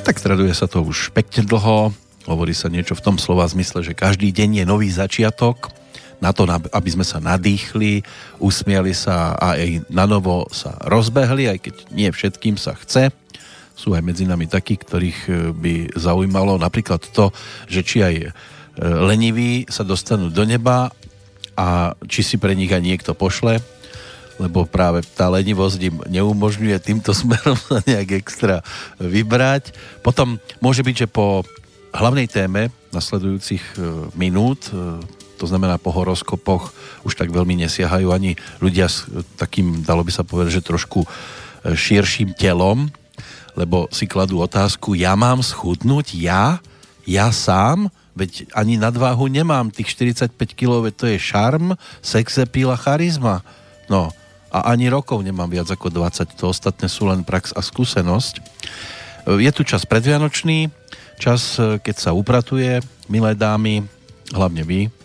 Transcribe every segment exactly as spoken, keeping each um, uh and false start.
Tak traduje sa to už pekne dlho. Hovorí sa niečo v tom slova zmysle, že každý deň je nový začiatok na to, aby sme sa nadýchli, usmiali sa a aj na novo sa rozbehli, aj keď nie všetkým sa chce. Sú aj medzi nami takí, ktorých by zaujímalo napríklad to, že či aj leniví sa dostanú do neba a či si pre nich aj niekto pošle, lebo práve tá lenivosť im neumožňuje týmto smerom sa nejak extra vybrať. Potom môže byť, že po hlavnej téme nasledujúcich minút, to znamená po horoskopoch, už tak veľmi nesiahajú ani ľudia s takým, dalo by sa povedať, že trošku širším telom, lebo si kladú otázku, ja mám schudnúť? Ja? Ja sám? Veď ani nadváhu nemám, tých štyridsaťpäť kilogramov, to je šarm, sex appeal a charizma. No, a ani rokov nemám viac ako dvadsať, to ostatné sú len prax a skúsenosť. Je tu čas predvianočný, čas, keď sa upratuje, milé dámy, hlavne vy.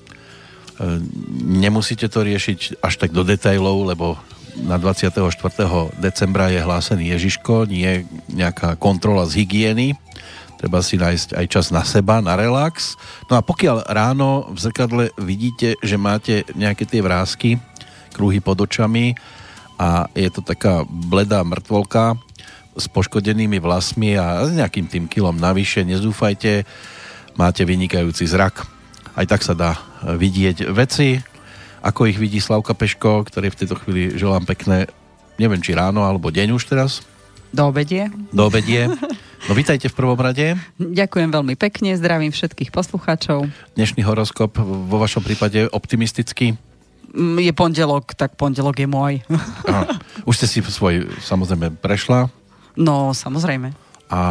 Nemusíte to riešiť až tak do detailov, lebo na dvadsiateho štvrtého decembra je hlásený Ježiško, nie nejaká kontrola z hygieny. Treba si nájsť aj čas na seba, na relax. No a pokiaľ ráno v zrkadle vidíte, že máte nejaké tie vrásky, kruhy pod očami a je to taká bledá mŕtvolka s poškodenými vlasmi a s nejakým tým kilom navyše, nezúfajte, máte vynikajúci zrak. Aj tak sa dá vidieť veci, ako ich vidí Slavka Peško, ktorý v tejto chvíli želám pekné, neviem či ráno alebo deň už teraz. Do obedie. Do obedie. No vítajte v prvom rade. Ďakujem veľmi pekne, zdravím všetkých poslucháčov. Dnešný horoskop vo vašom prípade optimistický? Je pondelok, tak pondelok je môj. Aha. Už ste si svoj samozrejme prešla? No, samozrejme. A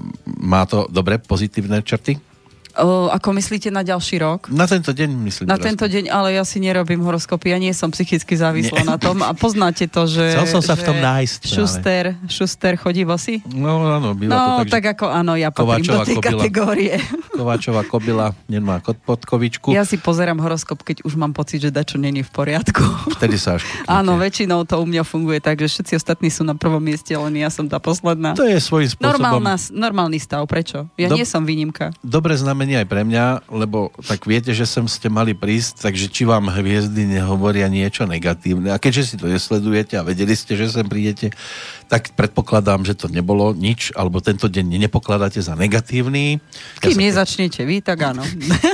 má to dobré, pozitívne črty? O, ako myslíte na ďalší rok? Na tento deň myslím. Na tento deň, ale ja si nerobím horoskopy, ja nie som psychicky závislá na tom a poznáte to, že... Chcel som sa v tom nájsť. Šuster, Šuster chodí bosy? No áno, býva no, to tak, tak ako áno, ja patrím do tej kobila, kategórie. Kováčová kobila nemá podkovičku. Ja si pozerám horoskop, keď už mám pocit, že dačo není v poriadku. Vtedy sa až kúpnete. Áno, väčšinou to u mňa funguje tak, že všetci ostatní sú na prvom mieste, len ja som tá posledná. To je svojím spôsobom... Normálna, normálny stav, prečo? Ja Do... nie som výnimka. Dobre znamenie aj pre mňa, lebo tak viete, že sem ste mali prísť, takže či vám hviezdy nehovoria niečo negatívne. A keďže si to nesledujete a vedeli ste, že sem prídete, tak predpokladám, že to nebolo nič, alebo tento deň nepokladáte za negatívny. Kým ja nezačnete vy, tak áno.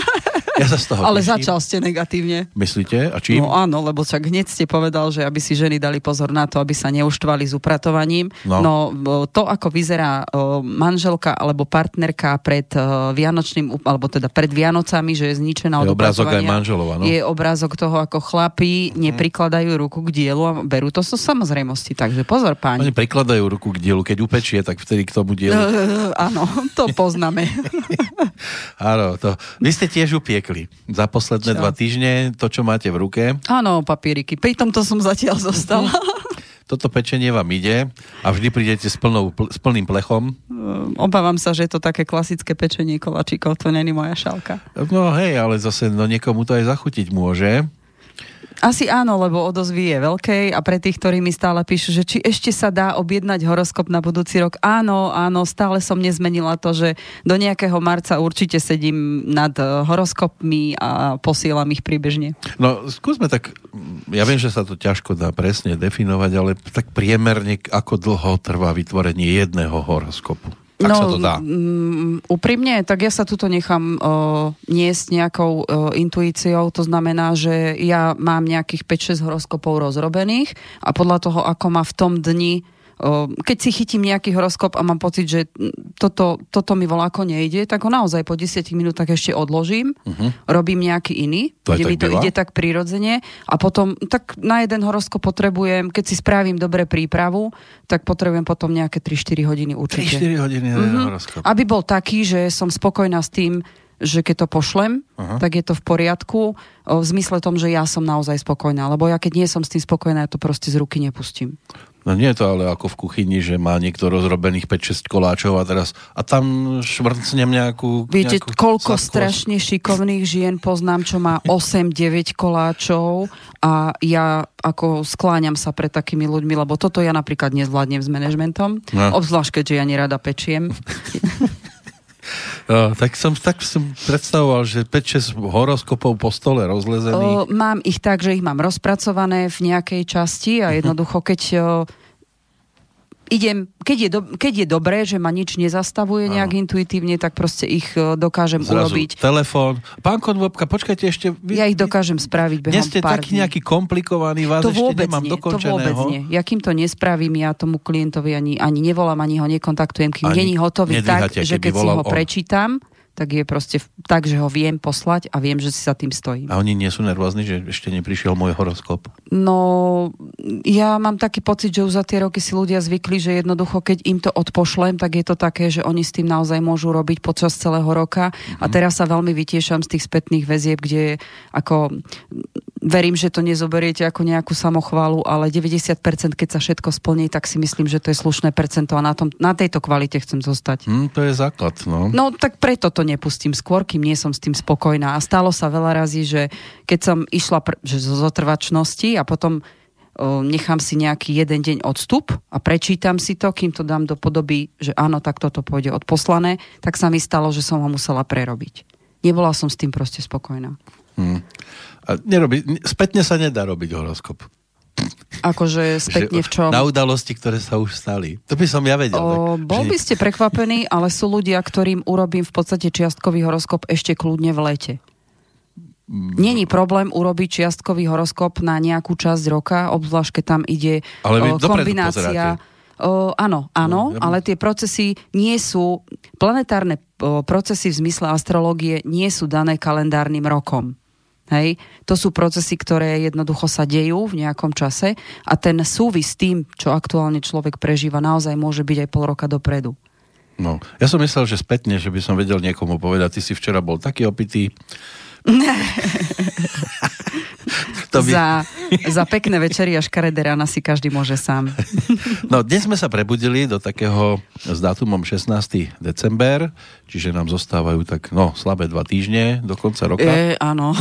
Ja sa z toho Ale teším. Začal ste negatívne. Myslíte? A čím? No áno, lebo však hneď ste povedal, že aby si ženy dali pozor na to, aby sa neuštvali s upratovaním. No, no to, ako vyzerá manželka alebo partnerka pred vianočným, alebo teda pred Vianocami, že je zničená od upratovania. Je obrázok aj manželova, no? Je obrázok toho, ako chlapí neprikladajú ruku k dielu a berú to so samozrejmosti. Takže pozor, páni. Oni prikladajú ruku k dielu, keď upečie, tak vtedy k tomu dielu. Uh, áno, to poznáme. Áno, to. Vy ste tiež upiekli za posledné čo? dva týždne to, čo máte v ruke. Áno, papieriky. Pri tomto som zatiaľ zostala. Toto pečenie vám ide a vždy prídete s, plnou, s plným plechom. Obávam sa, že je to také klasické pečenie koláčikov, to není moja šálka. No hej, ale zase no, niekomu to aj zachutiť môže. Asi áno, lebo odozvy je veľkej a pre tých, ktorí mi stále píšu, že či ešte sa dá objednať horoskop na budúci rok. Áno, áno, stále som nezmenila to, že do nejakého marca určite sedím nad horoskopmi a posielam ich priebežne. No, skúsme tak, ja viem, že sa to ťažko dá presne definovať, ale tak priemerne, ako dlho trvá vytvorenie jedného horoskopu? Tak no, sa to dá. Um, úprimne, tak ja sa tuto nechám uh, niesť nejakou uh, intuíciou, to znamená, že ja mám nejakých päť šesť horoskopov rozrobených a podľa toho, ako ma v tom dni keď si chytím nejaký horoskop a mám pocit, že toto, toto mi voľako nejde, tak ho naozaj po desiatich minútach ešte odložím, uh-huh. robím nejaký iný, kde mi to byla? ide tak prirodzene a potom tak na jeden horoskop potrebujem, keď si spravím dobre prípravu, tak potrebujem potom nejaké tri štyri hodiny určite. tri štyri hodiny na jeden uh-huh. horoskop. Aby bol taký, že som spokojná s tým, že keď to pošlem, uh-huh. tak je to v poriadku, v zmysle tom, že ja som naozaj spokojná, lebo ja keď nie som s tým spokojná, ja to proste z ruky nepustím. No nie je to ale ako v kuchyni, že má niekto rozrobených päť šesť koláčov a teraz a tam švrcnem nejakú... Viete, nejakú koľko sladkosť. strašne šikovných žien poznám, čo má osem deväť koláčov a ja ako skláňam sa pred takými ľuďmi, lebo toto ja napríklad nezvládnem s manažmentom, no. Obzvlášť, keďže ja nerada pečiem. No, tak som, tak som predstavoval, že päť šesť horoskopov po stole rozlezených. O, mám ich tak, že ich mám rozpracované v nejakej časti a jednoducho, keď o, idem, keď je, do, keď je dobré, že ma nič nezastavuje nejak ano. Intuitívne, tak proste ich o, dokážem Zrazu urobiť. telefón. Pán Konvopka, počkajte ešte. Vy, ja ich dokážem spraviť behom pár dní. Nie ste taký nejaký komplikovaný, vás to ešte vôbec nemám nie, dokončeného. To vôbec nie. Ja kým to nespravím, ja tomu klientovi ani, ani nevolám, ani ho nekontaktujem, kým není hotový tak, že keď si ho on. prečítam, tak je proste tak, že ho viem poslať a viem, že si za tým stojím. A oni nie sú nervózni, že ešte neprišiel môj horoskop? No, ja mám taký pocit, že už za tie roky si ľudia zvykli, že jednoducho, keď im to odpošlem, tak je to také, že oni s tým naozaj môžu robiť počas celého roka. Mm-hmm. A teraz sa veľmi vytiešam z tých spätných väzieb, kde ako... Verím, že to nezoberiete ako nejakú samochválu, ale deväťdesiat percent, keď sa všetko splní, tak si myslím, že to je slušné percento a na, tom, na tejto kvalite chcem zostať. Hmm, to je základ, no. No, tak preto to nepustím skôr, kým nie som s tým spokojná. A stalo sa veľa razy, že keď som išla pr- že zo zotrvačnosti a potom o, nechám si nejaký jeden deň odstup a prečítam si to, kým to dám do podoby, že áno, tak toto pôjde odposlané, tak sa mi stalo, že som ho musela prerobiť. Nebola som s tým proste spokojná. Hmm. A nerobí, spätne sa nedá robiť horoskop. Akože spätne v čom? Na udalosti, ktoré sa už stali. To by som ja vedel. O, tak, bol že... by ste prekvapení, ale sú ľudia, ktorým urobím v podstate čiastkový horoskop ešte kľudne v lete. Není problém urobiť čiastkový horoskop na nejakú časť roka, obzvlášť keď tam ide ale vy o, kombinácia... O, áno, áno, no, ja by... ale tie procesy nie sú... Planetárne o, procesy v zmysle astrológie nie sú dané kalendárnym rokom. Hej, to sú procesy, ktoré jednoducho sa dejú v nejakom čase a ten súvis s tým, čo aktuálne človek prežíva, naozaj môže byť aj pol roka dopredu. No, ja som myslel, že spätne, že by som vedel niekomu povedať, ty si včera bol taký opitý. To by... za, za pekné večery a škaredé rána si každý môže sám. No, dnes sme sa prebudili do takého s dátumom šestnásteho december, čiže nám zostávajú tak, no, slabé dva týždne do konca roka. E, áno.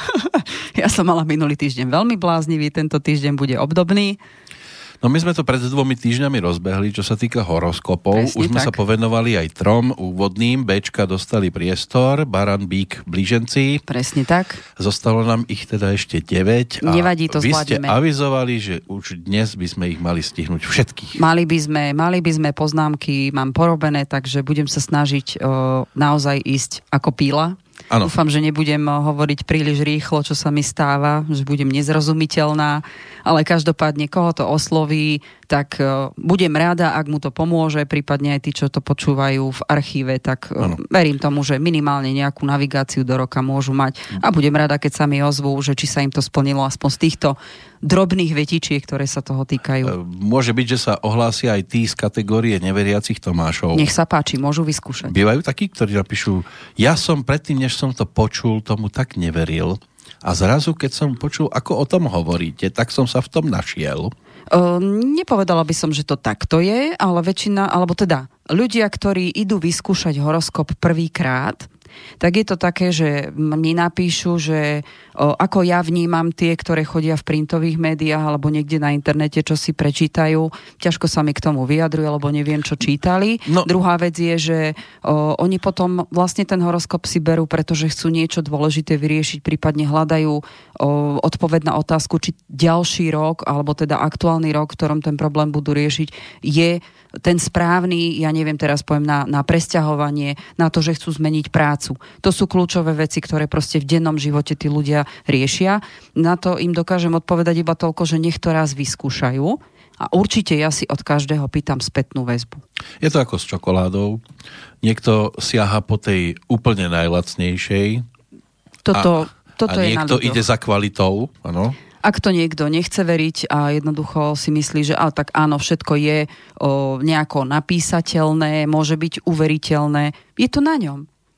Ja som mala minulý týždeň veľmi bláznivý, tento týždeň bude obdobný. No my sme to pred dvomi týždňami rozbehli, čo sa týka horoskopov. Presne, už sme tak. sa povenovali aj trom úvodným. Béčka dostali priestor, Baran, Bík, Blíženci. Presne tak. Zostalo nám ich teda ešte deväť. Nevadí, to vy zvládneme. Vy ste avizovali, že už dnes by sme ich mali stihnúť všetkých. Mali by sme, mali by sme poznámky, mám porobené, takže budem sa snažiť o, naozaj ísť ako píla. Ano. Dúfam, že nebudem hovoriť príliš rýchlo, čo sa mi stáva, že budem nezrozumiteľná, ale každopádne, koho to osloví, tak uh, budem rada, ak mu to pomôže, prípadne aj tí, čo to počúvajú v archíve, tak uh, verím tomu, že minimálne nejakú navigáciu do roka môžu mať a budem rada, keď sa mi ozvú, že či sa im to splnilo aspoň z týchto drobných vetičiek, ktoré sa toho týkajú. Môže byť, že sa ohlásia aj tí z kategórie neveriacich Tomášov. Nech sa páči, môžu vyskúšať. Bývajú takí, ktorí napíšu, ja som predtým, než som to počul, tomu tak neveril a zrazu, keď som počul, ako o tom hovoríte, tak som sa v tom našiel. Uh, nepovedala by som, že to takto je, ale väčšina, alebo teda ľudia, ktorí idú vyskúšať horoskop prvýkrát, tak je to také, že mi napíšu, že o, ako ja vnímam tie, ktoré chodia v printových médiách alebo niekde na internete, čo si prečítajú. Ťažko sa mi k tomu vyjadrujú, lebo neviem, čo čítali. No. Druhá vec je, že o, oni potom vlastne ten horoskop si berú, pretože chcú niečo dôležité vyriešiť, prípadne hľadajú o, odpoveď na otázku, či ďalší rok, alebo teda aktuálny rok, v ktorom ten problém budú riešiť, je ten správny, ja neviem, teraz poviem na, na presťahovanie, na to, že chcú zmeniť prácu. To sú kľúčové veci, ktoré proste v dennom živote tí ľudia riešia. Na to im dokážem odpovedať iba toľko, že nech to raz vyskúšajú a určite ja si od každého pýtam spätnú väzbu. Je to ako s čokoládou. Niekto siaha po tej úplne najlacnejšej toto, a, toto a je niekto ide za kvalitou, áno. Ak to niekto nechce veriť a jednoducho si myslí, že ale tak áno, všetko je o, nejako napísateľné, môže byť uveriteľné, je to na ňom.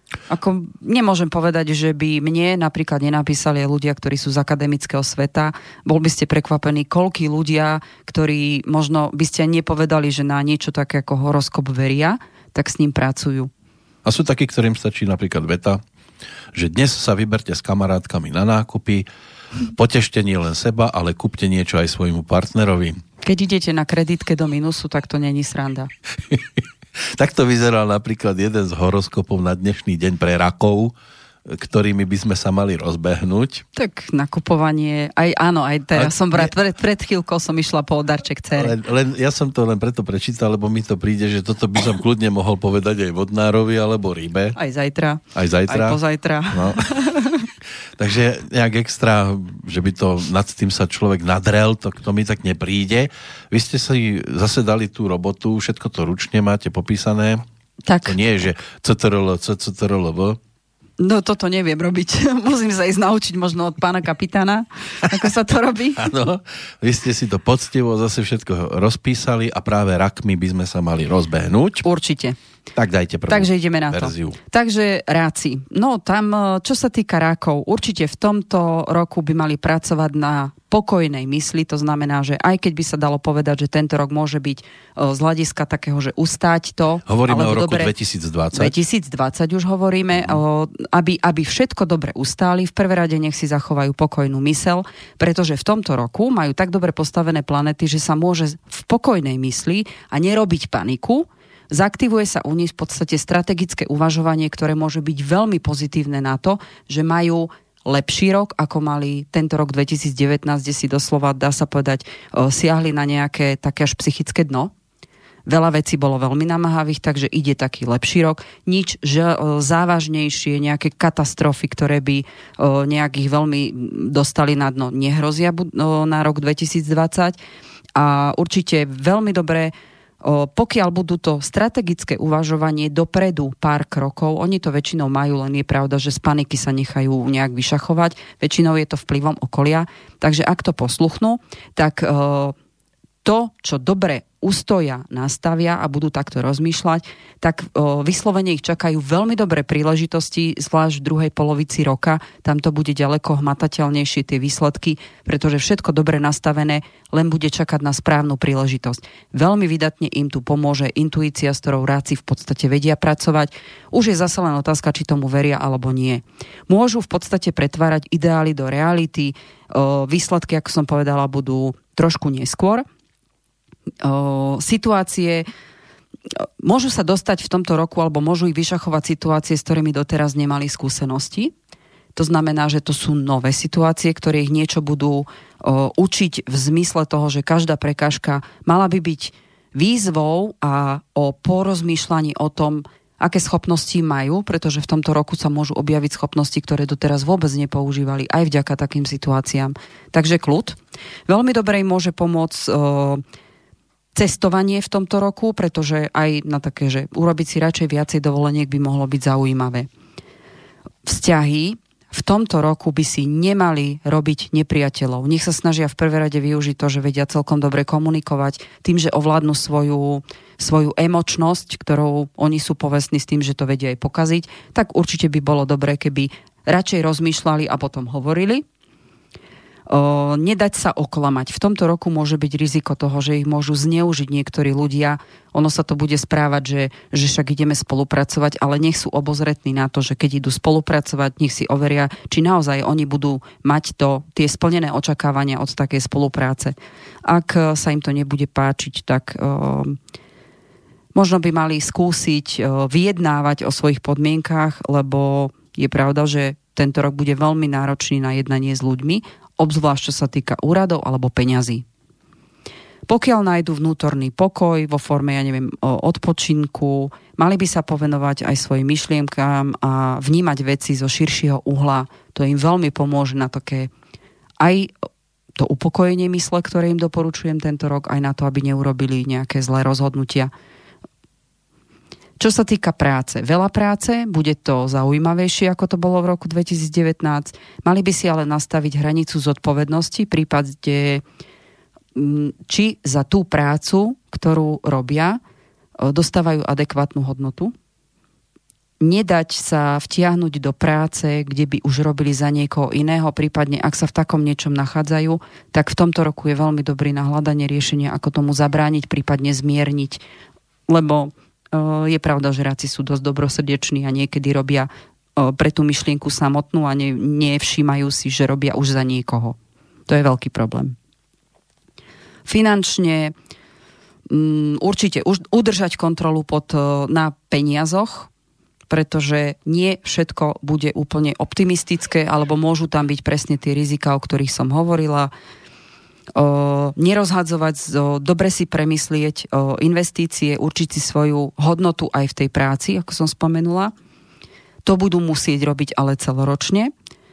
Ako nemôžem povedať, že by mne napríklad nenapísali aj ľudia, ktorí sú z akademického sveta. Bol by ste prekvapení, koľkí ľudia, ktorí možno by ste nepovedali, že na niečo také ako horoskop veria, tak s ním pracujú. A sú takí, ktorým stačí napríklad veta, že dnes sa vyberte s kamarátkami na nákupy, potešte nie len seba, ale kúpte niečo aj svojmu partnerovi. Keď idete na kreditke do minusu, tak to není sranda. Takto vyzeral napríklad jeden z horoskopov na dnešný deň pre rakov, ktorými by sme sa mali rozbehnúť. Tak nakupovanie, aj áno, aj teraz som brat, pred, pred chvíľkou som išla po darček dcere. Len, len, ja som to len preto prečítal, lebo mi to príde, že toto by som kľudne mohol povedať aj vodnárovi alebo rybe. Aj zajtra. Aj zajtra. Aj pozajtra. No. Takže nejak extra, že by to nad tým sa človek nadrel, to, to mi tak nepríde. Vy ste si zase dali tú robotu, všetko to ručne máte popísané. Tak. To nie je, že cé té er el, cé té er el vé. No toto neviem robiť. Musím sa ísť naučiť možno od pána kapitána, ako sa to robí. Áno, vy ste si to poctivo zase všetko rozpísali a práve rakmi by sme sa mali rozbehnúť. Určite. Tak dajte prvú Takže ideme na verziu. to. Takže ráci. No tam, čo sa týka rákov, určite v tomto roku by mali pracovať na pokojnej mysli, to znamená, že aj keď by sa dalo povedať, že tento rok môže byť z hľadiska takého, že ustáť to. Hovoríme o roku dobre, dvetisícdvadsať. dvetisícdvadsať už hovoríme, mm. aby, aby všetko dobre ustáli. V prvé rade nech si zachovajú pokojnú mysel, pretože v tomto roku majú tak dobre postavené planety, že sa môže v pokojnej mysli a nerobiť paniku. Zaktivuje sa u nich v podstate strategické uvažovanie, ktoré môže byť veľmi pozitívne na to, že majú lepší rok, ako mali tento rok dvetisícdevätnásť, kde si doslova, dá sa povedať, siahli na nejaké také až psychické dno. Veľa vecí bolo veľmi namáhavých, takže ide taký lepší rok. Nič že, závažnejšie, nejaké katastrofy, ktoré by nejakých veľmi dostali na dno, nehrozia na rok dvetisícdvadsať. A určite veľmi dobré, pokiaľ budú to strategické uvažovanie dopredu pár krokov, oni to väčšinou majú, len je pravda, že z paniky sa nechajú nejak vyšachovať. Väčšinou je to vplyvom okolia. Takže ak to posluchnú, tak to, čo dobre ustoja, nastavia a budú takto rozmýšľať, tak o, vyslovene ich čakajú veľmi dobré príležitosti, zvlášť v druhej polovici roka. Tam to bude ďaleko hmatateľnejšie tie výsledky, pretože všetko dobre nastavené len bude čakať na správnu príležitosť. Veľmi vydatne im tu pomôže intuícia, s ktorou ráci v podstate vedia pracovať. Už je zase len otázka, či tomu veria alebo nie. Môžu v podstate pretvárať ideály do reality. O, výsledky, ako som povedala, budú trošku neskôr. O, situácie môžu sa dostať v tomto roku alebo môžu ich vyšachovať situácie, s ktorými doteraz nemali skúsenosti. To znamená, že to sú nové situácie, ktoré ich niečo budú o, učiť v zmysle toho, že každá prekážka mala by byť výzvou a o porozmýšľaní o tom, aké schopnosti majú, pretože v tomto roku sa môžu objaviť schopnosti, ktoré doteraz vôbec nepoužívali aj vďaka takým situáciám. Takže kľud. Veľmi dobre im môže pomôcť o, cestovanie v tomto roku, pretože aj na také, že urobiť si radšej viacej dovoleniek by mohlo byť zaujímavé. Vzťahy v tomto roku by si nemali robiť nepriateľov. Nech sa snažia v prvé rade využiť to, že vedia celkom dobre komunikovať, tým, že ovládnu svoju, svoju emočnosť, ktorou oni sú povestní s tým, že to vedia aj pokaziť, tak určite by bolo dobré, keby radšej rozmýšľali a potom hovorili. O, nedať sa oklamať. V tomto roku môže byť riziko toho, že ich môžu zneužiť niektorí ľudia. Ono sa to bude správať, že, že však ideme spolupracovať, ale nech sú obozretní na to, že keď idú spolupracovať, nech si overia, či naozaj oni budú mať to, tie splnené očakávania od takej spolupráce. Ak sa im to nebude páčiť, tak o, možno by mali skúsiť o, vyjednávať o svojich podmienkách, lebo je pravda, že tento rok bude veľmi náročný na jednanie s ľuďmi, obzvlášť čo sa týka úradov alebo peňazí. Pokiaľ nájdu vnútorný pokoj vo forme, ja neviem, odpočinku, mali by sa povenovať aj svojim myšlienkám a vnímať veci zo širšieho uhla. To im veľmi pomôže na také aj to upokojenie mysle, ktoré im doporučujem tento rok, aj na to, aby neurobili nejaké zlé rozhodnutia. Čo sa týka práce, veľa práce, bude to zaujímavejšie, ako to bolo v roku dvetisícdevätnásť. Mali by si ale nastaviť hranicu zodpovednosti, prípade, či za tú prácu, ktorú robia, dostávajú adekvátnu hodnotu. nedať sa vtiahnuť do práce, kde by už robili za niekoho iného, prípadne ak sa v takom niečom nachádzajú, tak v tomto roku je veľmi dobrý na hľadanie riešenia, ako tomu zabrániť, prípadne zmierniť, lebo uh, je pravda, že ráci sú dosť dobrosrdeční a niekedy robia uh, pre tú myšlienku samotnú a ne, nevšímajú si, že robia už za niekoho. To je veľký problém. Finančne um, určite už, udržať kontrolu pod, uh, na peniazoch, pretože nie všetko bude úplne optimistické, alebo môžu tam byť presne tie rizika, o ktorých som hovorila. O, nerozhadzovať, o, dobre si premyslieť o, investície, určiť si svoju hodnotu aj v tej práci, ako som spomenula. To budú musieť robiť ale celoročne.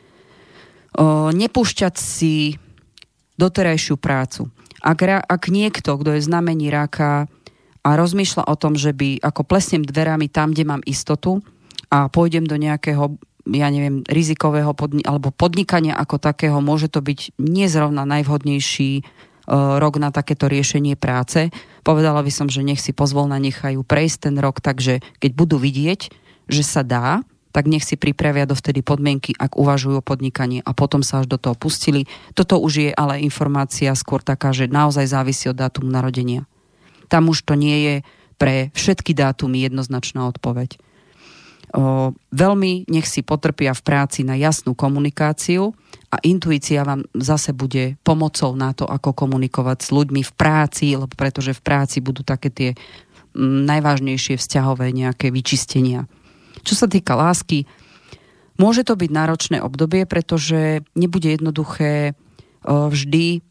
O, nepúšťať si doterajšiu prácu. Ak, ak niekto, kto je znamení raka, a rozmýšľa o tom, že by ako plesnem dverami tam, kde mám istotu a pôjdem do nejakého, ja neviem, rizikového podni- alebo podnikania ako takého, môže to byť nezrovna najvhodnejší uh, rok na takéto riešenie práce. Povedala by som, že nech si pozvolna nechajú prejsť ten rok, takže keď budú vidieť, že sa dá, tak nech si pripravia dovtedy podmienky, ak uvažujú o podnikaní a potom sa až do toho pustili. Toto už je ale informácia skôr taká, že naozaj závisí od dátumu narodenia. Tam už to nie je pre všetky dátumy jednoznačná odpoveď. O, veľmi nech si potrpia v práci na jasnú komunikáciu a intuícia vám zase bude pomocou na to, ako komunikovať s ľuďmi v práci, lebo pretože v práci budú také tie m, najvážnejšie vzťahové nejaké vyčistenia. Čo sa týka lásky, môže to byť náročné obdobie, pretože nebude jednoduché o, vždy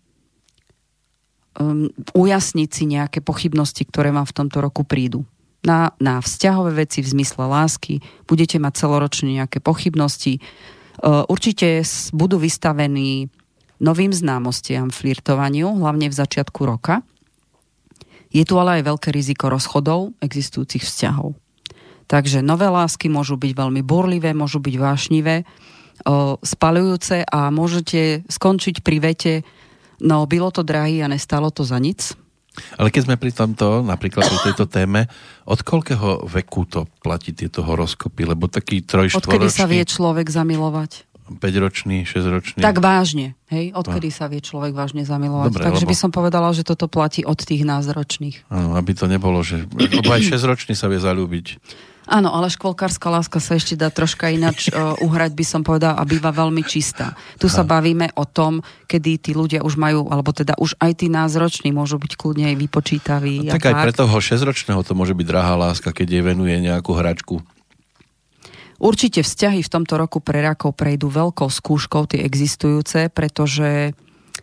Um, ujasniť si nejaké pochybnosti, ktoré vám v tomto roku prídu. Na, na vzťahové veci v zmysle lásky budete mať celoročne nejaké pochybnosti. Uh, určite budú vystavení novým známostiam, flirtovaniu, hlavne v začiatku roka. Je tu ale aj veľké riziko rozchodov existujúcich vzťahov. Takže nové lásky môžu byť veľmi burlivé, môžu byť vášnivé, uh, spaľujúce a môžete skončiť pri vete: no, bylo to drahý a nestalo to za nic. Ale keď sme pri tomto, napríklad pri tejto téme, od koľkého veku to platí tieto horoskopy? Lebo taký troj, štvoročný... Odkedy sa vie človek zamilovať? päťročný, šesťročný? Tak vážne, hej? Odkedy no. sa vie človek vážne zamilovať? Dobre, takže lebo... by som povedala, že toto platí od tých názročných. Áno, aby to nebolo, že... Lebo aj šesťročný sa vie zaľúbiť. Áno, ale škôlkárska láska sa ešte dá troška ináč uh, uhrať, by som povedala, a býva veľmi čistá. Tu Aha. sa bavíme o tom, kedy tí ľudia už majú, alebo teda už aj tí názroční môžu byť kľudne aj vypočítaví. No, tak aj pre toho šesťročného to môže byť drahá láska, keď jej venuje nejakú hračku. Určite vzťahy v tomto roku pre rakov prejdú veľkou skúškou, tie existujúce, pretože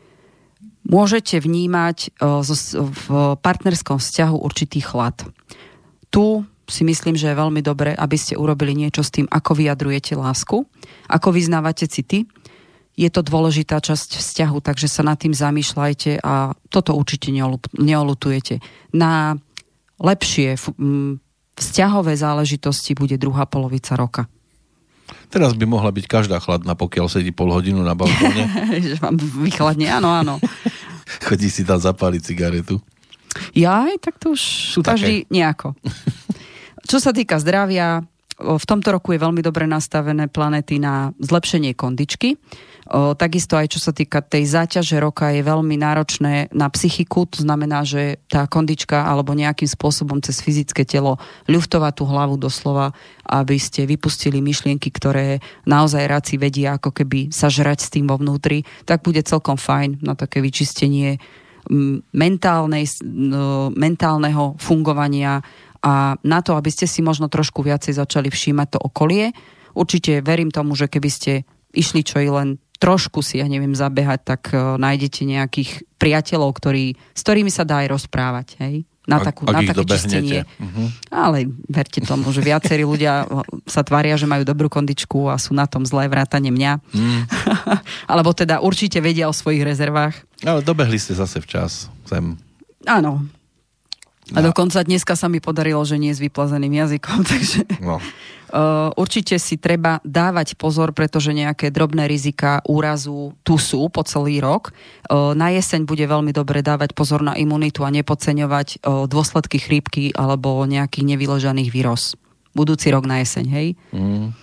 môžete vnímať uh, v partnerskom vzťahu určitý chlad. Tu si myslím, že je veľmi dobré, aby ste urobili niečo s tým, ako vyjadrujete lásku, ako vyznávate city. Je to dôležitá časť vzťahu, takže sa nad tým zamýšľajte a toto určite neolutujete. Na lepšie vzťahové záležitosti bude druhá polovica roka. Teraz by mohla byť každá chladná, pokiaľ sedí pol hodinu na balkóne. Že vám vychladne, áno, áno. Chodí si tam zapáliť cigaretu. Jaj, tak to už sú každý také. Nejako. Čo sa týka zdravia, v tomto roku je veľmi dobre nastavené planéty na zlepšenie kondičky. O, takisto aj čo sa týka tej záťaže roka je veľmi náročné na psychiku, to znamená, že tá kondička alebo nejakým spôsobom cez fyzické telo ľuftovať tú hlavu doslova, aby ste vypustili myšlienky, ktoré naozaj ráci vedia ako keby sa žrať s tým vo vnútri, tak bude celkom fajn na také vyčistenie mentálnej, mentálneho fungovania a na to, aby ste si možno trošku viacej začali všímať to okolie. Určite verím tomu, že keby ste išli čo i len trošku si, ja neviem, zabehať, tak uh, nájdete nejakých priateľov, ktorí, s ktorými sa dá aj rozprávať, hej? Na, takú, na také čistenie. Uh-huh. Ale verte tomu, že viacerí ľudia sa tvária, že majú dobrú kondičku a sú na tom zlé, vrátane mňa. Mm. Alebo teda určite vedia o svojich rezervách. Ale dobehli ste zase včas sem. Áno. A no. Dokonca dneska sa mi podarilo, že nie s vyplazeným jazykom, takže no. uh, určite si treba dávať pozor, pretože nejaké drobné rizika úrazu tu sú po celý rok. Uh, na jeseň bude veľmi dobre dávať pozor na imunitu a nepodceňovať uh, dôsledky chrípky alebo nejakých nevyležaných víroz. budúci rok na jeseň, hej. Mm.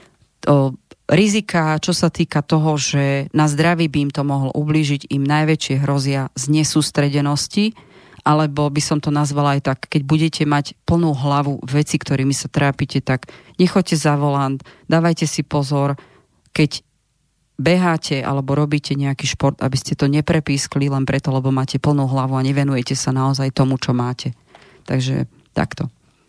O, rizika, čo sa týka toho, že na zdraví by im to mohlo ublížiť, im najväčšie hrozia z nesústredenosti, alebo by som to nazvala aj tak, keď budete mať plnú hlavu veci, ktorými sa trápite, tak nechoďte za volant, dávajte si pozor, keď beháte alebo robíte nejaký šport, aby ste to neprepískli len preto, lebo máte plnú hlavu a nevenujete sa naozaj tomu, čo máte. Takže takto.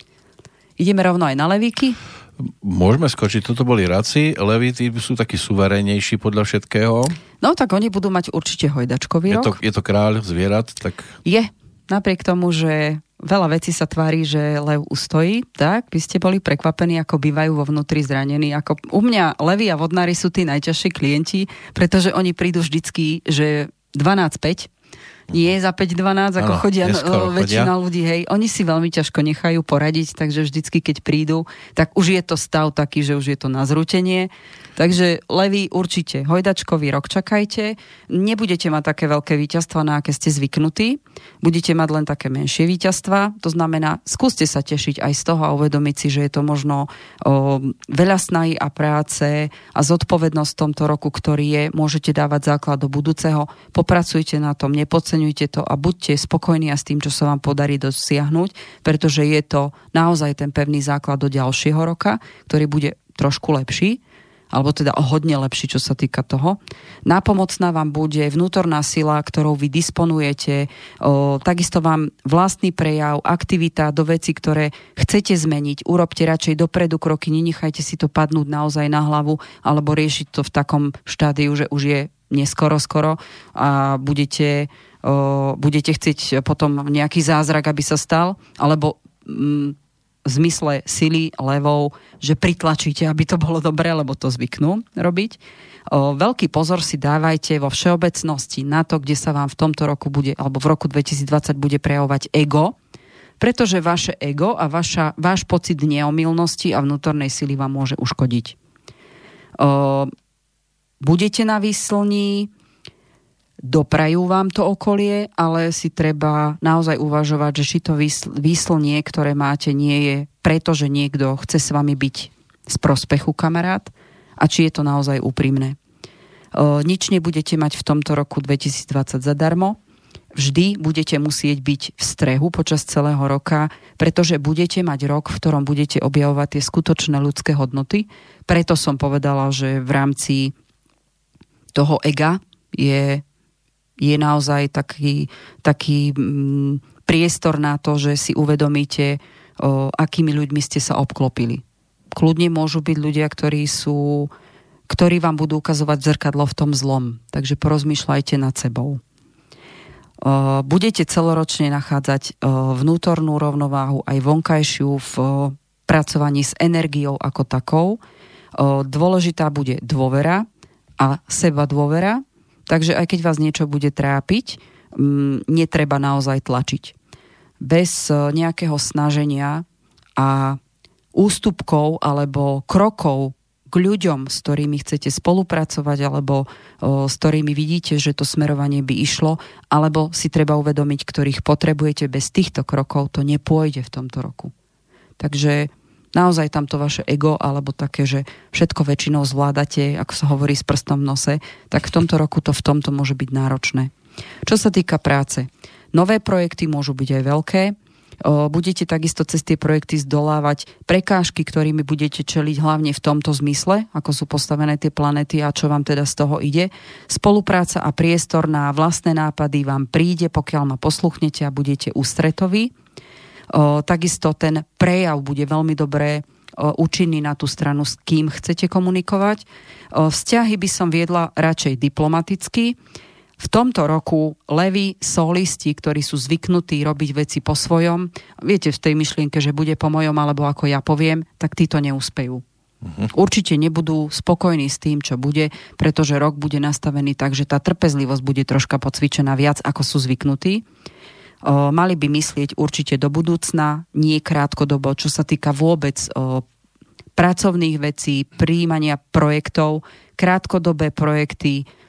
Ideme rovno aj na levíky? Môžeme skočiť, toto boli raci, leví tí sú takí suverénnejší podľa všetkého. No tak oni budú mať určite hojdačkový je to, rok. je to kráľ zvierat, tak... Je, napriek tomu, že veľa vecí sa tvári, že lev ustojí, tak by ste boli prekvapení, ako bývajú vo vnútri zranení. Ako u mňa leví a vodnári sú tí najťažší klienti, pretože oni prídu vždycky, že dvanásť päť, nie za päť dvanásť, ako ano, chodia väčšina chodia. ľudí, hej. Oni si veľmi ťažko nechajú poradiť, takže vždycky, keď prídu, tak už je to stav taký, že už je to na zrútenie. Takže leví určite hojdačkový rok čakajte. Nebudete mať také veľké víťazstva, na aké ste zvyknutí. Budete mať len také menšie víťazstva. To znamená, skúste sa tešiť aj z toho a uvedomiť si, že je to možno o, veľa snahy a práce a zodpovednosť v tomto roku, ktorý je, môžete dávať základ do budúceho. Popracujte na tom, nepodceňujte to a buďte spokojní a s tým, čo sa vám podarí dosiahnuť, pretože je to naozaj ten pevný základ do ďalšieho roka, ktorý bude trošku lepší, alebo teda o hodne lepší, čo sa týka toho. Nápomocná vám bude vnútorná sila, ktorou vy disponujete, o, takisto vám vlastný prejav, aktivita do veci, ktoré chcete zmeniť. Urobte radšej dopredu kroky, nenechajte si to padnúť naozaj na hlavu, alebo riešiť to v takom štádiu, že už je neskoro skoro a budete, o, budete chcieť potom nejaký zázrak, aby sa stal, alebo... Mm, v zmysle sily levou, že pritlačíte, aby to bolo dobré, lebo to zvyknú robiť. O, veľký pozor si dávajte vo všeobecnosti na to, kde sa vám v tomto roku bude, alebo v roku dvetisícdvadsať bude prejavovať ego, pretože vaše ego a vaša, váš pocit neomylnosti a vnútornej sily vám môže uškodiť. O, budete na výslni, doprajú vám to okolie, ale si treba naozaj uvažovať, že či to výslnie, ktoré máte, nie je preto, že niekto chce s vami byť z prospechu kamarát a či je to naozaj úprimné. O, nič nebudete mať v tomto roku dvetisícdvadsať zadarmo. Vždy budete musieť byť v strehu počas celého roka, pretože budete mať rok, v ktorom budete objavovať tie skutočné ľudské hodnoty. Preto som povedala, že v rámci toho ega je je naozaj taký, taký m, priestor na to, že si uvedomíte, o, akými ľuďmi ste sa obklopili. Kľudne môžu byť ľudia, ktorí sú, ktorí vám budú ukazovať zrkadlo v tom zlom. Takže porozmýšľajte nad sebou. O, budete celoročne nachádzať o, vnútornú rovnováhu aj vonkajšiu v o, pracovaní s energiou ako takou. O, dôležitá bude dôvera a seba dôvera. Takže aj keď vás niečo bude trápiť, m, netreba naozaj tlačiť. Bez nejakého snaženia a ústupkov alebo krokov k ľuďom, s ktorými chcete spolupracovať alebo o, s ktorými vidíte, že to smerovanie by išlo, alebo si treba uvedomiť, ktorých potrebujete, bez týchto krokov to nepôjde v tomto roku. Takže naozaj tamto vaše ego, alebo také, že všetko väčšinou zvládate, ako sa hovorí, s prstom v nose, tak v tomto roku to v tomto môže byť náročné. Čo sa týka práce, nové projekty môžu byť aj veľké. Budete takisto cez tie projekty zdolávať prekážky, ktorými budete čeliť hlavne v tomto zmysle, ako sú postavené tie planety a čo vám teda z toho ide. Spolupráca a priestor na vlastné nápady vám príde, pokiaľ ma posluchnete a budete ústretoví. O, takisto ten prejav bude veľmi dobré o, účinný na tú stranu, s kým chcete komunikovať. O, vzťahy by som viedla radšej diplomaticky. V tomto roku leví solisti, ktorí sú zvyknutí robiť veci po svojom, viete v tej myšlienke, že bude po mojom, alebo ako ja poviem, tak títo neúspejú. Uh-huh. Určite nebudú spokojní s tým, čo bude, pretože rok bude nastavený tak, že tá trpezlivosť bude troška podcvičená viac, ako sú zvyknutí. O, mali by myslieť určite do budúcna, nie krátkodobo, čo sa týka vôbec o, pracovných vecí, prijímania projektov, krátkodobé projekty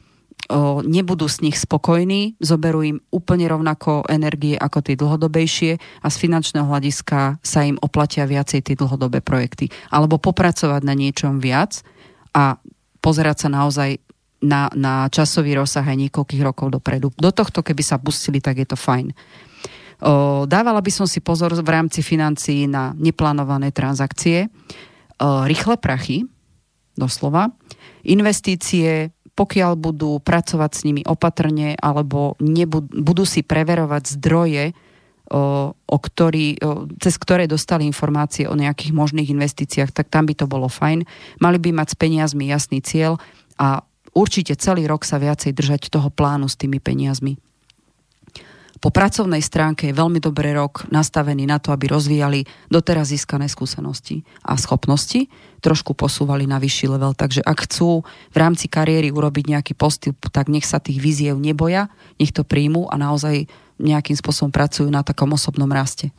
o, nebudú z nich spokojní, zoberú im úplne rovnako energie ako tie dlhodobejšie a z finančného hľadiska sa im oplatia viacej tie dlhodobé projekty. Alebo popracovať na niečom viac a pozerať sa naozaj na, na časový rozsah aj niekoľkých rokov dopredu. Do tohto, keby sa pustili, tak je to fajn. O, dávala by som si pozor v rámci financií na neplánované transakcie, o, rýchle prachy, doslova, investície, pokiaľ budú pracovať s nimi opatrne alebo nebudú, budú si preverovať zdroje, o, o ktorý, o, cez ktoré dostali informácie o nejakých možných investíciách, tak tam by to bolo fajn. Mali by mať s peniazmi jasný cieľ a určite celý rok sa viacej držať toho plánu s tými peniazmi. Po pracovnej stránke je veľmi dobrý rok nastavený na to, aby rozvíjali doteraz získané skúsenosti a schopnosti, trošku posúvali na vyšší level. Takže ak chcú v rámci kariéry urobiť nejaký postup, tak nech sa tých víziev neboja, nech to príjmú a naozaj nejakým spôsobom pracujú na takom osobnom raste.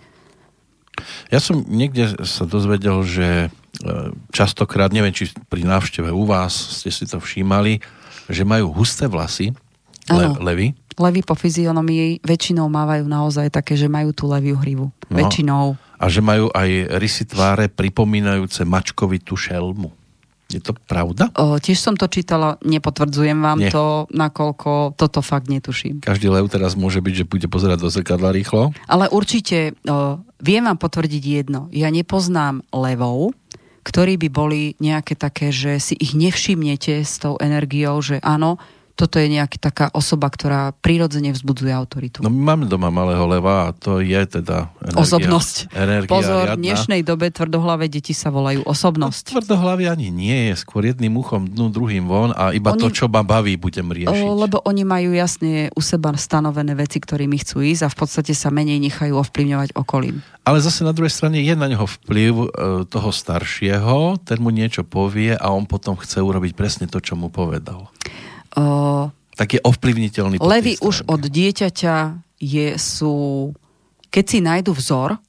Ja som niekde sa dozvedel, že častokrát, neviem, či pri návšteve u vás ste si to všímali, že majú husté vlasy, le, levy. Levy po fyzionomii väčšinou mávajú naozaj také, že majú tú leviu hrivu. No. Väčšinou. A že majú aj rysy tváre pripomínajúce mačkovitú šelmu. Je to pravda? O, tiež som to čítala, nepotvrdzujem vám Nie. to, nakoľko toto fakt netuším. Každý lev teraz môže byť, že bude pozerať do zrkadla rýchlo. Ale určite o, viem vám potvrdiť jedno. Ja nepoznám levov, ktorí by boli nejaké také, že si ich nevšimnete s tou energiou, že áno, toto je nejaká taká osoba, ktorá prirodzene vzbudzuje autoritu. No my máme doma malého leva a to je teda energia. Osobnosť. Energia Pozor, riadna. V dnešnej dobe tvrdohlavé deti sa volajú osobnosť. No, tvrdohlavy ani nie je, skôr jedným uchom dnu, druhým von a iba oni, to, čo ma baví, budem riešiť. O, lebo oni majú jasne u seba stanovené veci, ktorými chcú ísť a v podstate sa menej nechajú ovplyvňovať okolím. Ale zase na druhej strane je na neho vplyv e, toho staršieho, ten mu niečo povie a on potom chce urobiť presne to, čo mu povedal. O, tak je ovplyvniteľný. Levy už od dieťaťa je, sú, keď si nájdu vzor,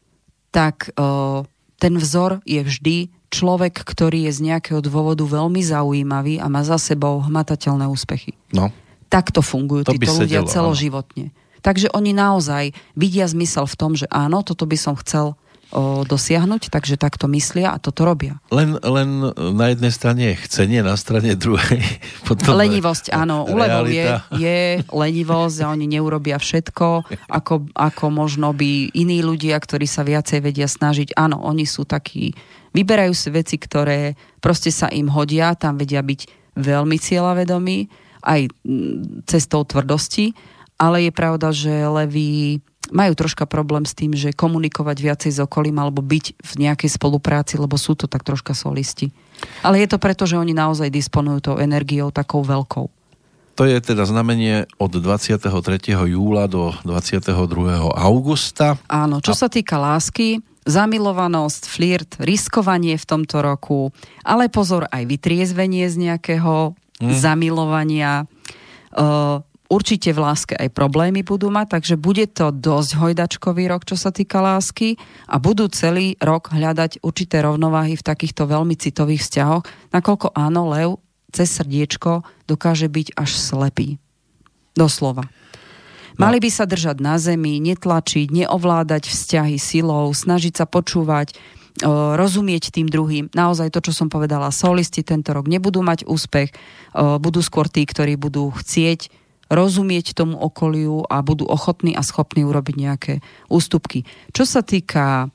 tak o, ten vzor je vždy človek, ktorý je z nejakého dôvodu veľmi zaujímavý a má za sebou hmatateľné úspechy. No. Takto fungujú To títo ľudia sedelo, celoživotne. Áno. Takže oni naozaj vidia zmysel v tom, že áno, toto by som chcel o, dosiahnuť, takže takto myslia a toto robia. Len, len na jednej strane je chcenie, na strane druhej potom lenivosť, áno. U levov je, je lenivosť a oni neurobia všetko, ako, ako možno by iní ľudia, ktorí sa viacej vedia snažiť. Áno, oni sú takí, vyberajú si veci, ktoré proste sa im hodia, tam vedia byť veľmi cieľavedomí, aj cestou tvrdosti, ale je pravda, že leví majú troška problém s tým, že komunikovať viacej s okolím alebo byť v nejakej spolupráci, lebo sú to tak troška solisti. Ale je to preto, že oni naozaj disponujú tou energiou takou veľkou. To je teda znamenie od dvadsiateho tretieho júla do dvadsiateho druhého augusta. Áno, čo A... sa týka lásky, zamilovanosť, flirt, riskovanie v tomto roku, ale pozor, aj vytriezvenie z nejakého hmm. zamilovania. Uh, Určite v láske aj problémy budú mať, takže bude to dosť hojdačkový rok, čo sa týka lásky a budú celý rok hľadať určité rovnováhy v takýchto veľmi citových vzťahoch, nakoľko áno, lev cez srdiečko dokáže byť až slepý. Doslova. Mali by sa držať na zemi, netlačiť, neovládať vzťahy silou, snažiť sa počúvať, rozumieť tým druhým. Naozaj to, čo som povedala, solisti tento rok nebudú mať úspech, budú skôr tí, ktorí budú chcieť rozumieť tomu okoliu a budú ochotní a schopní urobiť nejaké ústupky. Čo sa týka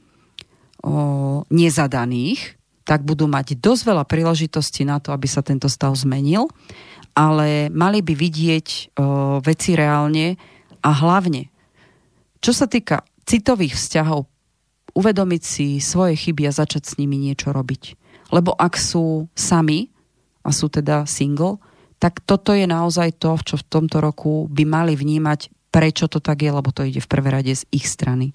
o, nezadaných, tak budú mať dosť veľa príležitostí na to, aby sa tento stav zmenil, ale mali by vidieť o, veci reálne a hlavne, čo sa týka citových vzťahov, uvedomiť si svoje chyby a začať s nimi niečo robiť. Lebo ak sú sami a sú teda single, tak toto je naozaj to, čo v tomto roku by mali vnímať, prečo to tak je, lebo to ide v prvé rade z ich strany.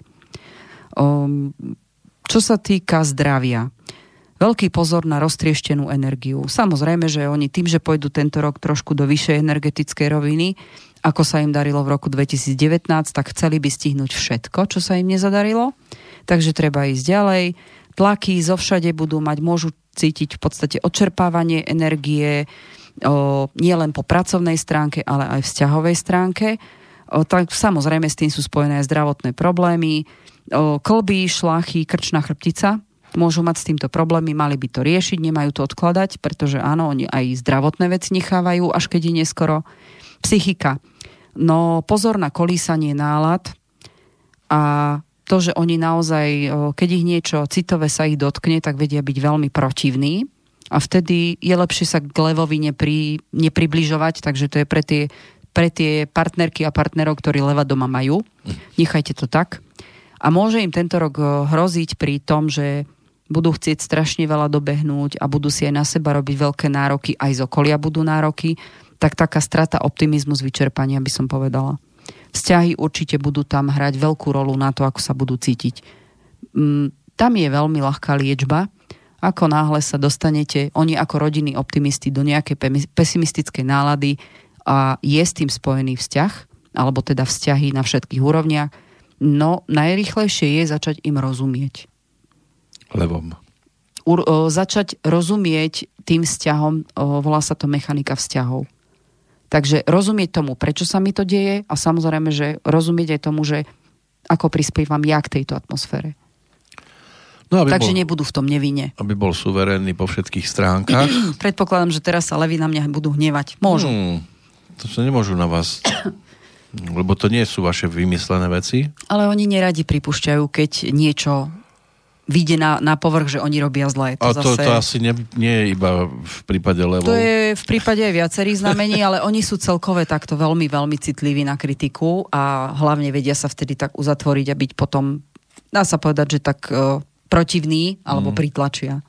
Um, čo sa týka zdravia, veľký pozor na roztrieštenú energiu. Samozrejme, že oni tým, že pôjdu tento rok trošku do vyššej energetickej roviny, ako sa im darilo v roku dvetisícdevätnásť, tak chceli by stihnúť všetko, čo sa im nezadarilo. Takže treba ísť ďalej. Tlaky zovšade budú mať, môžu cítiť v podstate odčerpávanie energie, o, nie len po pracovnej stránke, ale aj vzťahovej stránke. O, tak samozrejme s tým sú spojené aj zdravotné problémy. O, klby, šlachy, krčná chrbtica môžu mať s týmto problémy, mali by to riešiť, nemajú to odkladať, pretože áno, oni aj zdravotné veci nechávajú, až keď je neskoro. Psychika. No pozor na kolísanie nálad a to, že oni naozaj, keď ich niečo citové sa ich dotkne, tak vedia byť veľmi protivní a vtedy je lepšie sa k levovi nepri, nepribližovať, takže to je pre tie, pre tie partnerky a partnerov, ktorí leva doma majú. Nechajte to tak. A môže im tento rok hroziť pri tom, že budú chcieť strašne veľa dobehnúť a budú si aj na seba robiť veľké nároky, aj z okolia budú nároky, tak taká strata optimizmu z vyčerpania by som povedala. Vzťahy určite budú tam hrať veľkú rolu na to, ako sa budú cítiť. Tam je veľmi ľahká liečba. Ako náhle sa dostanete, oni ako rodinní optimisti, do nejakej pesimistickej nálady a je s tým spojený vzťah, alebo teda vzťahy na všetkých úrovniach, no najrýchlejšie je začať im rozumieť. Levom. U, o, začať rozumieť tým vzťahom, o, volá sa to mechanika vzťahov. Takže rozumieť tomu, prečo sa mi to deje a samozrejme, že rozumieť aj tomu, že ako prispievam ja k tejto atmosfére. No, Takže bol, nebudú v tom nevinne. Aby bol suverénny po všetkých stránkach. Predpokladám, že teraz sa leví na mňa budú hnevať. Môžu. Hmm, to sa nemôžu na vás... Lebo to nie sú vaše vymyslené veci. Ale oni neradi pripúšťajú, keď niečo vyjde na, na povrch, že oni robia zlé. To A to, zase... to asi nie, nie je iba v prípade levov. To je v prípade aj viacerých znamení, ale oni sú celkové takto veľmi, veľmi citliví na kritiku a hlavne vedia sa vtedy tak uzatvoriť a byť potom, dá sa povedať, že tak uh, protivní alebo mm. pritlačia.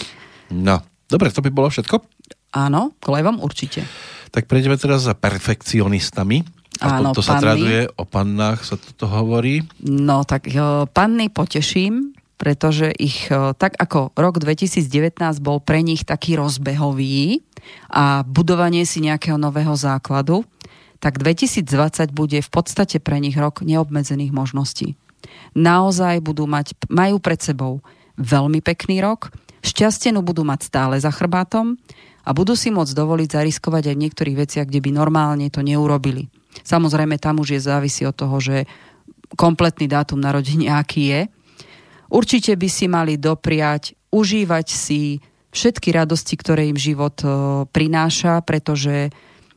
No, dobre, to by bolo všetko? Áno, k levom určite. Tak prejdeme teraz za perfekcionistami. A Áno, to, to sa traduje, o pannách sa toto hovorí. No tak uh, panny poteším, pretože ich, tak ako rok dvetisícdevätnásť bol pre nich taký rozbehový a budovanie si nejakého nového základu, tak dvetisícdvadsať bude v podstate pre nich rok neobmedzených možností. Naozaj budú mať, majú pred sebou veľmi pekný rok, šťastenú budú mať stále za chrbátom a budú si môcť dovoliť zariskovať aj v niektorých veciach, kde by normálne to neurobili. Samozrejme, tam už je závisí od toho, že kompletný dátum narodenia aký je. Určite by si mali dopriať, užívať si všetky radosti, ktoré im život e, prináša, pretože e,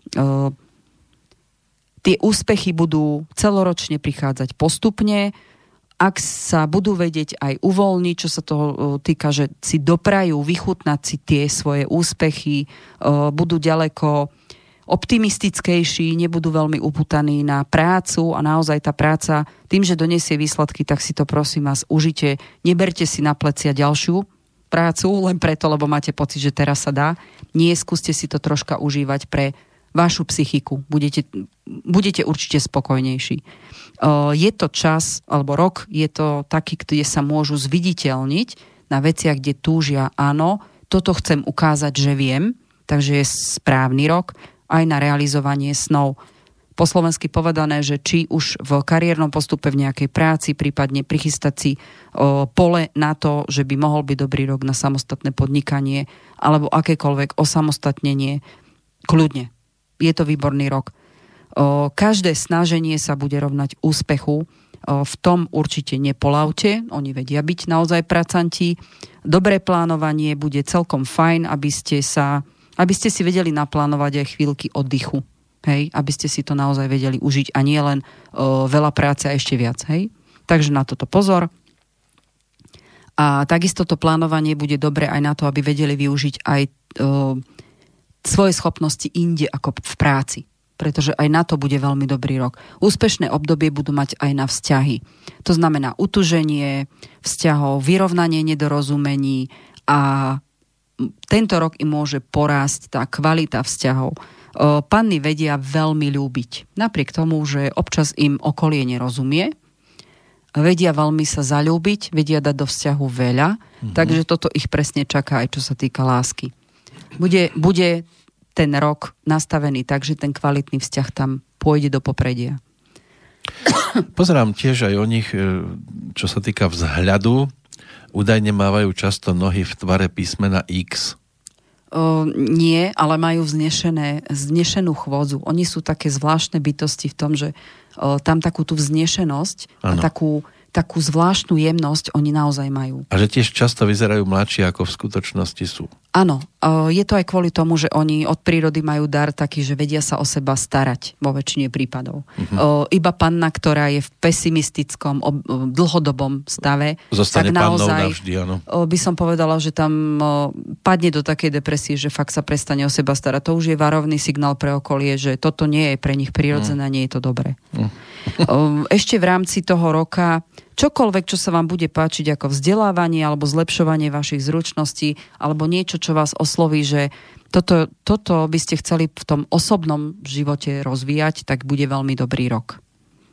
tie úspechy budú celoročne prichádzať postupne. Ak sa budú vedieť aj uvoľniť, čo sa toho e, týka, že si doprajú vychutnať si tie svoje úspechy, e, budú ďaleko optimistickejší, nebudú veľmi upútaní na prácu a naozaj tá práca, tým, že donesie výsledky, tak si to prosím vás užite. Neberte si na plecia ďalšiu prácu, len preto, lebo máte pocit, že teraz sa dá. Nie, skúste si to troška užívať pre vašu psychiku. Budete, budete určite spokojnejší. Je to čas, alebo rok, je to taký, kde sa môžu zviditeľniť na veciach, kde túžia, áno, toto chcem ukázať, že viem, takže je správny rok, aj na realizovanie snov. Po slovensky povedané, že či už v kariérnom postupe v nejakej práci, prípadne prichystať si o, pole na to, že by mohol byť dobrý rok na samostatné podnikanie alebo akékoľvek osamostatnenie, kľudne. Je to výborný rok. O, každé snaženie sa bude rovnať úspechu. O, v tom určite nepolavte. Oni vedia byť naozaj pracanti. Dobré plánovanie bude celkom fajn, aby ste sa aby ste si vedeli naplánovať aj chvíľky oddychu. Hej? Aby ste si to naozaj vedeli užiť a nie len o, veľa práce a ešte viac. Hej? Takže na toto pozor. A takisto to plánovanie bude dobre aj na to, aby vedeli využiť aj o, svoje schopnosti inde ako v práci. Pretože aj na to bude veľmi dobrý rok. Úspešné obdobie budú mať aj na vzťahy. To znamená utuženie vzťahov, vyrovnanie nedorozumení a tento rok im môže porásť tá kvalita vzťahov. Panny vedia veľmi ľúbiť. Napriek tomu, že občas im okolie nerozumie, vedia veľmi sa zaľúbiť, vedia dať do vzťahu veľa, mm-hmm. takže toto ich presne čaká aj čo sa týka lásky. Bude, bude ten rok nastavený tak, že ten kvalitný vzťah tam pôjde do popredia. Pozerám tiež aj o nich, čo sa týka vzhľadu. Údajne mávajú často nohy v tvare písmena X. Uh, nie, ale majú vznešené, vznešenú chôdzu. Oni sú také zvláštne bytosti v tom, že uh, tam takú tú vznešenosť ano. a takú, takú zvláštnu jemnosť oni naozaj majú. A že tiež často vyzerajú mladší, ako v skutočnosti sú. Áno, je to aj kvôli tomu, že oni od prírody majú dar taký, že vedia sa o seba starať vo väčšine prípadov. Uh-huh. Iba panna, ktorá je v pesimistickom, dlhodobom stave, zostane tak pannou naozaj navždy, áno. by som povedala, že tam padne do takej depresie, že fakt sa prestane o seba starať. To už je varovný signál pre okolie, že toto nie je pre nich prirodzené, uh-huh. nie je to dobré. Uh-huh. Ešte v rámci toho roka čokoľvek, čo sa vám bude páčiť ako vzdelávanie alebo zlepšovanie vašich zručností alebo niečo, čo vás osloví, že toto, toto by ste chceli v tom osobnom živote rozvíjať, tak bude veľmi dobrý rok.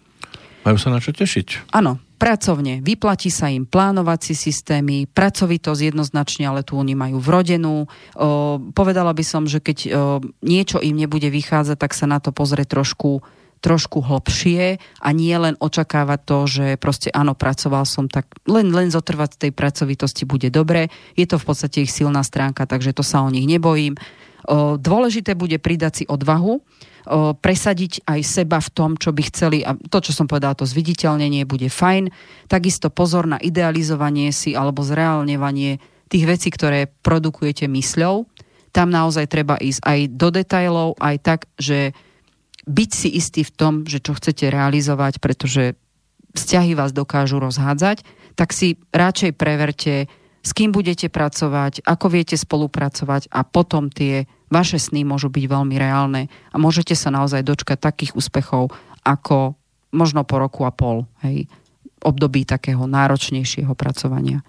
Majú sa na čo tešiť. Áno, pracovne. Vyplatí sa im plánovací systémy, pracovitosť jednoznačne, ale tu oni majú vrodenú. O, povedala by som, že keď o, niečo im nebude vychádzať, tak sa na to pozrie trošku trošku hlbšie a nie len očakávať to, že proste áno, pracoval som, tak len, len zotrvať tej pracovitosti bude dobre. Je to v podstate ich silná stránka, takže to sa o nich nebojím. O, dôležité bude pridať si odvahu, o, presadiť aj seba v tom, čo by chceli, a to, čo som povedala, to zviditeľnenie bude fajn. Takisto pozor na idealizovanie si alebo zreálňovanie tých vecí, ktoré produkujete mysľou. Tam naozaj treba ísť aj do detailov, aj tak, že byť si istý v tom, že čo chcete realizovať, pretože vzťahy vás dokážu rozhádzať, tak si radšej preverte, s kým budete pracovať, ako viete spolupracovať a potom tie vaše sny môžu byť veľmi reálne a môžete sa naozaj dočkať takých úspechov, ako možno po roku a pol, hej, období takého náročnejšieho pracovania.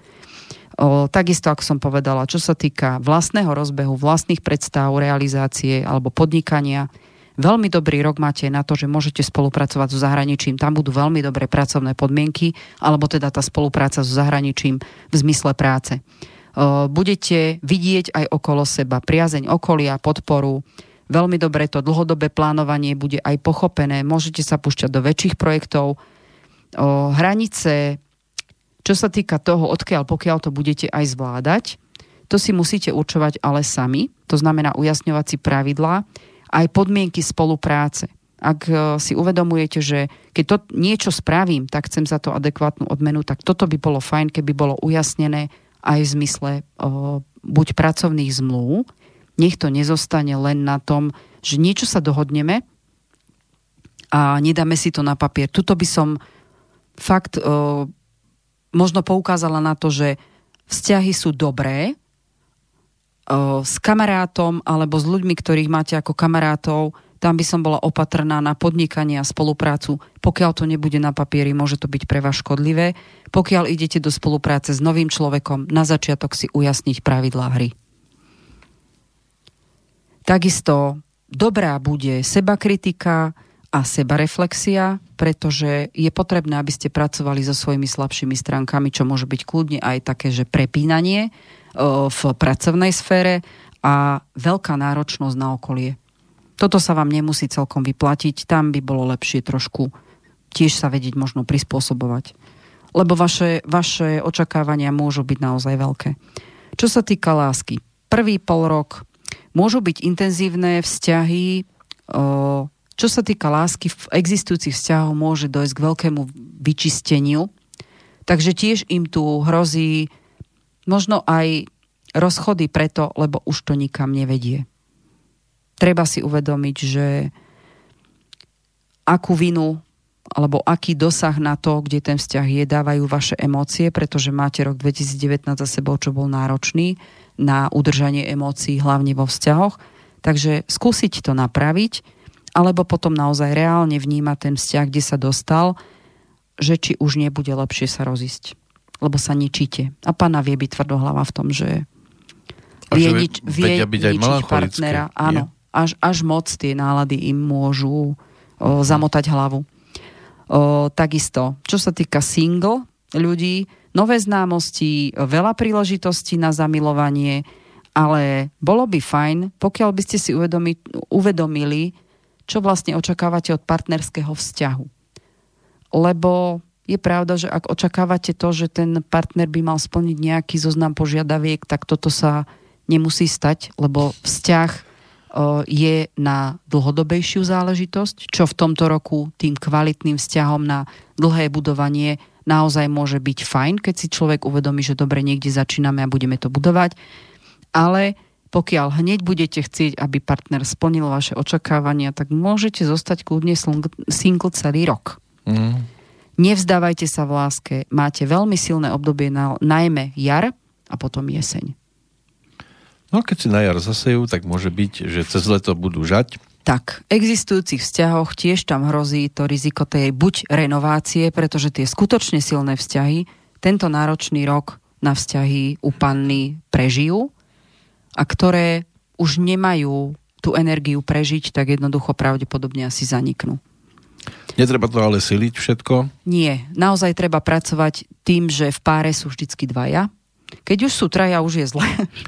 O, takisto, ako som povedala, čo sa týka vlastného rozbehu, vlastných predstav, realizácie alebo podnikania, veľmi dobrý rok máte na to, že môžete spolupracovať so zahraničím. Tam budú veľmi dobré pracovné podmienky, alebo teda tá spolupráca so zahraničím v zmysle práce. Budete vidieť aj okolo seba priazeň okolia, podporu. Veľmi dobre to dlhodobé plánovanie bude aj pochopené. Môžete sa púšťať do väčších projektov. Hranice, čo sa týka toho, odkiaľ pokiaľ to budete aj zvládať, to si musíte určovať ale sami. To znamená ujasňovať si pravidlá, aj podmienky spolupráce. Ak si uvedomujete, že keď to niečo spravím, tak chcem za to adekvátnu odmenu, tak toto by bolo fajn, keby bolo ujasnené aj v zmysle o, buď pracovných zmluv. Nech to nezostane len na tom, že niečo sa dohodneme a nedáme si to na papier. Tuto by som fakt o, možno poukázala na to, že vzťahy sú dobré, s kamarátom alebo s ľuďmi, ktorých máte ako kamarátov, tam by som bola opatrná na podnikanie a spoluprácu. Pokiaľ to nebude na papieri, môže to byť pre vás škodlivé. Pokiaľ idete do spolupráce s novým človekom, na začiatok si ujasniť pravidlá hry. Takisto dobrá bude sebakritika a sebareflexia, pretože je potrebné, aby ste pracovali so svojimi slabšími stránkami, čo môže byť kľudne aj také, že prepínanie v pracovnej sfére a veľká náročnosť na okolie. Toto sa vám nemusí celkom vyplatiť, tam by bolo lepšie trošku tiež sa vedieť možno prispôsobovať. Lebo vaše, vaše očakávania môžu byť naozaj veľké. Čo sa týka lásky, prvý pol rok môžu byť intenzívne vzťahy. Čo sa týka lásky, v existujúcich vzťahov môže dojsť k veľkému vyčisteniu, takže tiež im tu hrozí možno aj rozchody preto, lebo už to nikam nevedie. Treba si uvedomiť, že akú vinu alebo aký dosah na to, kde ten vzťah je, dávajú vaše emócie, pretože máte rok dvetisícdevätnásť za sebou, čo bol náročný na udržanie emócií, hlavne vo vzťahoch. Takže skúsiť to napraviť, alebo potom naozaj reálne vnímať ten vzťah, kde sa dostal, že či už nebude lepšie sa rozísť. Lebo sa ničíte. A pána vie byť tvrdohlava v tom, že vie, nič, vie ničiť partnera. Áno, až, až moc tie nálady im môžu o, zamotať hlavu. O, takisto, čo sa týka single ľudí, nové známosti, veľa príležitostí na zamilovanie, ale bolo by fajn, pokiaľ by ste si uvedomi, uvedomili, čo vlastne očakávate od partnerského vzťahu. Lebo je pravda, že ak očakávate to, že ten partner by mal splniť nejaký zoznam požiadaviek, tak toto sa nemusí stať, lebo vzťah o, je na dlhodobejšiu záležitosť, čo v tomto roku tým kvalitným vzťahom na dlhé budovanie naozaj môže byť fajn, keď si človek uvedomí, že dobre, niekde začíname a budeme to budovať. Ale pokiaľ hneď budete chcieť, aby partner splnil vaše očakávania, tak môžete zostať kľudne single celý rok. Mm. Nevzdávajte sa v láske. Máte veľmi silné obdobie, na, najmä jar a potom jeseň. No keď si na jar zasejú, tak môže byť, že cez leto budú žať. Tak, v existujúcich vzťahoch tiež tam hrozí to riziko tej buď renovácie, pretože tie skutočne silné vzťahy tento náročný rok na vzťahy u panny prežijú, a ktoré už nemajú tú energiu prežiť, tak jednoducho pravdepodobne asi zaniknú. Netreba to ale siliť všetko? Nie. Naozaj treba pracovať tým, že v páre sú vždycky dvaja. Keď už sú traja, už je zle.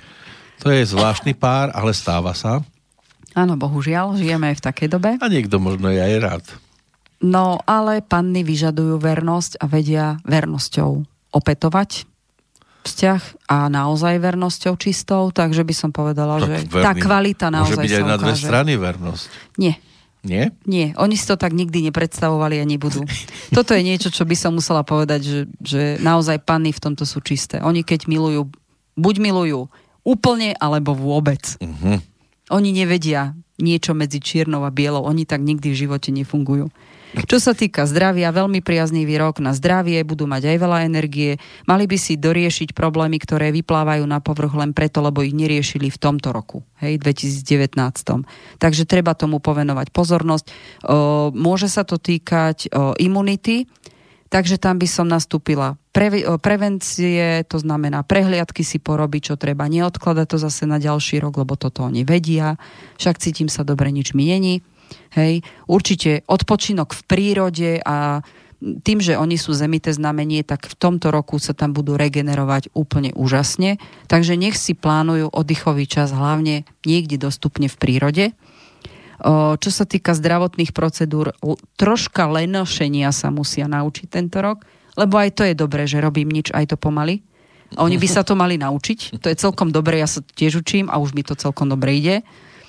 To je zvláštny pár, ale stáva sa. Áno, bohužiaľ, žijeme aj v takej dobe. A niekto možno je aj rád. No, ale panny vyžadujú vernosť a vedia vernosťou opätovať vzťah a naozaj vernosťou čistou, takže by som povedala, tak že verný. Tá kvalita naozaj sa ukáže. Môže byť aj na dve strany vernosť. Nie. Nie? Nie. Oni si to tak nikdy nepredstavovali a nebudú. Toto je niečo, čo by som musela povedať, že, že naozaj panny v tomto sú čisté. Oni keď milujú, buď milujú úplne, alebo vôbec. Uh-huh. Oni nevedia niečo medzi čiernou a bielou. Oni tak nikdy v živote nefungujú. Čo sa týka zdravia, veľmi priaznivý rok na zdravie, budú mať aj veľa energie, mali by si doriešiť problémy, ktoré vyplávajú na povrch len preto, lebo ich neriešili v tomto roku, hej, dvetisíc devätnásť. Takže treba tomu povenovať pozornosť. O, môže sa to týkať o, imunity, takže tam by som nastúpila pre, o, prevencie, to znamená prehliadky si porobiť, čo treba, neodkladať to zase na ďalší rok, lebo toto oni vedia, však cítim sa dobre, nič mi není. Hej, určite odpočinok v prírode a tým, že oni sú zemité znamenie, tak v tomto roku sa tam budú regenerovať úplne úžasne. Takže nech si plánujú oddychový čas hlavne niekde dostupne v prírode. Čo sa týka zdravotných procedúr, troška lenošenia sa musia naučiť tento rok, lebo aj to je dobré, že robím nič, aj to pomaly. A oni by sa to mali naučiť. To je celkom dobré, ja sa tiež učím a už mi to celkom dobre ide.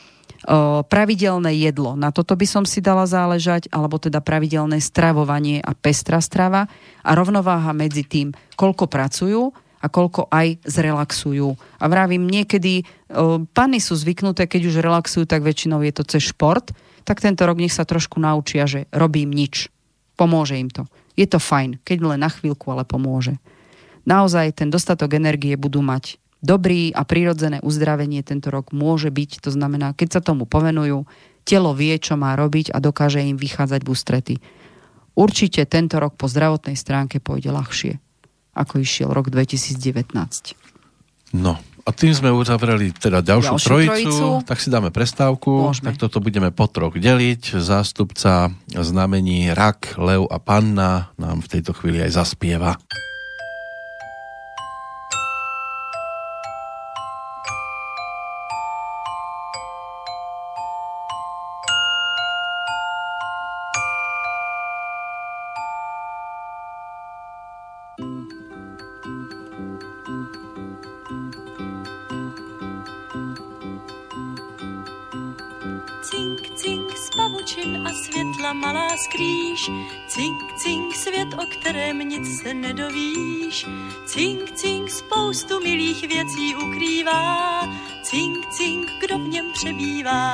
O, pravidelné jedlo, na toto by som si dala záležať, alebo teda pravidelné stravovanie a pestrá strava a rovnováha medzi tým, koľko pracujú a koľko aj zrelaxujú. A vravím, niekedy o, panny sú zvyknuté, keď už relaxujú, tak väčšinou je to cez šport, tak tento rok nech sa trošku naučia, že robím nič. Pomôže im to. Je to fajn, keď len na chvíľku, ale pomôže. Naozaj ten dostatok energie budú mať. Dobrý a prirodzené uzdravenie tento rok môže byť, to znamená, keď sa tomu povenujú, telo vie, čo má robiť a dokáže im vychádzať v ústrety. Určite tento rok po zdravotnej stránke pôjde ľahšie, ako išiel rok dvetisíc devätnásť. No, a tým sme uzavreli teda ďalšiu, ďalšiu trojicu, trojicu, tak si dáme prestávku. Môžeme. Tak toto budeme po troch deliť. Zástupca znamení Rak, Lev a Panna nám v tejto chvíli aj zaspieva. Malá skrýš, cink, cink, svět, o kterém nic se nedovíš. Cink, cink, spoustu milých věcí ukrývá. Cink, cink, kdo v něm přebývá.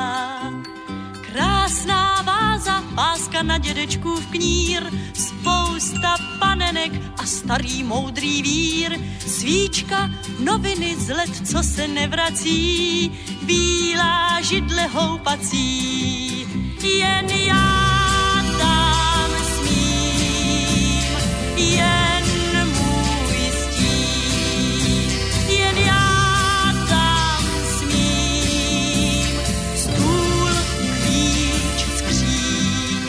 Krásná váza, páska na dědečkův knír, spousta panenek a starý moudrý vír. Svíčka, noviny z let, co se nevrací, bílá židle houpací. Jen já tam smím, jen můj stín, jen já tam smím, stůl, klíč, skříň.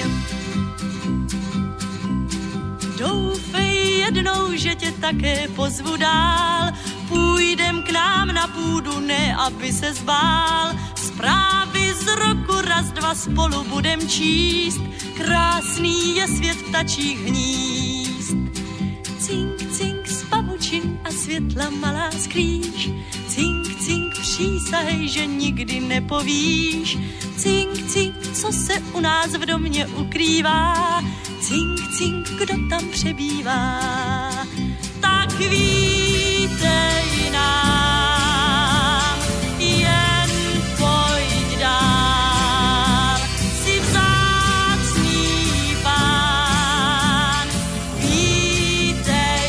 Doufej jednou, že tě také pozvu dál, půjdem k nám na půdu, ne aby se zbál. Zprávy z roku raz, dva spolu budem číst, krásný je svět ptačích hnízd. Cink, cink, z pavučin a světla malá skrýš, cink, cink, přísahej, že nikdy nepovíš. Cink, cink, co se u nás v domě ukrývá. Cink, cink, kdo tam přebývá. Tak vítej nám, jen pojď dál. Jsi vzácný pán, vítej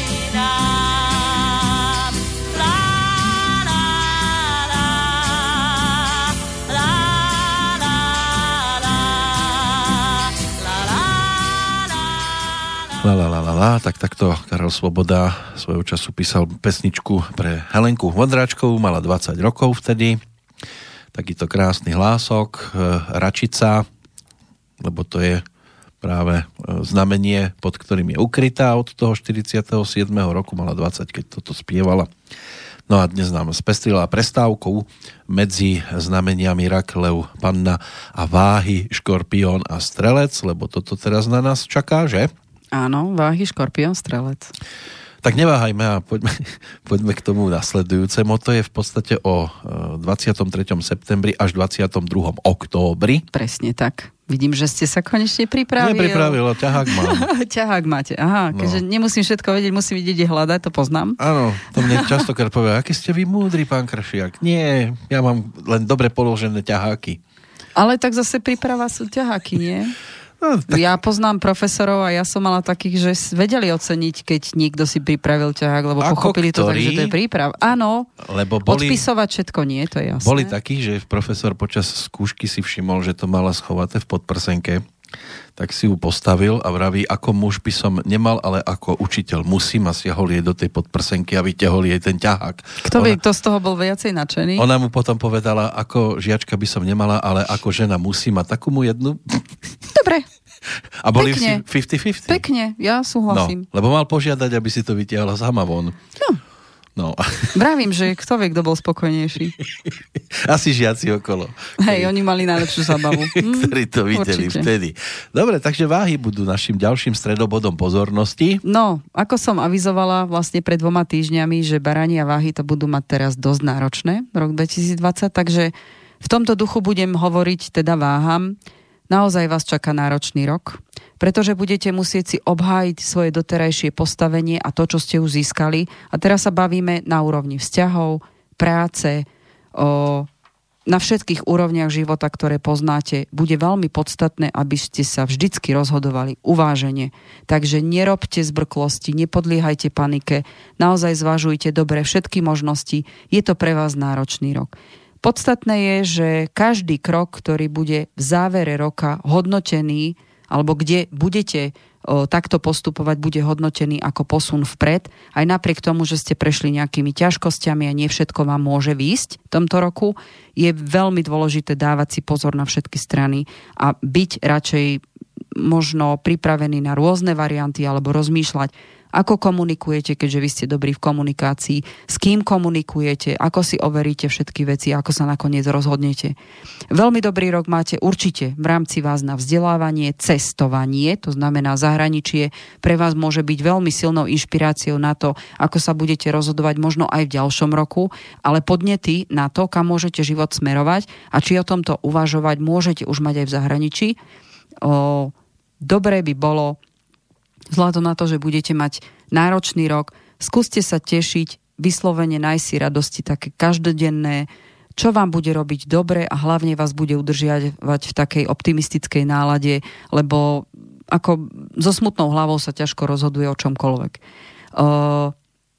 nám. La, la, la, la, la, la, la, la, La, la, la, la, la. Tak takto Karel Svoboda svojho času písal pesničku pre Helenku Vondráčkovú, mala dvadsať rokov vtedy. Takýto krásny hlások, račica, lebo to je práve znamenie, pod ktorým je ukrytá od toho štyridsiateho siedmeho roku, mala dvadsať, keď toto spievala. No a dnes nám spestrila prestávkou medzi znameniami rak, lev, panna a váhy, škorpión a strelec, lebo toto teraz na nás čaká, že? Áno, váhy, škorpión, strelec. Tak neváhajme a poďme, poďme k tomu nasledujúcemu. To je v podstate o dvadsiatom treťom septembri až dvadsiatom druhom októbri. Presne tak. Vidím, že ste sa konečne pripravili. Nepripravilo, ťahák mám. Ťahák máte, aha. No. Keďže nemusím všetko vedieť, musím vidieť, kde hľadať, to poznám. Áno, to mne častokrát povie, aký ste vy múdri, pán Kršiak. Nie, ja mám len dobre položené ťaháky. Ale tak zase príprava sú ťaháky, nie? No, tak... Ja poznám profesorov a ja som mala takých, že vedeli oceniť, keď niekto si pripravil ťahák, lebo Ako pochopili ktorý? to tak, že to je príprav. Áno, lebo boli, odpisovať všetko nie, to je jasné. boli takí, že profesor počas skúšky si všimol, že to mala schovaté v podprsenke, tak si ju postavil a vraví, ako muž by som nemal, ale ako učiteľ musím, a siahol jej do tej podprsenky a vyťahol jej ten ťahák. Kto ona, vie, kto z toho bol viacej nadšený? Ona mu potom povedala, ako žiačka by som nemala, ale ako žena musím, a takú mu jednu. Dobre. A boli Pekne. si päťdesiat päťdesiat. Pekne, ja súhlasím. No, lebo mal požiadať, aby si to vytiahla sama von. No. No. Vravím, že kto vie, kto bol spokojnejší. Asi žiaci okolo. Hej, oni mali najlepšiu zábavu. Hm, ktorí to videli určite. vtedy. Dobre, takže váhy budú našim ďalším stredobodom pozornosti. No, ako som avizovala vlastne pred dvoma týždňami, že barani a váhy to budú mať teraz dosť náročné, rok dvetisícdvadsať, takže v tomto duchu budem hovoriť teda váham. Naozaj vás čaká náročný rok, pretože budete musieť si obhájiť svoje doterajšie postavenie a to, čo ste už získali. A teraz sa bavíme na úrovni vzťahov, práce, o, na všetkých úrovniach života, ktoré poznáte. Bude veľmi podstatné, aby ste sa vždycky rozhodovali uvážene. Takže nerobte zbrklosti, nepodliehajte panike, naozaj zvažujte dobre všetky možnosti. Je to pre vás náročný rok. Podstatné je, že každý krok, ktorý bude v závere roka hodnotený, alebo kde budete o, takto postupovať, bude hodnotený ako posun vpred, aj napriek tomu, že ste prešli nejakými ťažkosťami a nie všetko vám môže výjsť v tomto roku, je veľmi dôležité dávať si pozor na všetky strany a byť radšej možno pripravený na rôzne varianty alebo rozmýšľať, ako komunikujete, keďže vy ste dobrí v komunikácii, s kým komunikujete, ako si overíte všetky veci, ako sa nakoniec rozhodnete. Veľmi dobrý rok máte určite v rámci vás na vzdelávanie, cestovanie, to znamená zahraničie, pre vás môže byť veľmi silnou inšpiráciou na to, ako sa budete rozhodovať možno aj v ďalšom roku, ale podnety na to, kam môžete život smerovať a či o tomto uvažovať môžete už mať aj v zahraničí. O, dobré by bolo, vzhľadom na to, že budete mať náročný rok, skúste sa tešiť, vyslovene nájsť si radosti také každodenné, čo vám bude robiť dobre a hlavne vás bude udržiavať v takej optimistickej nálade, lebo ako so smutnou hlavou sa ťažko rozhoduje o čomkoľvek. Uh,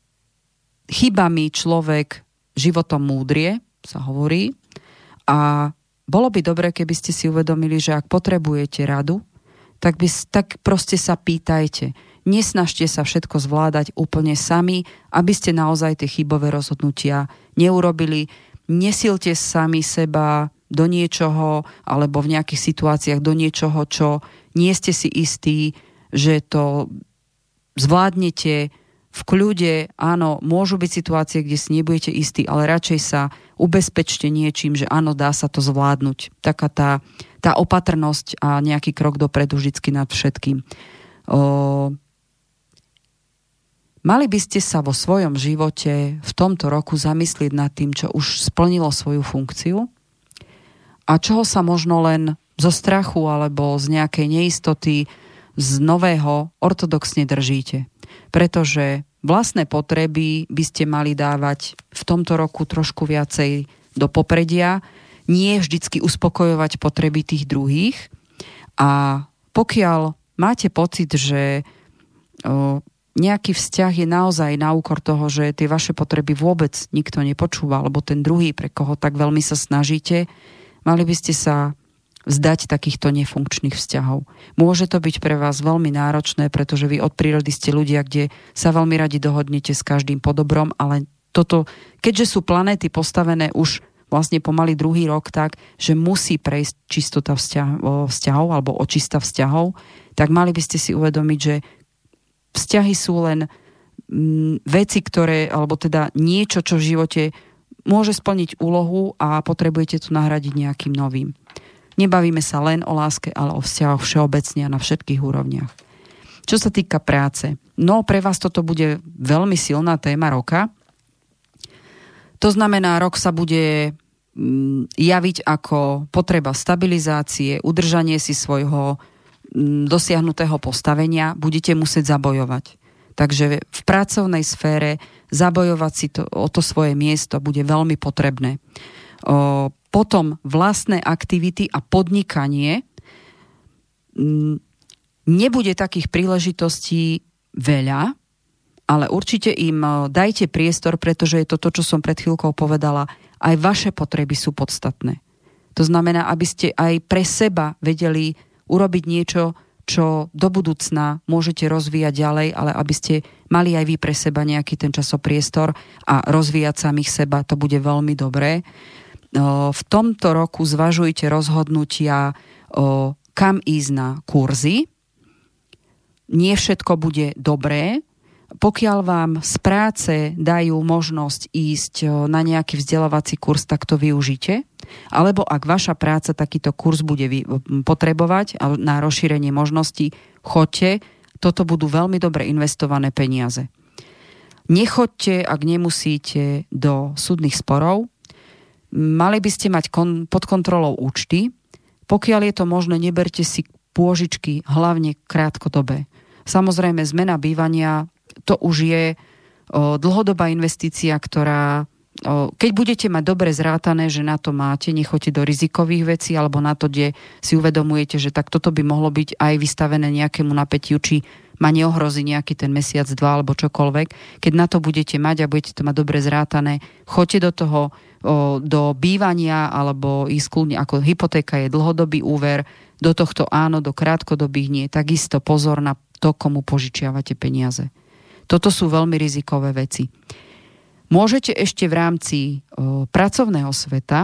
chybami človek životom múdrie, sa hovorí, a bolo by dobre, keby ste si uvedomili, že ak potrebujete radu, tak, by, tak proste sa pýtajte. Nesnažte sa všetko zvládať úplne sami, aby ste naozaj tie chybové rozhodnutia neurobili. Nesilte sami seba do niečoho, alebo v nejakých situáciách do niečoho, čo nie ste si istí, že to zvládnete v kľude. Áno, môžu byť situácie, kde si nebudete istí, ale radšej sa ubezpečte niečím, že áno, dá sa to zvládnuť. Taká tá tá opatrnosť a nejaký krok dopredu vždycky nad všetkým. O, Mali by ste sa vo svojom živote v tomto roku zamyslieť nad tým, čo už splnilo svoju funkciu a čoho sa možno len zo strachu alebo z nejakej neistoty z nového ortodoxne držíte. Pretože vlastné potreby by ste mali dávať v tomto roku trošku viacej do popredia, nie vždycky uspokojovať potreby tých druhých. A pokiaľ máte pocit, že o, nejaký vzťah je naozaj na úkor toho, že tie vaše potreby vôbec nikto nepočúva, alebo ten druhý, pre koho tak veľmi sa snažíte, mali by ste sa vzdať takýchto nefunkčných vzťahov. Môže to byť pre vás veľmi náročné, pretože vy od prírody ste ľudia, kde sa veľmi radi dohodnete s každým po dobrom, ale toto, keďže sú planéty postavené už vlastne pomaly druhý rok tak, že musí prejsť čistota vzťahov alebo očista vzťahov, tak mali by ste si uvedomiť, že vzťahy sú len mm, veci, ktoré, alebo teda niečo, čo v živote môže splniť úlohu a potrebujete to nahradiť nejakým novým. Nebavíme sa len o láske, ale o vzťahoch všeobecne a na všetkých úrovniach. Čo sa týka práce, no pre vás toto bude veľmi silná téma roka. To znamená, rok sa bude mm, javiť ako potreba stabilizácie, udržanie si svojho dosiahnutého postavenia, budete musieť zabojovať. Takže v pracovnej sfére zabojovať si to, o to svoje miesto bude veľmi potrebné. O, potom vlastné aktivity a podnikanie m, nebude takých príležitostí veľa, ale určite im dajte priestor, pretože je to to, čo som pred chvíľkou povedala, aj vaše potreby sú podstatné. To znamená, aby ste aj pre seba vedeli urobiť niečo, čo do budúcna môžete rozvíjať ďalej, ale aby ste mali aj vy pre seba nejaký ten časopriestor a rozvíjať samých seba, to bude veľmi dobré. V tomto roku zvažujte rozhodnutia, kam ísť na kurzy. Nie všetko bude dobré. Pokiaľ vám z práce dajú možnosť ísť na nejaký vzdelávací kurz, tak to využite. Alebo ak vaša práca takýto kurz bude potrebovať na rozšírenie možností, choďte. Toto budú veľmi dobre investované peniaze. Nechoďte, ak nemusíte, do súdnych sporov. Mali by ste mať kon- pod kontrolou účty. Pokiaľ je to možné, neberte si pôžičky, hlavne krátkodobé. Samozrejme, zmena bývania, to už je o, dlhodobá investícia, ktorá, o, keď budete mať dobre zrátané, že na to máte, nechoďte do rizikových vecí, alebo na to, kde si uvedomujete, že tak toto by mohlo byť aj vystavené nejakému napätiu, či ma neohrozí nejaký ten mesiac, dva, alebo čokoľvek. Keď na to budete mať a budete to mať dobre zrátané, choďte do toho, o, do bývania, alebo ísť kľudne, ako hypotéka je dlhodobý úver, do tohto áno, do krátkodobých nie. Takisto pozor na to, komu požičiavate peniaze. Toto sú veľmi rizikové veci. Môžete ešte v rámci o, pracovného sveta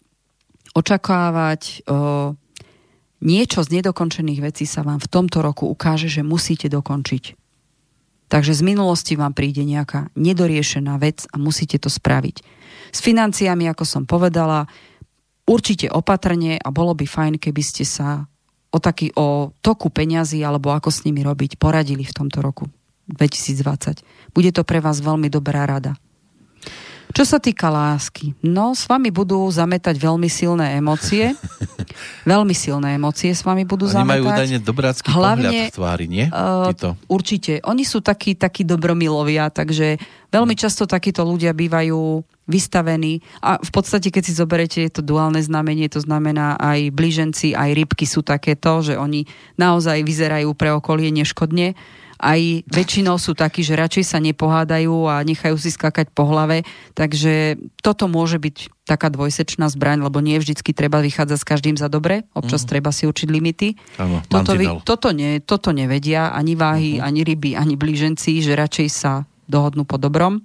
očakávať o, niečo z nedokončených vecí sa vám v tomto roku ukáže, že musíte dokončiť. Takže z minulosti vám príde nejaká nedoriešená vec a musíte to spraviť. S financiami, ako som povedala, určite opatrne a bolo by fajn, keby ste sa o, taký, o toku peňazí alebo ako s nimi robiť poradili v tomto roku dvetisícdvadsať. Bude to pre vás veľmi dobrá rada. Čo sa týka lásky, no s vami budú zametať veľmi silné emócie. Veľmi silné emócie s vami budú Oni zametať. Oni majú údajne dobrácky hlavne, pohľad v tvári, nie? Uh, určite. Oni sú takí, takí dobromilovia, takže veľmi často takíto ľudia bývajú vystavení a v podstate, keď si zoberete, je to duálne znamenie, to znamená aj blíženci, aj rybky sú takéto, že oni naozaj vyzerajú pre okolie neškodne. Aj väčšinou sú takí, že radšej sa nepohádajú a nechajú si skakať po hlave, takže toto môže byť taká dvojsečná zbraň, lebo nie vždycky treba vychádzať s každým za dobre, občas mm. treba si určiť limity. Áno, toto, vy, toto, ne, toto nevedia ani váhy, mm-hmm. ani ryby, ani blíženci, že radšej sa dohodnú po dobrom.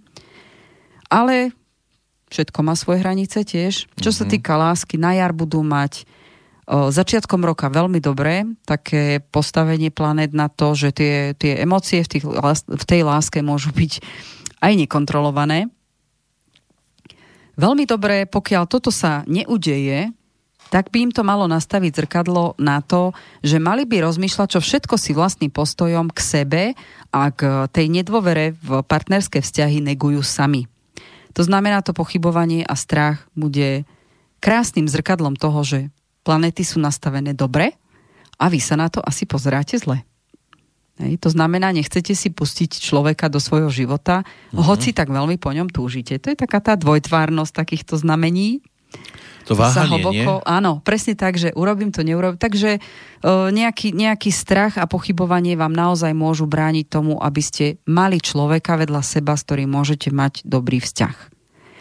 Ale všetko má svoje hranice tiež. Čo mm-hmm. sa týka lásky, na jar budú mať O, začiatkom roka veľmi dobré, také postavenie planét na to, že tie, tie emócie v, tých, v tej láske môžu byť aj nekontrolované. Veľmi dobré, pokiaľ toto sa neudeje, tak by im to malo nastaviť zrkadlo na to, že mali by rozmýšľať, čo všetko si vlastným postojom k sebe a k tej nedôvere v partnerské vzťahy negujú sami. To znamená, to pochybovanie a strach bude krásnym zrkadlom toho, že planéty sú nastavené dobre a vy sa na to asi pozeráte zle. Hej, to znamená, nechcete si pustiť človeka do svojho života, mm-hmm. hoci tak veľmi po ňom túžite. To je taká tá dvojtvárnosť takýchto znamení. To váhanie, hlboko, nie? Áno, presne tak, že urobím to, neurobím. Takže e, nejaký, nejaký strach a pochybovanie vám naozaj môžu brániť tomu, aby ste mali človeka vedľa seba, s ktorým môžete mať dobrý vzťah. E,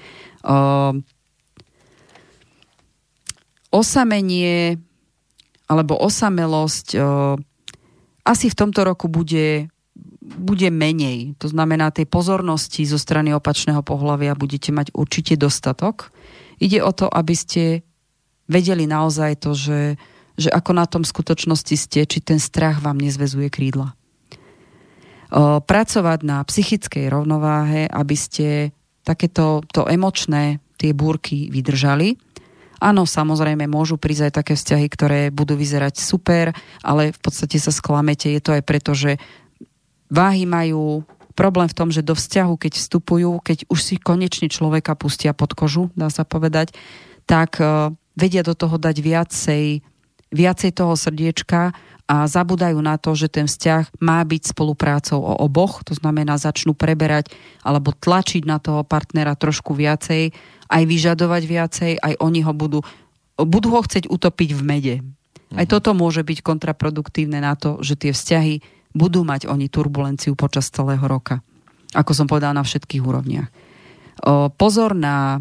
osamenie alebo osamelosť e, asi v tomto roku bude, bude menej. To znamená, tej pozornosti zo strany opačného pohlavia budete mať určite dostatok. Ide o to, aby ste vedeli naozaj to, že, že ako na tom v skutočnosti ste, či ten strach vám nezväzuje krídla. O, pracovať na psychickej rovnováhe, aby ste takéto to emočné, tie búrky vydržali. Áno, samozrejme, môžu prísť aj také vzťahy, ktoré budú vyzerať super, ale v podstate sa sklamete. Je to aj preto, že váhy majú problém v tom, že do vzťahu, keď vstupujú, keď už si konečne človeka pustia pod kožu, dá sa povedať, tak uh, vedia do toho dať viacej, viacej toho srdiečka a zabudajú na to, že ten vzťah má byť spoluprácou o oboch, to znamená začnú preberať alebo tlačiť na toho partnera trošku viacej, aj vyžadovať viacej, aj oni ho budú, budú ho chcieť utopiť v mede. Mhm. Aj toto môže byť kontraproduktívne na to, že tie vzťahy budú mať oni turbulenciu počas celého roka. Ako som povedala, na všetkých úrovniach. O, pozor na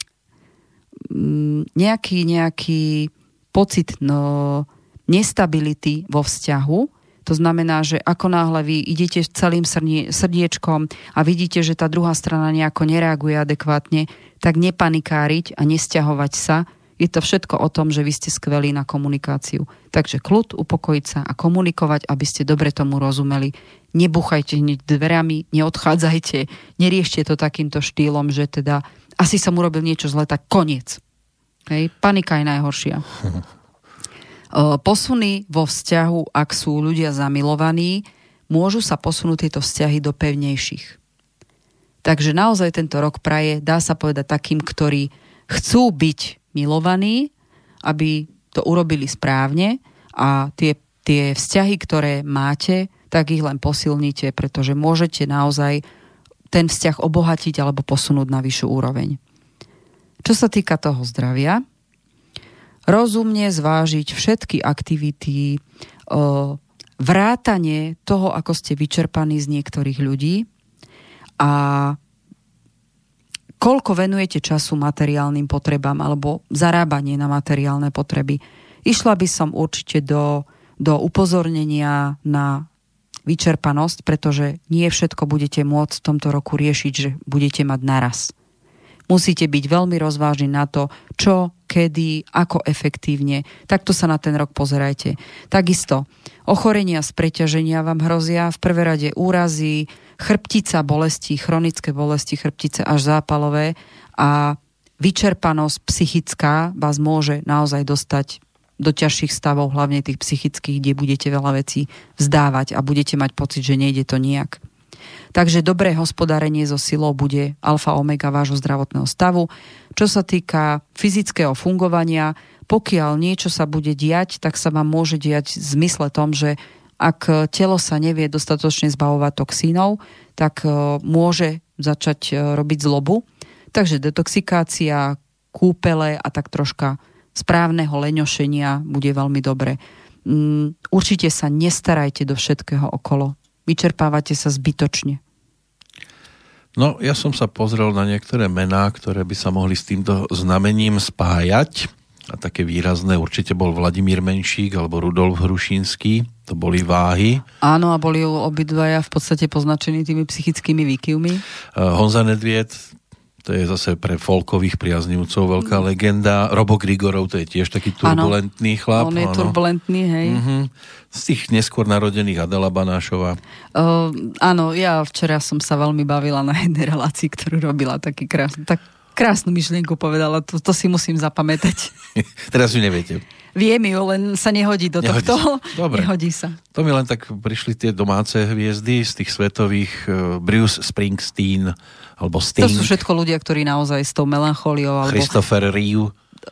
nejaký, nejaký pocit no, nestability vo vzťahu. To znamená, že ako náhle vy idete celým srdiečkom a vidíte, že tá druhá strana nejako nereaguje adekvátne, tak nepanikáriť a nesťahovať sa. Je to všetko o tom, že vy ste skvelí na komunikáciu. Takže kľud, upokojiť sa a komunikovať, aby ste dobre tomu rozumeli. Nebuchajte hneď dverami, neodchádzajte, neriešte to takýmto štýlom, že teda asi som urobil niečo zle, tak koniec. Hej? Panika je najhoršia. Posuny vo vzťahu, ak sú ľudia zamilovaní, môžu sa posunúť tieto vzťahy do pevnejších. Takže naozaj tento rok praje, dá sa povedať takým, ktorí chcú byť milovaní, aby to urobili správne a tie, tie vzťahy, ktoré máte, tak ich len posilnite, pretože môžete naozaj ten vzťah obohatiť alebo posunúť na vyššiu úroveň. Čo sa týka toho zdravia, rozumne zvážiť všetky aktivity, vrátanie toho, ako ste vyčerpaní z niektorých ľudí a koľko venujete času materiálnym potrebám alebo zarábanie na materiálne potreby. Išla by som určite do, do upozornenia na vyčerpanosť, pretože nie všetko budete môcť v tomto roku riešiť, že budete mať naraz. Musíte byť veľmi rozvážni na to, čo, kedy, ako efektívne. Takto sa na ten rok pozerajte. Takisto, ochorenia z preťaženia vám hrozia, v prvé rade úrazy, chrbtica bolesti, chronické bolesti chrbtice až zápalové a vyčerpanosť psychická vás môže naozaj dostať do ťažších stavov, hlavne tých psychických, kde budete veľa vecí vzdávať a budete mať pocit, že nejde to nijak. Takže dobré hospodárenie so silou bude alfa omega vášho zdravotného stavu. Čo sa týka fyzického fungovania, pokiaľ niečo sa bude diať, tak sa vám môže diať v zmysle tom, že ak telo sa nevie dostatočne zbavovať toxínov, tak môže začať robiť zlobu. Takže detoxikácia, kúpele a tak troška správneho leňošenia bude veľmi dobre. Určite sa nestarajte do všetkého okolo. Vyčerpávate sa zbytočne. No, ja som sa pozrel na niektoré mená, ktoré by sa mohli s týmto znamením spájať. A také výrazné určite bol Vladimír Menšík alebo Rudolf Hrušínský. To boli váhy. Áno, a boli obidvaja v podstate poznačení tými psychickými výkyvmi. Uh, Honza Nedvied, to je zase pre folkových priaznivcov veľká mm. legenda. Robo Grigorov, to je tiež taký turbulentný ano, chlap. On je ano. turbulentný, hej. Mm-hmm. Z tých neskôr narodených Adela Banášová. Uh, áno, ja včera som sa veľmi bavila na jednej relácii, ktorú robila taký krásny. Tak Krásnu myšlienku povedala, to, to si musím zapamätať. Teraz ju neviete. Viem ju, len sa nehodí do nehodí tohto. Dobre. Nehodí sa. To mi len tak prišli tie domáce hviezdy z tých svetových, uh, Bruce Springsteen alebo Sting. To sú všetko ľudia, ktorí naozaj s tou melanchóliou alebo... Christopher Reeve.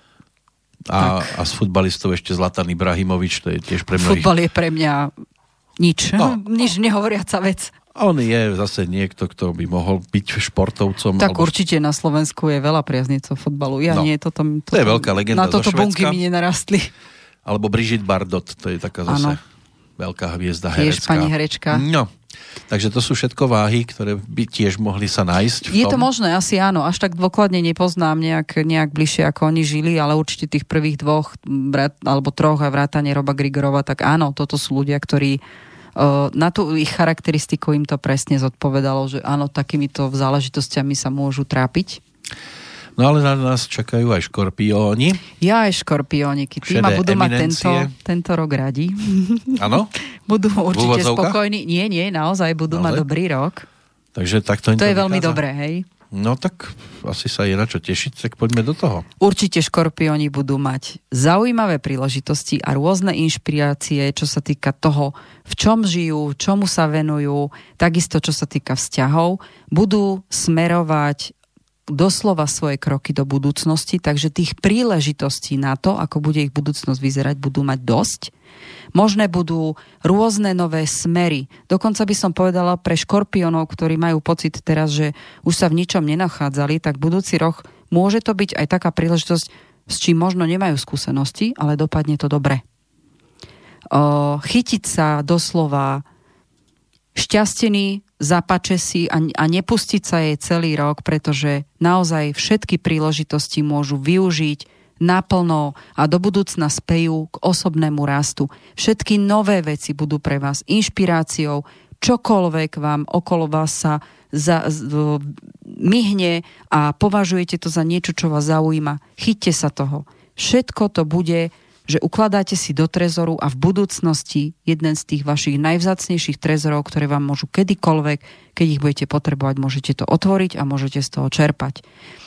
A, a z futbalistov ešte Zlatan Ibrahimovič, to je tiež pre mnohých... Futbal je pre mňa nič. No. Nič nehovoriaca vec. A on je zase niekto, kto by mohol byť športovcom. Tak alebo... určite na Slovensku je veľa priaznicov futbalu. Ja no. nie, toto, toto, to je veľká legenda na toto zo bunky Švédska. mi nenarastli. Alebo Brigitte Bardot, to je taká zase ano. Veľká hviezda herecká. Tiež pani herečka. No, takže to sú všetko váhy, ktoré by tiež mohli sa nájsť v Je tom. to možné, asi áno. Až tak dôkladne nepoznám nejak, nejak bližšie, ako oni žili, ale určite tých prvých dvoch brat, alebo troch a vrátane Roba Grigorova, tak áno, toto sú ľudia, ktorí na tú ich charakteristiku im to presne zodpovedalo, že áno, takýmito záležitosťami sa môžu trápiť. No ale na nás čakajú aj škorpióni. Ja aj škorpióniky. Tí ma budú mať tento, tento rok radi. Áno? Budú určite spokojní. Nie, nie, naozaj budú naozaj? Mať dobrý rok. Takže takto im to, to je veľmi vychádza. Dobré, hej. No tak asi sa je na čo tešiť, tak poďme do toho. Určite škorpióni budú mať zaujímavé príležitosti a rôzne inšpirácie, čo sa týka toho, v čom žijú, čomu sa venujú, takisto čo sa týka vzťahov. Budú smerovať doslova svoje kroky do budúcnosti, takže tých príležitostí na to, ako bude ich budúcnosť vyzerať, budú mať dosť. Možné budú rôzne nové smery. Dokonca by som povedala pre škorpiónov, ktorí majú pocit teraz, že už sa v ničom nenachádzali, tak budúci rok môže to byť aj taká príležitosť, s čím možno nemajú skúsenosti, ale dopadne to dobre. O, chytiť sa doslova šťastený, zapače si a, a nepustiť sa jej celý rok, pretože naozaj všetky príležitosti môžu využiť naplno a do budúcna spejú k osobnému rastu. Všetky nové veci budú pre vás inšpiráciou, čokoľvek vám okolo vás sa za, z, myhne a považujete to za niečo, čo vás zaujíma. Chyťte sa toho. Všetko to bude, že ukladáte si do trezoru a v budúcnosti jeden z tých vašich najvzácnejších trezorov, ktoré vám môžu kedykoľvek, keď ich budete potrebovať, môžete to otvoriť a môžete z toho čerpať.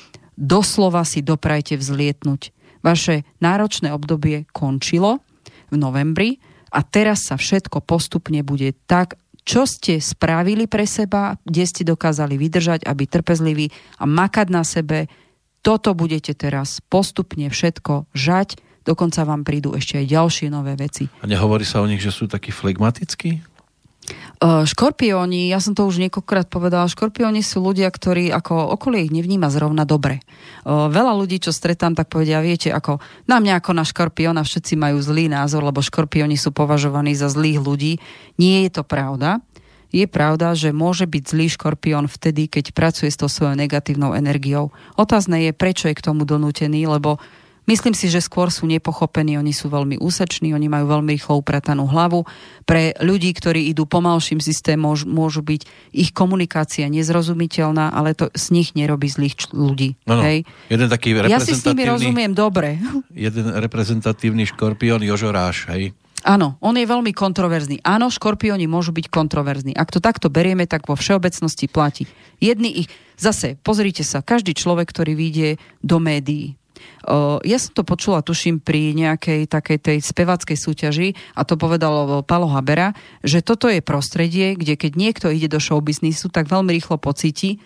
Doslova si doprajte vzlietnúť. Vaše náročné obdobie končilo v novembri a teraz sa všetko postupne bude tak, čo ste spravili pre seba, kde ste dokázali vydržať a byť trpezliví a makať na sebe. Toto budete teraz postupne všetko žať, dokonca vám prídu ešte aj ďalšie nové veci. A nehovorí sa o nich, že sú takí flegmatickí? Uh, škorpióni, ja som to už niekoľkokrát povedala, škorpióni sú ľudia, ktorí ako okolie ich nevníma zrovna dobre. Uh, veľa ľudí, čo stretám, tak povedia, viete, ako na mňa ako na škorpióna všetci majú zlý názor, lebo škorpióni sú považovaní za zlých ľudí. Nie je to pravda. Je pravda, že môže byť zlý škorpión vtedy, keď pracuje s tou svojou negatívnou energiou. Otázne je, prečo je k tomu donútený, lebo myslím si, že skôr sú nepochopení, oni sú veľmi úseční, oni majú veľmi rýchlo upratanú hlavu. Pre ľudí, ktorí idú pomalším systémom, môžu byť ich komunikácia nezrozumiteľná, ale to z nich nerobí zlých č- ľudí. No, no. Hej? Jeden taký reprezentatívny... Ja si s nimi rozumiem dobre. Jeden reprezentatívny škorpión, Jožo Ráš, hej? Áno, on je veľmi kontroverzný. Áno, škorpióni môžu byť kontroverzní. Ak to takto berieme, tak vo všeobecnosti platí. Jedni ich... Zase, pozrite sa, každý človek, ktorý vyjde do médií, Uh, ja som to počula, tuším, pri nejakej takej tej speváckej súťaži a to povedal Palo Habera, že toto je prostredie, kde keď niekto ide do showbiznisu, tak veľmi rýchlo pocíti,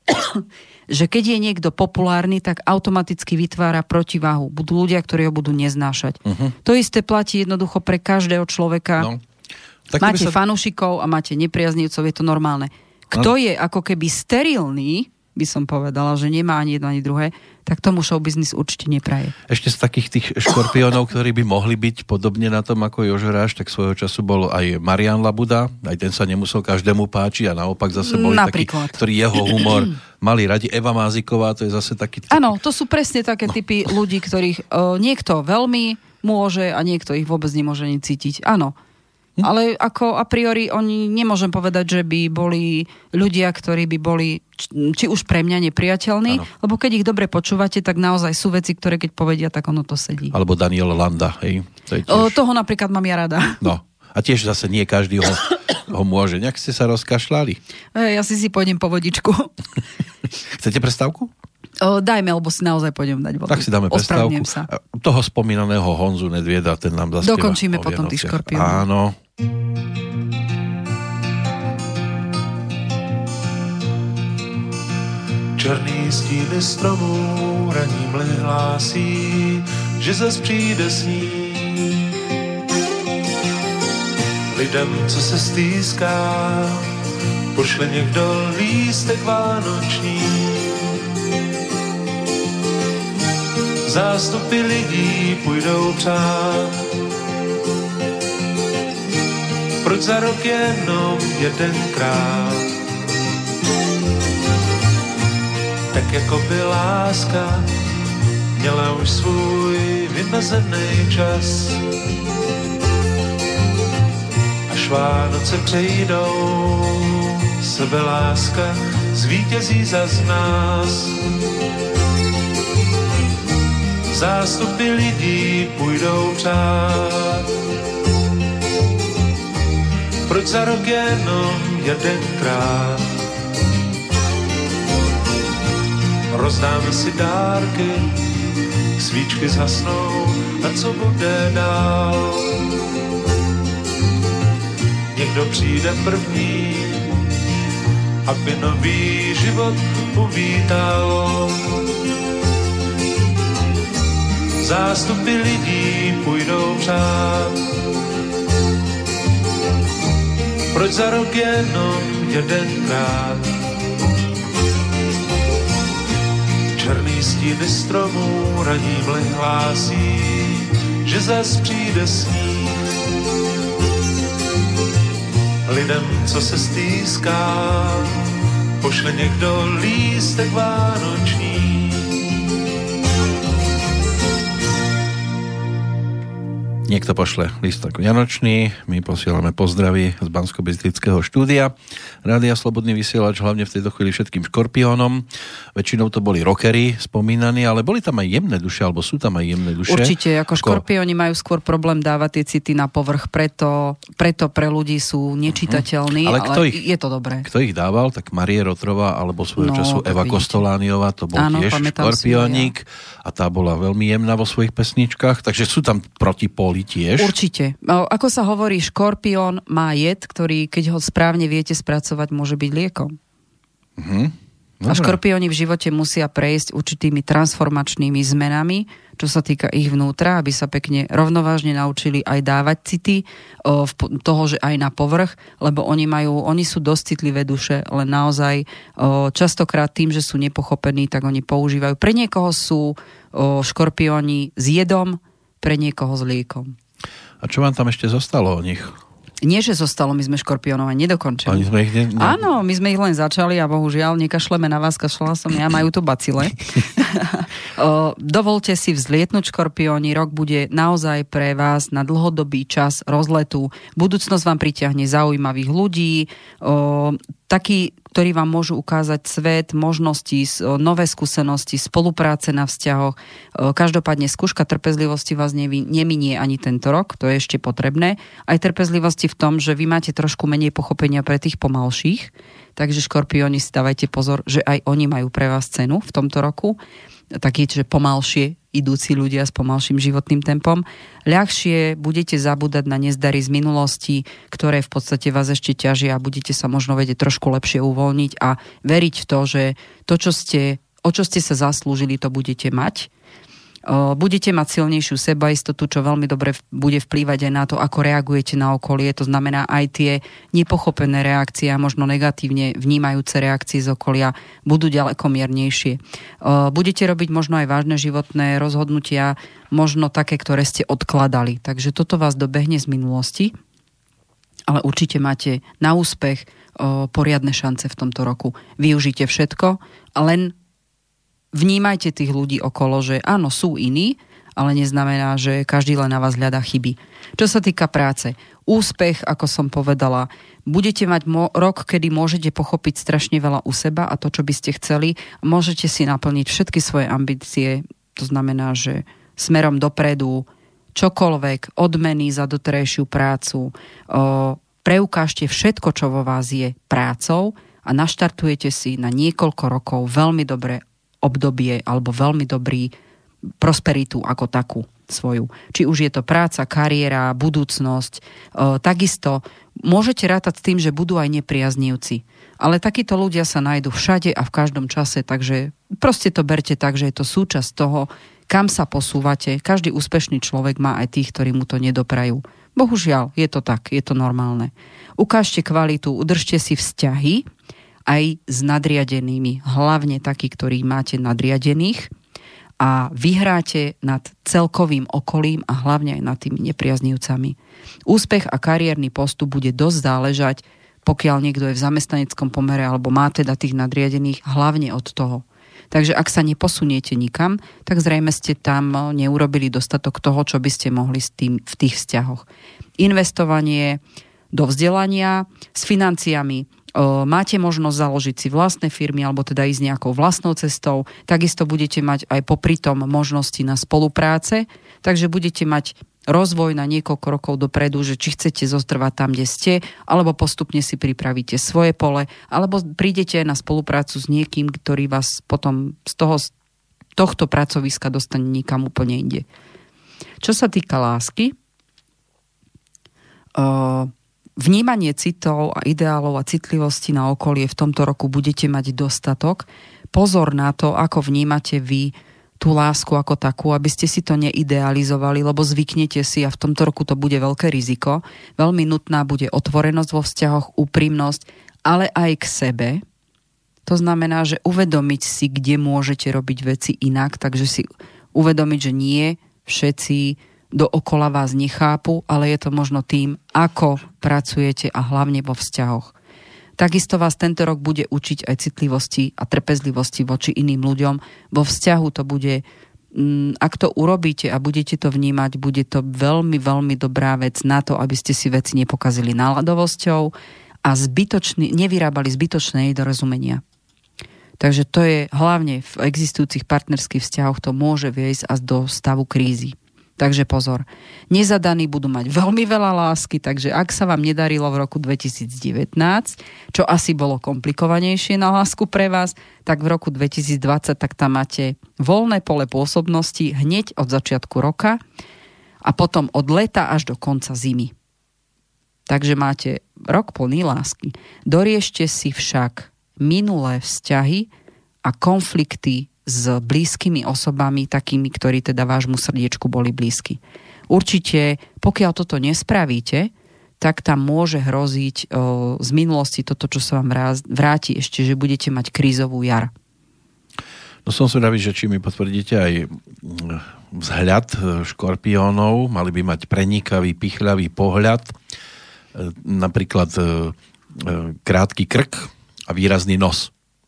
že keď je niekto populárny, tak automaticky vytvára protiváhu. Budú ľudia, ktorí ho budú neznášať. Uh-huh. To isté platí jednoducho pre každého človeka. No. Tak máte sa... fanúšikov a máte nepriaznivcov, je to normálne. Kto no. je ako keby sterilný, by som povedala, že nemá ani jedno, ani druhé, tak tomu showbiznis určite nepraje. Ešte z takých tých škorpiónov, ktorí by mohli byť podobne na tom ako Jožo Ráš, tak svojho času bol aj Marian Labuda, aj ten sa nemusel každému páčiť a naopak zase boli Napríklad. takí, ktorí jeho humor mali radi. Eva Máziková, to je zase taký... taký... Áno, to sú presne také no. typy ľudí, ktorých uh, niekto veľmi môže a niekto ich vôbec nemôže ani cítiť. Áno. Hm? Ale ako a priori oni nemôžem povedať, že by boli ľudia, ktorí by boli či už pre mňa nepriateľní, ano. Lebo keď ich dobre počúvate, tak naozaj sú veci, ktoré keď povedia, tak ono to sedí. Alebo Daniel Landa, hej? To je tiež... o, toho napríklad mám ja rada. No. A tiež zase nie každý ho, ho môže. Nejak ste sa rozkašľali. Ja si si pôjdem po vodičku. Chcete prestávku? O, dajme, lebo si naozaj pôjdem dať vodu. Tak si dáme prestávku. Sa. Toho spomínaného Honzu Nedvieda, ten nám zaspieva. Dokončíme potom tých škorpiónov. Áno. Černý stíny stromů raní mly hlásí, že zas přijde sníh. Lidem, co se stýská, pošle někdo lístek vánoční. Zástupy lidí půjdou přát, proč za rok jenom jedenkrát. Tak jako by láska měla už svůj vymezený čas. Až Vánoce přejdou, sebeláska zvítězí zas nás. Zástupy lidí půjdou přát, proč za rok jenom jedenkrát. Rozdáme si dárky, svíčky zhasnou, a co bude dál? Někdo přijde první, aby nový život uvítal. Zástupy lidí půjdou přát, proč za rok jenom jedenkrát? Černý stíny stromů raní mly hlásí, že zas přijde sníh. Lidem, co se stýská, pošle někdo lístek vánoční. Niekto pošle lístok vianočný, my posielame pozdravy z Banskobystrického štúdia. Rádia Slobodný vysielač, hlavne v tejto chvíli všetkým škorpiónom. Väčšinou to boli rockery spomínaní, ale boli tam aj jemné duše, alebo sú tam aj jemné duše. Určite, ako, ako... škorpióni majú skôr problém dávať tie city na povrch, preto, preto pre ľudí sú nečitateľní, uh-huh. ale, ale ich, je to dobré. Kto ich dával, tak Marie Rotrová, alebo svojho no, času Eva vidíte. Kostolániová, to bol áno, tiež škorpiónik ja. A tá bola veľmi jemná vo svojich pesničkách, takže sú tam protipóly tiež. Určite. Ako sa hovorí, škorpión má jed, ktorý, keď ho správne viete spracovať, môže byť liekom. Mhm. A škorpióni v živote musia prejsť určitými transformačnými zmenami, čo sa týka ich vnútra, aby sa pekne rovnovážne naučili aj dávať city o, toho, že aj na povrch, lebo oni majú, oni sú dosť citlivé duše, len naozaj o, častokrát tým, že sú nepochopení, tak oni používajú. Pre niekoho sú o, škorpióni s jedom, pre niekoho s liekom. A čo vám tam ešte zostalo o nich? Nie, že zostalo, my sme škorpiónov aj nedokončili. Oni sme ich ne, ne... Áno, my sme ich len začali a bohužiaľ nekašleme na vás, kašľala som ja, majú tu bacile. Dovolte si vzlietnúť škorpióni, rok bude naozaj pre vás na dlhodobý čas rozletu. Budúcnosť vám pritiahne zaujímavých ľudí, taký, ktorí vám môžu ukázať svet, možnosti, nové skúsenosti, spolupráce na vzťahoch. Každopádne skúška trpezlivosti vás neminie ani tento rok, to je ešte potrebné. Aj trpezlivosti v tom, že vy máte trošku menej pochopenia pre tých pomalších, takže škorpióni si dávajte pozor, že aj oni majú pre vás cenu v tomto roku. Taký, že pomalšie idúci ľudia s pomalším životným tempom. Ľahšie budete zabúdať na nezdary z minulosti, ktoré v podstate vás ešte ťažia a budete sa možno vedieť trošku lepšie uvoľniť a veriť v to, že to, čo ste, o čo ste sa zaslúžili, to budete mať. Budete mať silnejšiu sebaistotu, čo veľmi dobre bude vplývať aj na to, ako reagujete na okolie. To znamená aj tie nepochopené reakcie a možno negatívne vnímajúce reakcie z okolia budú ďaleko miernejšie. Budete robiť možno aj vážne životné rozhodnutia, možno také, ktoré ste odkladali. Takže toto vás dobehne z minulosti, ale určite máte na úspech poriadne šance v tomto roku. Využite všetko a len vnímajte tých ľudí okolo, že áno, sú iní, ale neznamená, že každý len na vás hľadá chyby. Čo sa týka práce, úspech, ako som povedala, budete mať mo- rok, kedy môžete pochopiť strašne veľa u seba a to, čo by ste chceli, môžete si naplniť všetky svoje ambície, to znamená, že smerom dopredu, čokoľvek, odmeny za doterajšiu prácu, o, preukážte všetko, čo vo vás je prácou a naštartujete si na niekoľko rokov veľmi dobre obdobie alebo veľmi dobrý prosperitu ako takú svoju. Či už je to práca, kariéra, budúcnosť. E, takisto môžete rátať s tým, že budú aj nepriaznivci. Ale takíto ľudia sa nájdu všade a v každom čase, takže proste to berte tak, že je to súčasť toho, kam sa posúvate. Každý úspešný človek má aj tých, ktorí mu to nedoprajú. Bohužiaľ, je to tak, je to normálne. Ukážte kvalitu, udržte si vzťahy aj s nadriadenými, hlavne takí, ktorí máte nadriadených a vyhráte nad celkovým okolím a hlavne aj nad tými nepriaznivcami. Úspech a kariérny postup bude dosť záležať, pokiaľ niekto je v zamestnaneckom pomere alebo má teda tých nadriadených, hlavne od toho. Takže ak sa neposuniete nikam, tak zrejme ste tam neurobili dostatok toho, čo by ste mohli s tým, v tých vzťahoch. Investovanie do vzdelania s financiami. Máte možnosť založiť si vlastné firmy alebo teda ísť nejakou vlastnou cestou. Takisto budete mať aj popri tom možnosti na spolupráce, takže budete mať rozvoj na niekoľko rokov dopredu, že či chcete zostrvať tam, kde ste, alebo postupne si pripravíte svoje pole, alebo prídete na spoluprácu s niekým, ktorý vás potom z toho, z tohto pracoviska dostane niekam úplne inde. Čo sa týka lásky, vnímanie citov a ideálov a citlivosti na okolie v tomto roku budete mať dostatok. Pozor na to, ako vnímate vy tú lásku ako takú, aby ste si to neidealizovali, lebo zvyknete si a v tomto roku to bude veľké riziko. Veľmi nutná bude otvorenosť vo vzťahoch, úprimnosť, ale aj k sebe. To znamená, že uvedomiť si, kde môžete robiť veci inak, takže si uvedomiť, že nie všetci dookola vás nechápu, ale je to možno tým, ako pracujete a hlavne vo vzťahoch. Takisto vás tento rok bude učiť aj citlivosti a trpezlivosti voči iným ľuďom. Vo vzťahu to bude, ak to urobíte a budete to vnímať, bude to veľmi, veľmi dobrá vec na to, aby ste si veci nepokazili náladovosťou a zbytočný, nevyrábali zbytočné nedorozumenia. Takže to je hlavne v existujúcich partnerských vzťahoch, to môže viesť až do stavu krízy. Takže pozor, nezadaní budú mať veľmi veľa lásky, takže ak sa vám nedarilo v roku dvetisícdevätnásť, čo asi bolo komplikovanejšie na lásku pre vás, tak v roku dvetisícdvadsať tak tam máte voľné pole pôsobnosti hneď od začiatku roka a potom od leta až do konca zimy. Takže máte rok plný lásky. Doriešte si však minulé vzťahy a konflikty s blízkymi osobami, takými, ktorí teda vášmu srdiečku boli blízky. Určite, pokiaľ toto nespravíte, tak tam môže hroziť o, z minulosti toto, čo sa vám vráti ešte, že budete mať krízovú jar. No som zvedavý, že či mi potvrdíte aj vzhľad škorpiónov, mali by mať prenikavý, pichľavý pohľad, napríklad krátky krk a výrazný nos.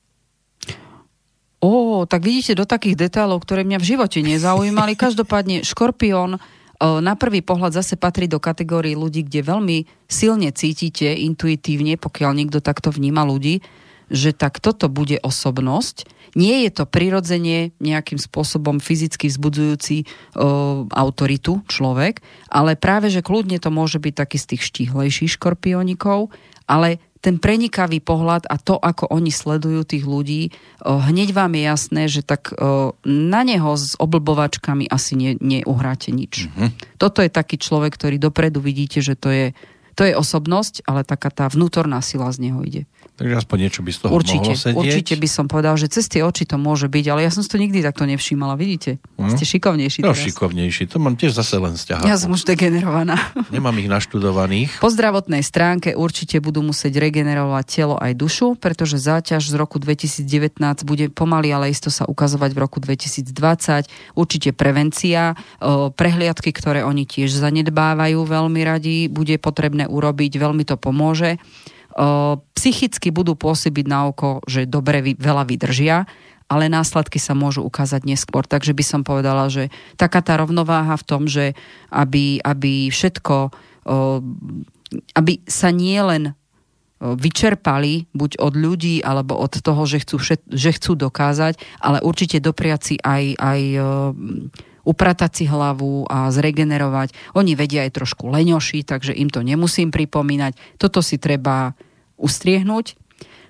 Ó, tak vidíte do takých detailov, ktoré mňa v živote nezaujímali. Každopádne škorpión na prvý pohľad zase patrí do kategórie ľudí, kde veľmi silne cítite intuitívne, pokiaľ niekto takto vníma ľudí, že tak toto bude osobnosť. Nie je to prirodzene nejakým spôsobom fyzicky vzbudzujúci e, autoritu človek, ale práve, že kľudne to môže byť taký z tých štíhlejších škorpiónikov, ale ten prenikavý pohľad a to, ako oni sledujú tých ľudí, hneď vám je jasné, že tak na neho s oblbovačkami asi ne, neuhráte nič. Mm-hmm. Toto je taký človek, ktorý dopredu vidíte, že to je, to je osobnosť, ale taká tá vnútorná sila z neho ide. Takže aspoň niečo by z toho určite, mohlo sedieť. Určite by som povedal, že cez tie oči to môže byť, ale ja som si to nikdy takto nevšímala, vidíte? Mm. Ste šikovnejší no, teraz. No šikovnejší, to mám tiež zase len z ťaháku. Ja som už degenerovaná. Nemám ich naštudovaných. Po zdravotnej stránke určite budú musieť regenerovať telo aj dušu, pretože záťaž z roku dvetisícdevätnásť bude pomaly, ale isto sa ukazovať v roku dvetisícdvadsať. Určite prevencia, prehliadky, ktoré oni tiež zanedbávajú veľmi radi, bude potrebné urobiť, veľmi to pomôže. Psychicky budú pôsobiť na oko, že dobre veľa vydržia, ale následky sa môžu ukázať neskôr. Takže by som povedala, že taká tá rovnováha v tom, že aby, aby všetko, aby sa nie len vyčerpali buď od ľudí, alebo od toho, že chcú, že chcú dokázať, ale určite dopriať si aj, aj upratať si hlavu a zregenerovať. Oni vedia aj trošku leňoši, takže im to nemusím pripomínať. Toto si treba ustriehnúť.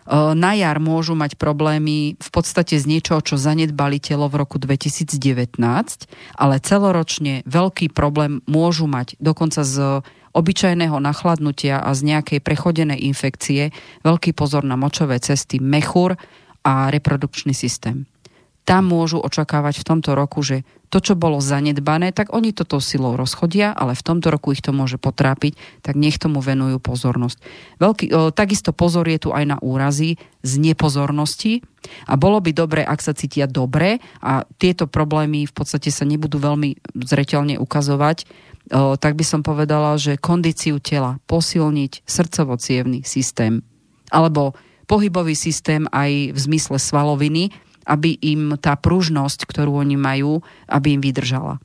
Na jar môžu mať problémy v podstate z niečoho, čo zanedbali telo v roku dvetisícdevätnásť, ale celoročne veľký problém môžu mať dokonca z obyčajného nachladnutia a z nejakej prechodenej infekcie. Veľký pozor na močové cesty, mechúr a reprodukčný systém. Tam môžu očakávať v tomto roku, že to, čo bolo zanedbané, tak oni toto silou rozchodia, ale v tomto roku ich to môže potrápiť, tak nech tomu venujú pozornosť. Veľký, o, takisto pozor je tu aj na úrazy z nepozornosti a bolo by dobre, ak sa cítia dobre a tieto problémy v podstate sa nebudú veľmi zreteľne ukazovať, o, tak by som povedala, že kondíciu tela posilniť, srdcovo-cievny systém alebo pohybový systém aj v zmysle svaloviny, aby im tá pružnosť, ktorú oni majú, aby im vydržala.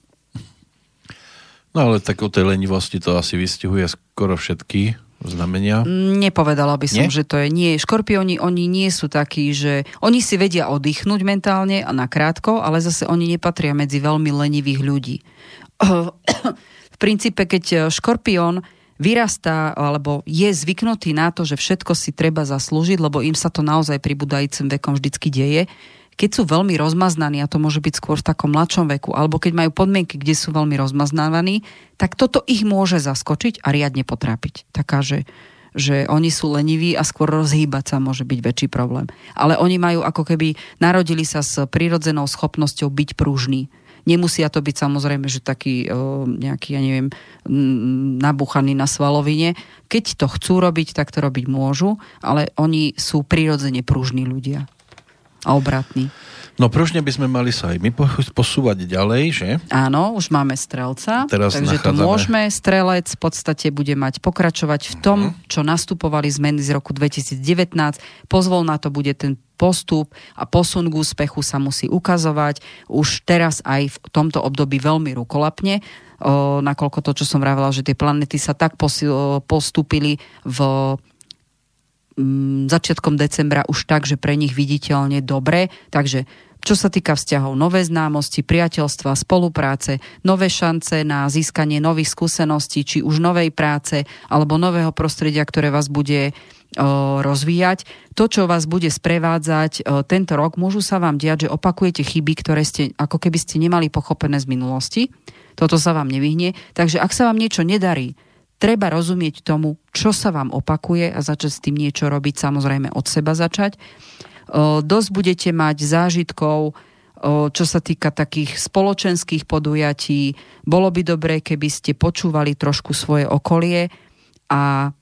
No ale tak o tej lenivosti to asi vystihuje skoro všetky znamenia. Nepovedala by som, nie? že to je. Nie, škorpióni, oni nie sú takí, že oni si vedia oddychnúť mentálne a nakrátko, ale zase oni nepatria medzi veľmi lenivých ľudí. V princípe, keď škorpión vyrastá, alebo je zvyknutý na to, že všetko si treba zaslúžiť, lebo im sa to naozaj pribúdajúcim vekom vždycky deje. Keď sú veľmi rozmaznaní, a to môže byť skôr v takom mladšom veku, alebo keď majú podmienky, kde sú veľmi rozmaznávaní, tak toto ich môže zaskočiť a riadne potrápiť. Taká, že, že oni sú leniví a skôr rozhýbať sa môže byť väčší problém. Ale oni majú ako keby, narodili sa s prirodzenou schopnosťou byť pružní. Nemusia to byť samozrejme, že taký o, nejaký, ja neviem, nabúchaný na svalovine. Keď to chcú robiť, tak to robiť môžu, ale oni sú prirodzene pružní ľudia. A obratní. No pružne by sme mali sa aj my posúvať ďalej, že? Áno, už máme strelca, teraz takže nachádzame... to môžeme. Strelec v podstate bude mať pokračovať v tom, uh-huh. čo nastupovali zmeny z roku dvetisícdevätnásť. Pozvol na to bude ten postup a posun k úspechu sa musí ukazovať. Už teraz aj v tomto období veľmi rukolapne, o, nakoľko to, čo som vravela, že tie planety sa tak posil, postúpili v m, začiatkom decembra už tak, že pre nich viditeľne dobre. Takže čo sa týka vzťahov, nové známosti, priateľstva, spolupráce, nové šance na získanie nových skúseností, či už novej práce, alebo nového prostredia, ktoré vás bude o, rozvíjať. To, čo vás bude sprevádzať o, tento rok, môžu sa vám diať, že opakujete chyby, ktoré ste, ako keby ste nemali pochopené z minulosti. Toto sa vám nevyhne. Takže ak sa vám niečo nedarí, treba rozumieť tomu, čo sa vám opakuje a začať s tým niečo robiť, samozrejme od seba začať. O, dosť budete mať zážitkov, o, čo sa týka takých spoločenských podujatí. Bolo by dobré, keby ste počúvali trošku svoje okolie a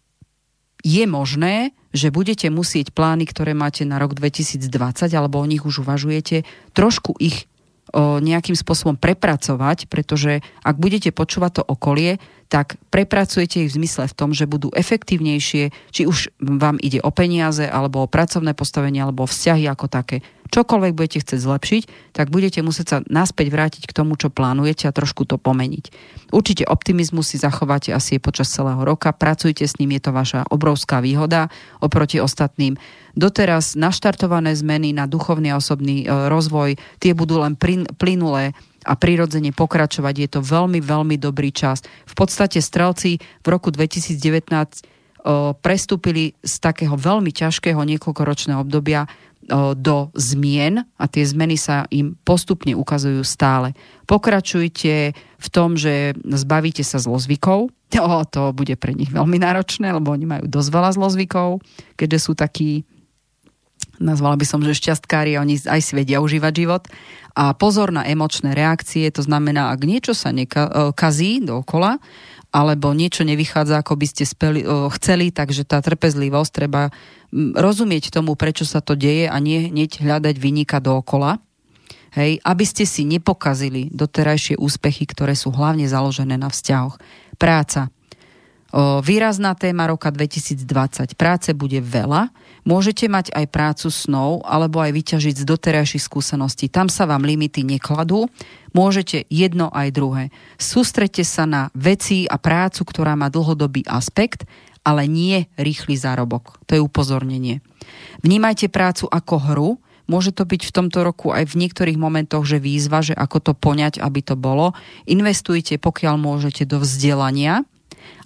je možné, že budete musieť plány, ktoré máte na rok dvetisícdvadsať, alebo o nich už uvažujete, trošku ich o, nejakým spôsobom prepracovať, pretože ak budete počúvať to okolie, tak prepracujete ich v zmysle v tom, že budú efektívnejšie, či už vám ide o peniaze, alebo o pracovné postavenie, alebo o vzťahy ako také. Čokoľvek budete chcieť zlepšiť, tak budete musieť sa naspäť vrátiť k tomu, čo plánujete a trošku to pomeniť. Určite optimizmus si zachováte asi počas celého roka, pracujte s ním, je to vaša obrovská výhoda oproti ostatným. Doteraz naštartované zmeny na duchovný a osobný rozvoj, tie budú len plynulé a prirodzene pokračovať. Je to veľmi, veľmi dobrý čas. V podstate strelci v roku dvetisícdevätnásť o, prestúpili z takého veľmi ťažkého niekoľkoročného obdobia o, do zmien a tie zmeny sa im postupne ukazujú stále. Pokračujte v tom, že zbavíte sa zlozvykov. O, to bude pre nich veľmi náročné, lebo oni majú dosť veľa zlozvykov, keďže sú takí, nazvala by som, že šťastkári, oni aj si vedia užívať život. A pozor na emočné reakcie, to znamená, ak niečo sa nekazí dookola, alebo niečo nevychádza, ako by ste speli, chceli, takže tá trpezlivosť, treba rozumieť tomu, prečo sa to deje a nie hneď hľadať viníka dookola. Hej, aby ste si nepokazili doterajšie úspechy, ktoré sú hlavne založené na vzťahoch. Práca. O, výrazná téma roka dvetisícdvadsať. Práce bude veľa. Môžete mať aj prácu snov, alebo aj vyťažiť z doterajších skúseností. Tam sa vám limity nekladú. Môžete jedno aj druhé. Sústreďte sa na veci a prácu, ktorá má dlhodobý aspekt, ale nie rýchly zárobok. To je upozornenie. Vnímajte prácu ako hru. Môže to byť v tomto roku aj v niektorých momentoch, že výzva, že ako to poňať, aby to bolo. Investujte, pokiaľ môžete, do vzdelania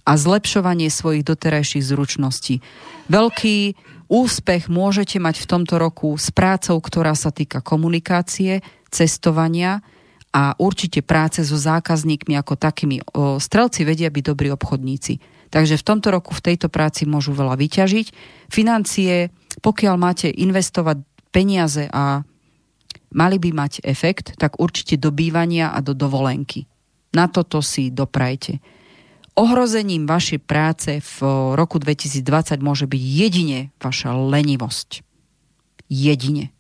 a zlepšovanie svojich doterajších zručností. Veľký úspech môžete mať v tomto roku s prácou, ktorá sa týka komunikácie, cestovania a určite práce so zákazníkmi ako takými. Strelci vedia byť dobrí obchodníci. Takže v tomto roku v tejto práci môžu veľa vyťažiť. Financie, pokiaľ máte investovať peniaze a mali by mať efekt, tak určite do bývania a do dovolenky. Na toto si doprajte. Ohrozením vašej práce v roku dvetisícdvadsať môže byť jedine vaša lenivosť. Jedine.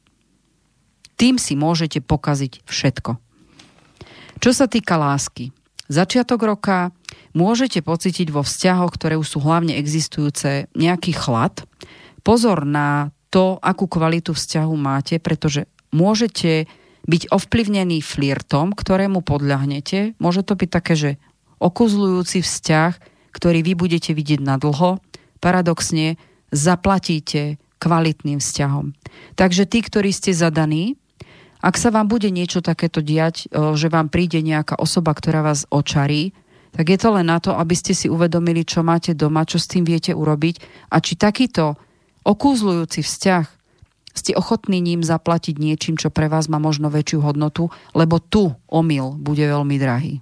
Tým si môžete pokaziť všetko. Čo sa týka lásky. Začiatok roka môžete pocítiť vo vzťahoch, ktoré už sú hlavne existujúce, nejaký chlad. Pozor na to, akú kvalitu vzťahu máte, pretože môžete byť ovplyvnený flirtom, ktorému podľahnete. Môže to byť také, že okuzľujúci vzťah, ktorý vy budete vidieť na dlho, paradoxne zaplatíte kvalitným vzťahom. Takže tí, ktorí ste zadaní, ak sa vám bude niečo takéto diať, že vám príde nejaká osoba, ktorá vás očarí, tak je to len na to, aby ste si uvedomili, čo máte doma, čo s tým viete urobiť a či takýto okúzľujúci vzťah ste ochotní ním zaplatiť niečím, čo pre vás má možno väčšiu hodnotu, lebo tu omyl bude veľmi drahý.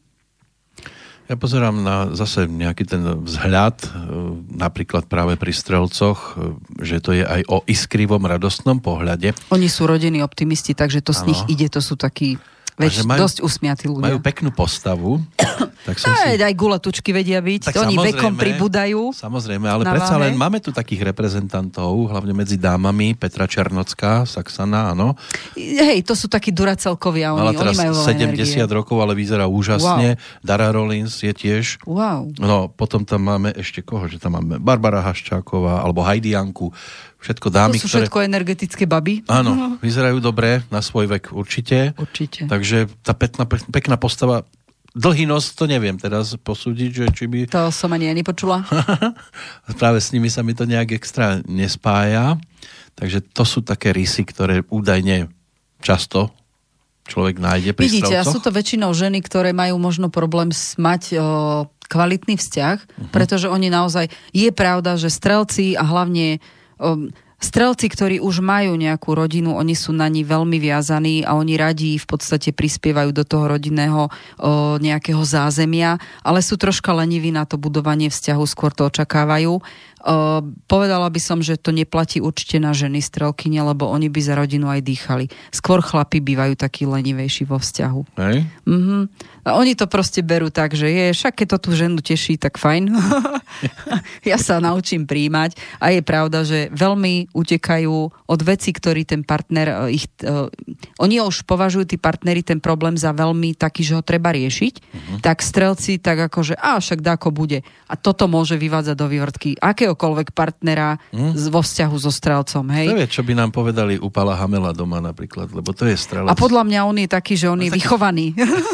Ja pozerám na zase nejaký ten vzhľad, napríklad práve pri strelcoch, že to je aj o iskrivom, radostnom pohľade. Oni sú rodení optimisti, takže to z nich ide, to sú takí več, majú, dosť usmiatí ľudia. Majú peknú postavu. Tak som aj, si... aj gulatučky vedia byť, tak oni vekom pribúdajú. Samozrejme, ale predsa len máme tu takých reprezentantov, hlavne medzi dámami, Petra Černocká, Saxana, áno. Hej, to sú takí duracelkovia, oni, oni majú veľa sedemdesiat energie. rokov, ale vyzerá úžasne. Wow. Dara Rollins je tiež. Wow. No, potom tam máme ešte koho, že tam máme Barbara Haščáková, alebo Heidi Janku. Všetko dámy, to sú ktoré... všetko energetické baby. Áno, vyzerajú dobre na svoj vek určite. Určite. Takže tá pekná, pekná postava, dlhý nos, to neviem teraz posúdiť, že či by... To som ani ja nepočula. Práve s nimi sa mi to nejak extra nespája. Takže to sú také rysy, ktoré údajne často človek nájde pri Vidíte, strelcoch. a sú to väčšinou ženy, ktoré majú možno problém mať o, kvalitný vzťah, uh-huh. pretože oni naozaj... Je pravda, že strelci a hlavne... Um, strelci, ktorí už majú nejakú rodinu, oni sú na ní veľmi viazaní a oni radi v podstate prispievajú do toho rodinného o, nejakého zázemia, ale sú troška leniví na to budovanie vzťahu, skôr to očakávajú. Uh, povedala by som, že to neplatí určite na ženy strelkyne, lebo oni by za rodinu aj dýchali. Skôr chlapi bývajú takí lenivejší vo vzťahu. Hej? Mm-hmm. A oni to proste berú tak, že je, však keď to tú ženu teší, tak fajn. Ja sa naučím príjmať a je pravda, že veľmi utekajú od vecí, ktorý ten partner ich, uh, oni už považujú tí partneri ten problém za veľmi taký, že ho treba riešiť, mm-hmm. tak strelci tak akože, a však dáko bude. A toto môže vyvádzať do vývrtky akéhokoľvek partnera hmm? vo vzťahu so strelcom, hej? Nevie, čo by nám povedali u Pala Hamela doma napríklad, lebo to je strelec. A podľa mňa on je taký, že on je taký... vychovaný.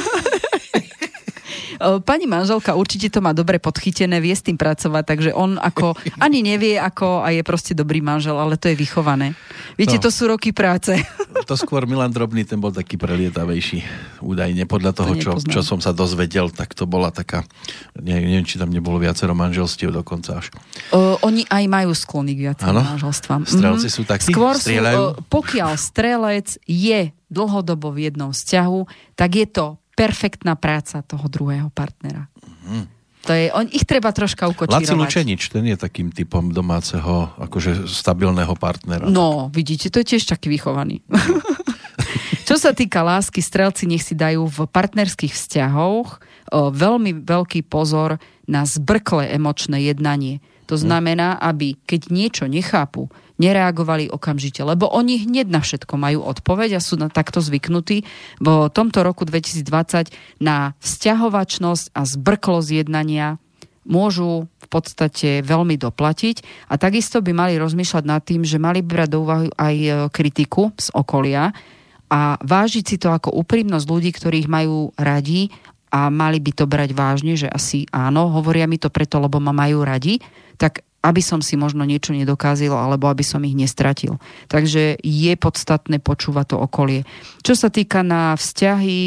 Pani manželka určite to má dobre podchytené, vie s tým pracovať, takže on ako ani nevie ako a je proste dobrý manžel, ale to je vychované. Viete, no, to sú roky práce. To skôr Milan Drobný, ten bol taký prelietavejší údajne. Podľa toho, to čo, čo som sa dozvedel, tak to bola taká, neviem, neviem či tam nebolo viacero manželstiev dokonca až. O, oni aj majú sklony k viacerým manželstvám. Strelci mm-hmm. sú takí? Skôr strieľajú? Sú, pokiaľ strelec je dlhodobo v jednom vzťahu, tak je to perfektná práca toho druhého partnera. Mm. To je, on, ich treba troška ukočírovať. Laci Lučenič, ten je takým typom domáceho, akože stabilného partnera. No, vidíte, to je tiež taký vychovaný. Čo sa týka lásky, strelci nech si dajú v partnerských vzťahoch o, veľmi veľký pozor na zbrklé emočné jednanie. To znamená, aby keď niečo nechápu, nereagovali okamžite, lebo oni hneď na všetko majú odpoveď a sú na takto zvyknutí v tomto roku dvetisícdvadsať na vzťahovačnosť a zbrklosť jednania môžu v podstate veľmi doplatiť a takisto by mali rozmýšľať nad tým, že mali by brať do úvahy aj kritiku z okolia a vážiť si to ako úprimnosť ľudí, ktorých majú radi a mali by to brať vážne, že asi áno, hovoria mi to preto, lebo ma majú radi, tak aby som si možno niečo nedokázal, alebo aby som ich nestratil. Takže je podstatné počúvať to okolie. Čo sa týka na vzťahy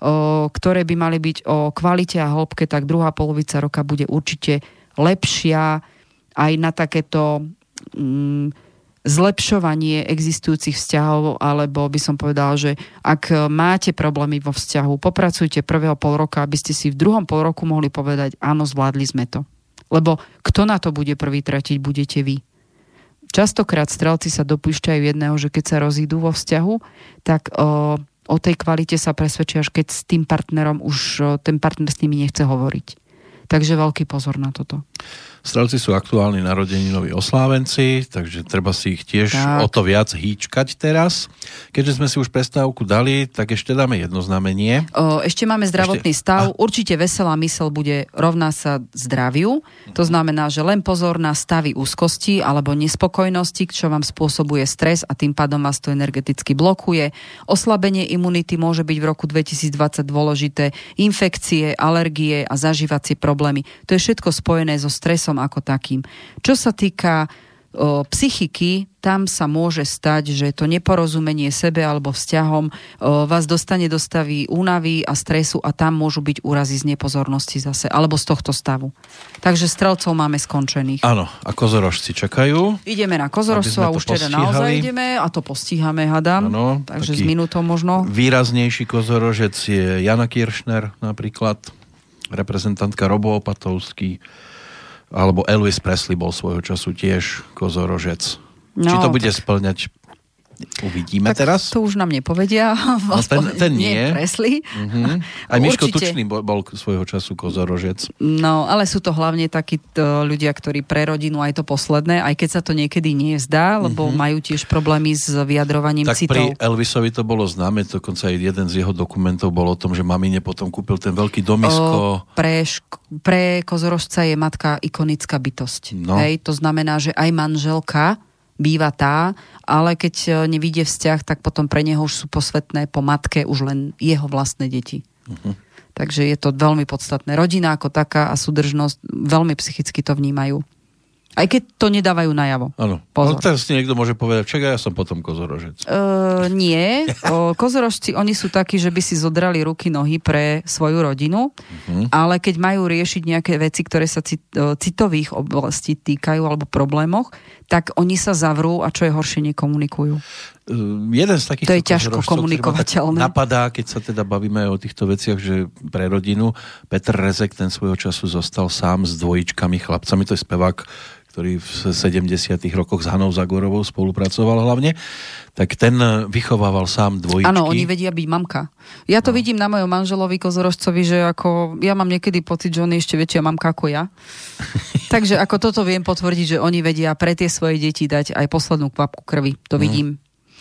ktoré by mali byť o kvalite a hĺbke, tak druhá polovica roka bude určite lepšia aj na takéto mm, zlepšovanie existujúcich vzťahov, alebo by som povedala, že ak máte problémy vo vzťahu, popracujte prvého pol roka, aby ste si v druhom pol roku mohli povedať, áno, zvládli sme to. Lebo kto na to bude prvý tratiť, budete vy. Častokrát strelci sa dopúšťajú jedného, že keď sa rozídu vo vzťahu, tak o, o tej kvalite sa presvedčia, až keď s tým partnerom už o, ten partner s nimi nechce hovoriť. Takže veľký pozor na toto. Strelci sú aktuálni narodeninoví oslávenci, takže treba si ich tiež tak o to viac hýčkať teraz. Keďže sme si už prestávku dali, tak ešte dáme jedno znamenie. O, ešte máme zdravotný ešte... stav. A... Určite veselá myseľ bude rovná sa zdraviu. To znamená, že len pozor na stavy úzkosti alebo nespokojnosti, čo vám spôsobuje stres a tým pádom vás to energeticky blokuje. Oslabenie imunity môže byť v roku dvetisícdvadsať dôležité. Infekcie, alergie a zažívacie problémy. To je všetko spojené so stresom ako takým. Čo sa týka o, psychiky, tam sa môže stať, že to neporozumenie sebe alebo vzťahom o, vás dostane do stavy únavy a stresu a tam môžu byť úrazy z nepozornosti zase, alebo z tohto stavu. Takže strelcov máme skončených. Áno, a kozorožci čakajú. Ideme na kozorožcov a už teda naozaj ideme a to postíhame, hadám. Áno, takže s minútou možno. Výraznejší kozorožec je Jana Kiršner napríklad, reprezentantka Robo Opatovský, alebo Elvis Presley bol svojho času tiež kozorožec. No, Či to bude tak spĺňať, uvidíme tak teraz. To už nám nepovedia. No, ten, ten nie. nie Presley. Uh-huh. Aj Miško Tučný bol, bol svojho času kozorožec. No, ale sú to hlavne takí ľudia, ktorí pre rodinu aj to posledné, aj keď sa to niekedy nezdá, lebo uh-huh. majú tiež problémy s vyjadrovaním tak citov. Tak pri Elvisovi to bolo známe, dokonca aj jeden z jeho dokumentov bol o tom, že mamine potom kúpil ten veľký domisko. O, pre, šk- pre kozorožca je matka ikonická bytosť. No. Hej, to znamená, že aj manželka býva tá, ale keď nevidie vzťah, tak potom pre neho už sú posvetné po matke už len jeho vlastné deti. Uh-huh. Takže je to veľmi podstatné. Rodina ako taká a súdržnosť veľmi psychicky to vnímajú. Aj keď to nedávajú najavo. Áno. No, teraz si niekto môže povedať, čakaj, ja som potom kozorožec. Uh, nie. O, kozorožci, oni sú takí, že by si zodrali ruky, nohy pre svoju rodinu, uh-huh. ale keď majú riešiť nejaké veci, ktoré sa cit, citových oblastí týkajú alebo problémoch, tak oni sa zavrú a čo je horšie, nekomunikujú. Uh, jeden z takých to je ťažko komunikovateľné. Napadá, keď sa teda bavíme o týchto veciach, že pre rodinu Petr Rezek ten svojho času zostal sám s dvojičkami chlapcami, to je spevák, ktorý v sedemdesiatych rokoch s Hanou Zagorovou spolupracoval hlavne, tak ten vychovával sám dvojičky. Áno, oni vedia byť mamka. Ja to no. vidím na mojom manželovi kozorožcovi, že ako ja mám niekedy pocit, že on je ešte väčšia mamka ako ja. Takže ako toto viem potvrdiť, že oni vedia pre tie svoje deti dať aj poslednú kvapku krvi. To mm. vidím.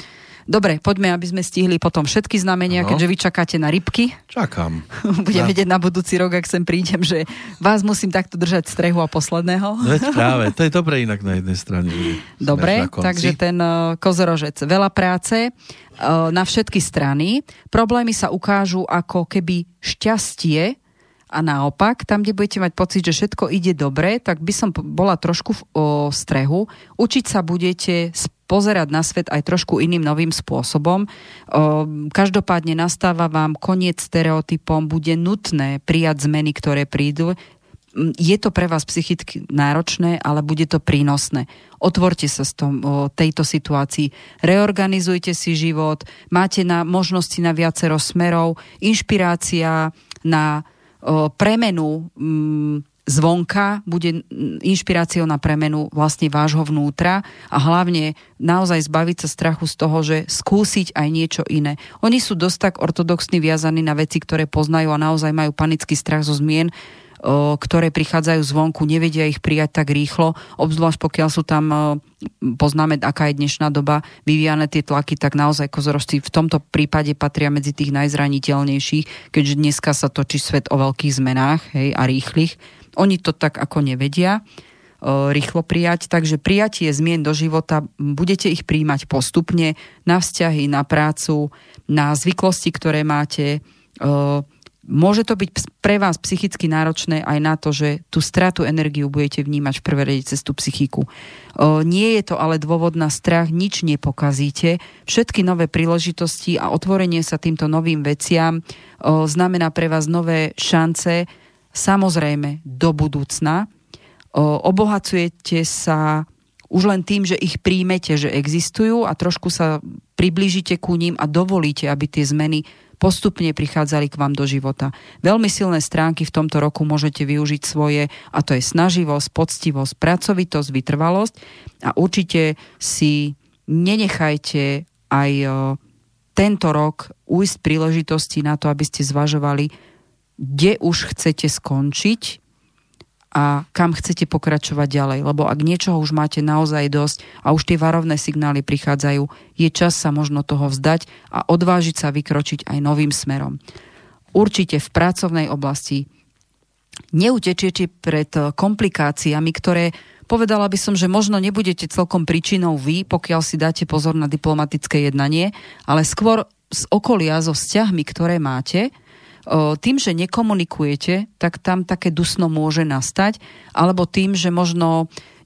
Dobre, poďme, aby sme stihli potom všetky znamenia, no. keďže vy čakáte na rybky. Čakám. Budem vedieť na budúci rok, ak sem prídem, že vás musím takto držať strehu a posledného. No práve, to je dobre inak na jednej strane. Dobre, takže ten uh, kozorožec. Veľa práce uh, na všetky strany. Problémy sa ukážu ako keby šťastie a naopak, tam, kde budete mať pocit, že všetko ide dobre, tak by som bola trošku v o, strehu. Učiť sa budete pozerať na svet aj trošku iným novým spôsobom. O, každopádne nastáva vám koniec stereotypom, bude nutné prijať zmeny, ktoré prídu. Je to pre vás psychicky náročné, ale bude to prínosné. Otvorte sa z tom, o, tejto situácii. Reorganizujte si život, máte na možnosti na viacero smerov, inšpirácia na o, premenu m, zvonka bude inšpiráciou na premenu vlastne vášho vnútra a hlavne naozaj zbaviť sa strachu z toho, že skúsiť aj niečo iné. Oni sú dosť tak ortodoxní viazaní na veci, ktoré poznajú a naozaj majú panický strach zo zmien, o, ktoré prichádzajú zvonku, nevedia ich prijať tak rýchlo, obzvlášť pokiaľ sú tam, o, poznáme, aká je dnešná doba, vyvíjane tie tlaky, tak naozaj kozorožci v tomto prípade patria medzi tých najzraniteľnejších, keďže dneska sa točí svet o veľkých zmenách, hej, a rýchlych. Oni to tak ako nevedia o, rýchlo prijať, takže prijatie zmien do života, budete ich prijímať postupne na vzťahy, na prácu, na zvyklosti, ktoré máte. O, Môže to byť pre vás psychicky náročné aj na to, že tú stratu energiu budete vnímať v prvé rade cez tú psychiku. Nie je to ale dôvod na strach, nič nepokazíte. Všetky nové príležitosti a otvorenie sa týmto novým veciam znamená pre vás nové šance, samozrejme do budúcna. Obohacujete sa už len tým, že ich príjmete, že existujú a trošku sa priblížite ku ním a dovolíte, aby tie zmeny postupne prichádzali k vám do života. Veľmi silné stránky v tomto roku môžete využiť svoje, a to je snaživosť, poctivosť, pracovitosť, vytrvalosť a určite si nenechajte aj tento rok ujsť príležitosti na to, aby ste zvažovali, kde už chcete skončiť a kam chcete pokračovať ďalej. Lebo ak niečoho už máte naozaj dosť a už tie varovné signály prichádzajú, je čas sa možno toho vzdať a odvážiť sa vykročiť aj novým smerom. Určite v pracovnej oblasti neutečiete pred komplikáciami, ktoré povedala by som, že možno nebudete celkom príčinou vy, pokiaľ si dáte pozor na diplomatické jednanie, ale skôr z okolia, so vzťahmi, ktoré máte. Tým, že nekomunikujete, tak tam také dusno môže nastať, alebo tým, že možno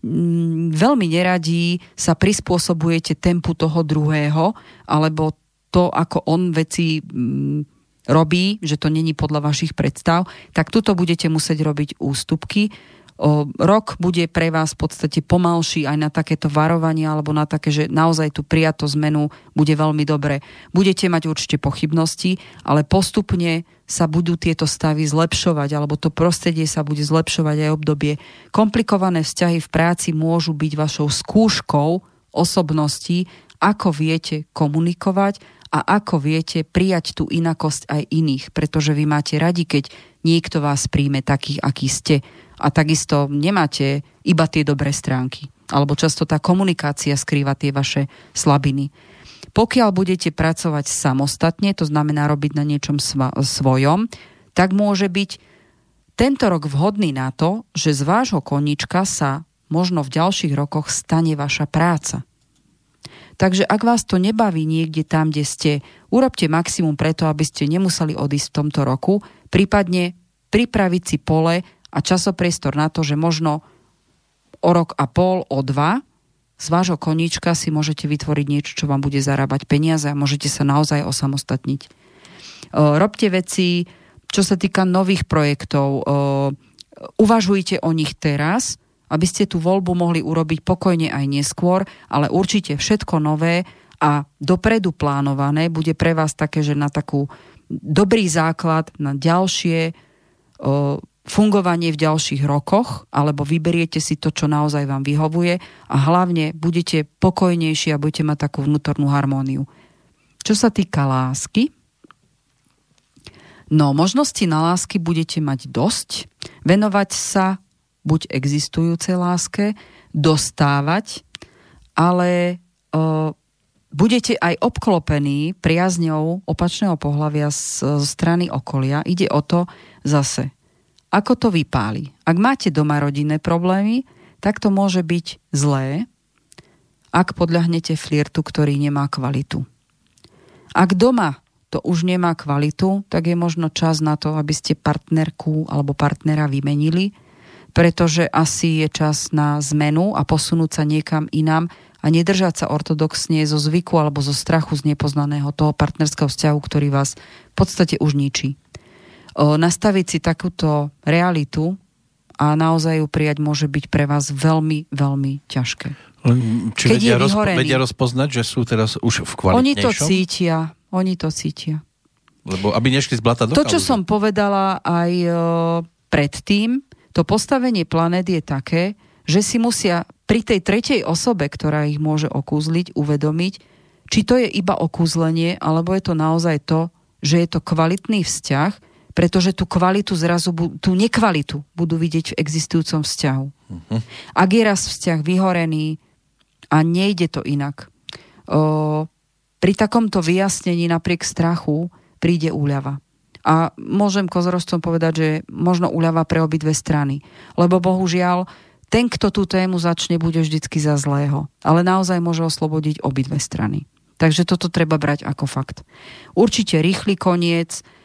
veľmi neradí sa prispôsobujete tempu toho druhého, alebo to, ako on veci robí, že to není podľa vašich predstav, tak tuto budete musieť robiť ústupky. O, rok bude pre vás v podstate pomalší aj na takéto varovanie alebo na také, že naozaj tú prijatú zmenu bude veľmi dobre. Budete mať určite pochybnosti, ale postupne sa budú tieto stavy zlepšovať alebo to prostredie sa bude zlepšovať aj obdobie. Komplikované vzťahy v práci môžu byť vašou skúškou osobností, ako viete komunikovať a ako viete prijať tú inakosť aj iných, pretože vy máte radi, keď niekto vás príjme takých, akí ste. A takisto nemáte iba tie dobré stránky. Alebo často tá komunikácia skrýva tie vaše slabiny. Pokiaľ budete pracovať samostatne, to znamená robiť na niečom sva- svojom, tak môže byť tento rok vhodný na to, že z vášho koníčka sa možno v ďalších rokoch stane vaša práca. Takže ak vás to nebaví niekde tam, kde ste, urobte maximum preto, aby ste nemuseli odísť v tomto roku, prípadne pripraviť si pole a časopriestor na to, že možno o rok a pol, o dva z vášho koníčka si môžete vytvoriť niečo, čo vám bude zarábať peniaze a môžete sa naozaj osamostatniť. Robte veci, čo sa týka nových projektov. Uvažujte o nich teraz, aby ste tú voľbu mohli urobiť pokojne aj neskôr, ale určite všetko nové a dopredu plánované bude pre vás také, že na takú dobrý základ, na ďalšie fungovanie v ďalších rokoch, alebo vyberiete si to, čo naozaj vám vyhovuje a hlavne budete pokojnejší a budete mať takú vnútornú harmóniu. Čo sa týka lásky, no možnosti na lásky budete mať dosť, venovať sa buď existujúcej láske, dostávať, ale o, budete aj obklopení priazňou opačného pohlavia z, zo strany okolia. Ide o to zase, ako to vypáli. Ak máte doma rodinné problémy, tak to môže byť zlé, ak podľahnete flirtu, ktorý nemá kvalitu. Ak doma to už nemá kvalitu, tak je možno čas na to, aby ste partnerku alebo partnera vymenili, pretože asi je čas na zmenu a posunúť sa niekam inám a nedržať sa ortodoxne zo zvyku alebo zo strachu z nepoznaného toho partnerského vzťahu, ktorý vás v podstate už ničí. Nastaviť si takúto realitu a naozaj ju prijať môže byť pre vás veľmi, veľmi ťažké. Či vedia, rozpo- vedia rozpoznať, že sú teraz už v kvalitnejšom? Oni to cítia. Oni to cítia. Lebo aby nešli z blata do To, čo kalúže. som povedala aj e, predtým, to postavenie planét je také, že si musia pri tej tretej osobe, ktorá ich môže okúzliť, uvedomiť, či to je iba okúzlenie, alebo je to naozaj to, že je to kvalitný vzťah, pretože tú kvalitu zrazu, tú nekvalitu budú vidieť v existujúcom vzťahu. Uh-huh. Ak je raz vzťah vyhorený a nejde to inak, o, pri takomto vyjasnení napriek strachu príde úľava. A môžem kozorozcom povedať, že možno úľava pre obidve strany. Lebo bohužiaľ, ten, kto tú tému začne, bude vždycky za zlého. Ale naozaj môže oslobodiť obidve strany. Takže toto treba brať ako fakt. Určite rýchly koniec,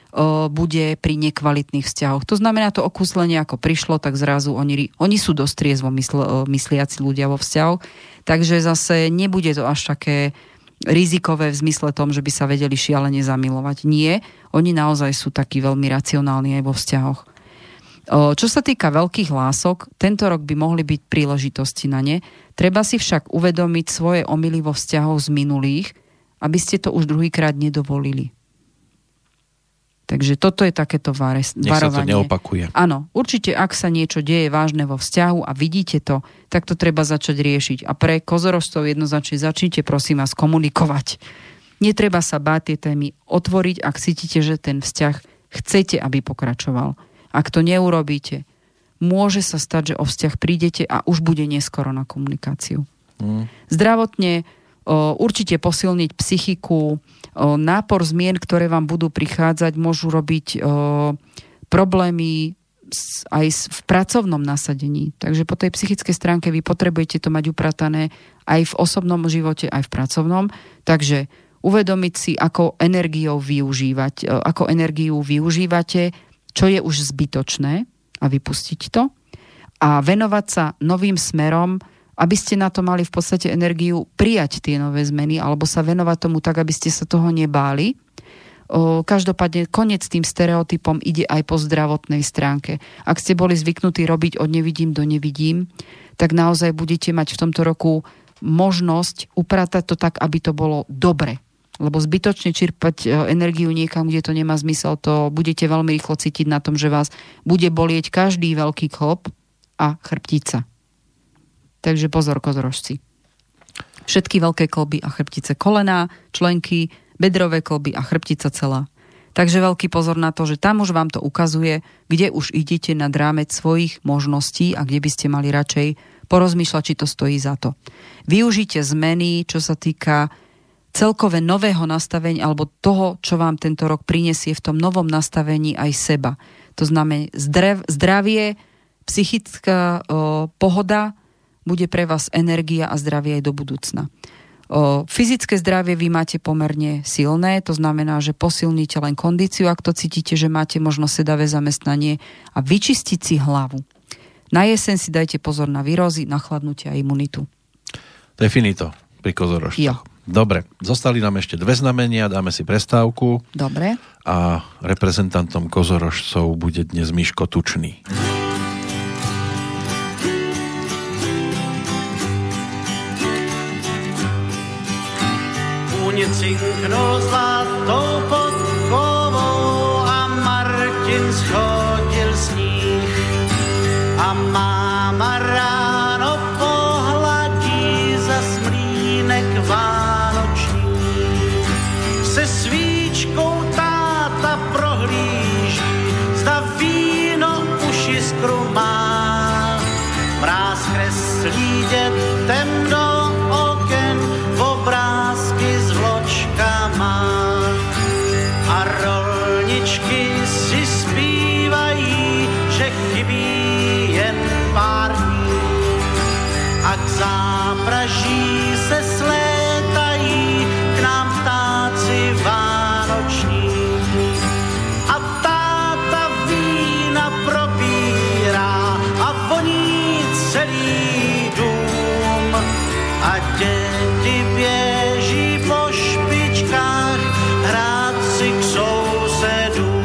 bude pri nekvalitných vzťahoch. To znamená, to okúslenie ako prišlo, tak zrazu oni, oni sú dosť triezvo mysl, mysliaci ľudia vo vzťahoch, takže zase nebude to až také rizikové v zmysle tom, že by sa vedeli šialene zamilovať. Nie, oni naozaj sú takí veľmi racionálni aj vo vzťahoch. Čo sa týka veľkých lások, tento rok by mohli byť príležitosti na ne. Treba si však uvedomiť svoje omyly vo vzťahoch z minulých, aby ste to už druhýkrát nedovolili. Takže toto je takéto vare, Nech varovanie. Nech sa to neopakuje. Áno, určite, ak sa niečo deje vážne vo vzťahu a vidíte to, tak to treba začať riešiť. A pre kozorožcov jednoznačne začnite, prosím vás, komunikovať. Netreba sa báť tie témy otvoriť, ak cítite, že ten vzťah chcete, aby pokračoval. Ak to neurobíte, môže sa stať, že o vzťah prídete a už bude neskoro na komunikáciu. Hmm. Zdravotne o, určite posilniť psychiku, nápor zmien, ktoré vám budú prichádzať, môžu robiť o, problémy aj v pracovnom nasadení. Takže po tej psychickej stránke vy potrebujete to mať upratané aj v osobnom živote, aj v pracovnom. Takže uvedomiť si, ako energiou využívať, ako energiu využívate, čo je už zbytočné a vypustiť to. A venovať sa novým smerom, aby ste na to mali v podstate energiu prijať tie nové zmeny alebo sa venovať tomu tak, aby ste sa toho nebáli. O, každopádne koniec tým stereotypom ide aj po zdravotnej stránke. Ak ste boli zvyknutí robiť od nevidím do nevidím, tak naozaj budete mať v tomto roku možnosť upratať to tak, aby to bolo dobre. Lebo zbytočne čerpať energiu niekam, kde to nemá zmysel, to budete veľmi rýchlo cítiť na tom, že vás bude bolieť každý veľký klop a chrbtica. Takže pozor, kozorožci. Všetky veľké klby a chrbtice, kolená, členky, bedrové klby a chrbtica celá. Takže veľký pozor na to, že tam už vám to ukazuje, kde už idete nad rámec svojich možností a kde by ste mali radšej porozmýšľať, či to stojí za to. Využite zmeny, čo sa týka celkové nového nastavenia alebo toho, čo vám tento rok prinesie v tom novom nastavení aj seba. To znamená zdrav, zdravie, psychická o, pohoda, bude pre vás energia a zdravie aj do budúcna. O, fyzické zdravie vy máte pomerne silné, to znamená, že posilníte len kondíciu, ak to cítite, že máte možno sedavé zamestnanie a vyčistiť si hlavu. Na jeseň si dajte pozor na vírozy, na chladnutie a imunitu. To je finito pri kozorožcoch. Jo. Dobre, zostali nám ešte dve znamenia, dáme si prestávku. Dobre. A reprezentantom kozorožcov bude dnes Miško Tučný. Cinknul zlatou podkovou a Martin schodil sníh a máma ráno pohladí za smlínek vánoční. Se svíčkou táta prohlíží, zda víno už jiskru má. Mráz kreslí dětem do oken v obrázky z vločkama a rolničky si zpívají, že chybí jen pár dní a k zápraží se slétají k nám ptáci vánoční a táta vína propírá a voní celý dům a děti běží po špičkách hrát si k sousedům.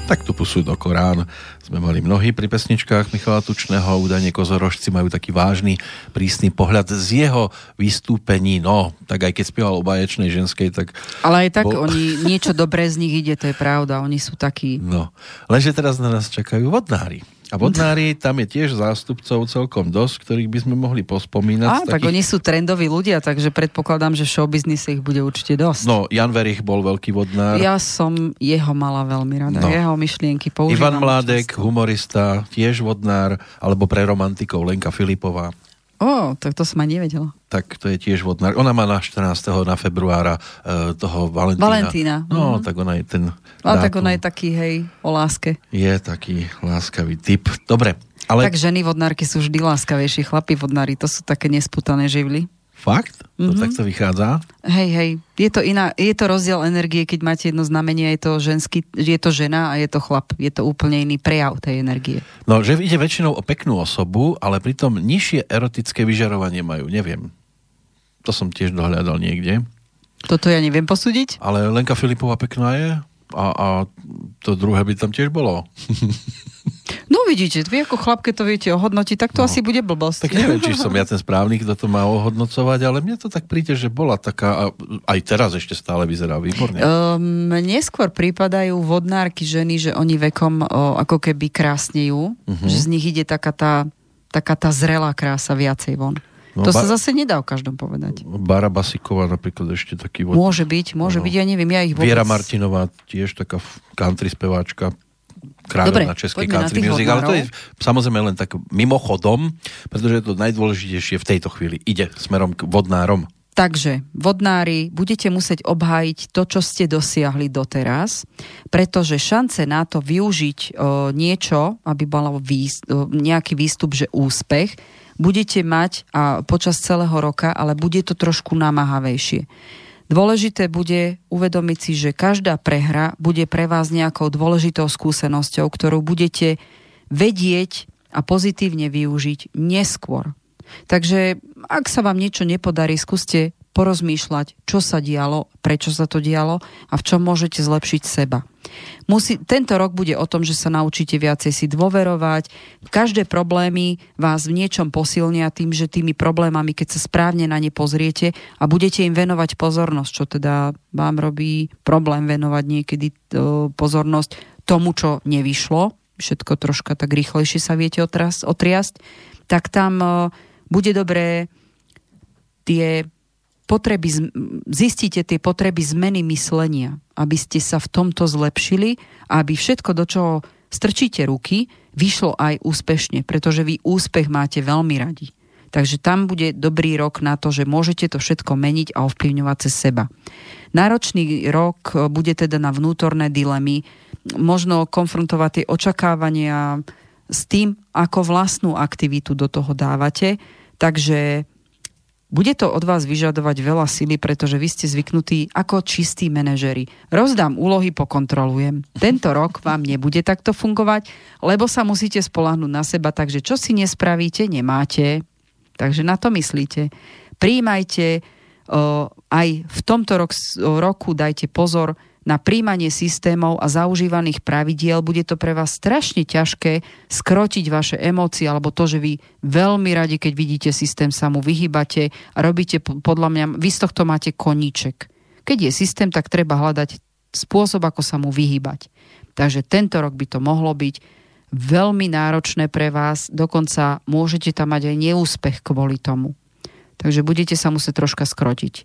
Tak tu pusujú do Korán. Sme mali mnohí pri pesničkách Michala Tučného. Údajne kozorožci majú taký vážny, prísny pohľad z jeho vystúpení. No, tak aj keď spieval o báječnej ženskej, tak... Ale aj tak bol... oni, niečo dobré z nich ide, to je pravda. Oni sú takí... No, lenže teraz na nás čakajú vodnári. A vodnári, tam je tiež zástupcov celkom dosť, ktorých by sme mohli pospomínať. Á, tak takých... oni sú trendoví ľudia, takže predpokladám, že v showbiznise ich bude určite dosť. No, Jan Verich bol veľký vodnár. Ja som jeho mala veľmi rada. No. Jeho myšlienky používam. Ivan Mládek, často. Humorista, tiež vodnár, alebo pre romantikov Lenka Filipová. Ó, tak to som aj nevedela. Tak to je tiež vodnár. Ona má na štrnásteho na februára e, toho Valentína. Valentína. No, mm. tak ona je ten Ale tak ona je taký, hej, o láske. Je taký láskavý typ. Dobre. Ale... Tak ženy vodnárky sú vždy láskavejšie. Chlapi vodnári, to sú také nesputané živly. Fakt? To Mm-hmm. takto vychádza? Hej, hej. Je to iná, je to rozdiel energie, keď máte jedno znamenie, je to ženský, je to žena a je to chlap. Je to úplne iný prejav tej energie. No, že ide väčšinou o peknú osobu, ale pritom nižšie erotické vyžarovanie majú. Neviem. To som tiež dohľadal niekde. Toto ja neviem posúdiť. Ale Lenka Filipová pekná je a, a to druhé by tam tiež bolo. No vidíte, vy ako chlap, keď to viete ohodnotiť, tak to no. asi bude blbosť. Tak neviem, či som ja ten správny, kto to má ohodnocovať, ale mne to tak príde, že bola taká, aj teraz ešte stále vyzerá výborne. Um, neskôr prípadajú vodnárky ženy, že oni vekom o, ako keby krásnejú, uh-huh. že z nich ide taká tá, taká tá zrelá krása viacej von. No, to ba- sa zase nedá o každom povedať. Bára Basíková napríklad ešte taký... Vod... Môže byť, môže no. byť, ja neviem, ja ich vôbec... Viera Martinová, tiež taká country speváčka, kráľovná českej country music, ale to je samozrejme len tak mimochodom, pretože je to najdôležitejšie v tejto chvíli. Ide smerom k vodnárom. Takže, vodnári, budete musieť obhájiť to, čo ste dosiahli doteraz, pretože šance na to využiť o, niečo, aby bol výst, o, nejaký výstup, že úspech, budete mať a počas celého roka, ale bude to trošku namáhavejšie. Dôležité bude uvedomiť si, že každá prehra bude pre vás nejakou dôležitou skúsenosťou, ktorú budete vedieť a pozitívne využiť neskôr. Takže ak sa vám niečo nepodarí, skúste porozmýšľať, čo sa dialo, prečo sa to dialo a v čom môžete zlepšiť seba. Musí, tento rok bude o tom, že sa naučíte viacej si dôverovať. Každé problémy vás v niečom posilnia tým, že tými problémami, keď sa správne na ne pozriete a budete im venovať pozornosť, čo teda vám robí problém venovať niekedy to, pozornosť tomu, čo nevyšlo, všetko troška tak rýchlejšie sa viete otras, otriasť, tak tam uh, bude dobré tie potreby, zistíte tie potreby zmeny myslenia, aby ste sa v tomto zlepšili a aby všetko, do čoho strčíte ruky, vyšlo aj úspešne, pretože vy úspech máte veľmi radi. Takže tam bude dobrý rok na to, že môžete to všetko meniť a ovplyvňovať cez seba. Náročný rok bude teda na vnútorné dilemy, možno konfrontovať tie očakávania s tým, ako vlastnú aktivitu do toho dávate, takže bude to od vás vyžadovať veľa sily, pretože vy ste zvyknutí ako čistí manažeri. Rozdám úlohy, pokontrolujem. Tento rok vám nebude takto fungovať, lebo sa musíte spoľahnúť na seba, takže čo si nespravíte, nemáte. Takže na to myslíte. Prijímajte, o, aj v tomto rok, roku dajte pozor na prijímanie systémov a zaužívaných pravidiel. Bude to pre vás strašne ťažké skrotiť vaše emócie, alebo to, že vy veľmi radi, keď vidíte systém, sa mu vyhýbate a robíte, podľa mňa, vy z tohto máte koníček. Keď je systém, tak treba hľadať spôsob, ako sa mu vyhýbať. Takže tento rok by to mohlo byť veľmi náročné pre vás, dokonca môžete tam mať aj neúspech kvôli tomu. Takže budete sa musieť troška skrotiť.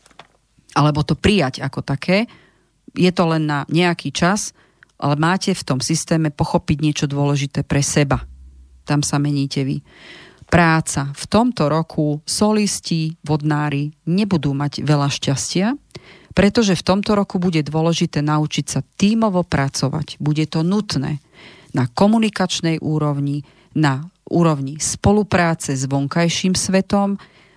Alebo to prijať ako také. Je to len na nejaký čas, ale máte v tom systéme pochopiť niečo dôležité pre seba. Tam sa meníte vy. Práca. V tomto roku solisti, vodnári nebudú mať veľa šťastia, pretože v tomto roku bude dôležité naučiť sa tímovo pracovať. Bude to nutné na komunikačnej úrovni, na úrovni spolupráce s vonkajším svetom,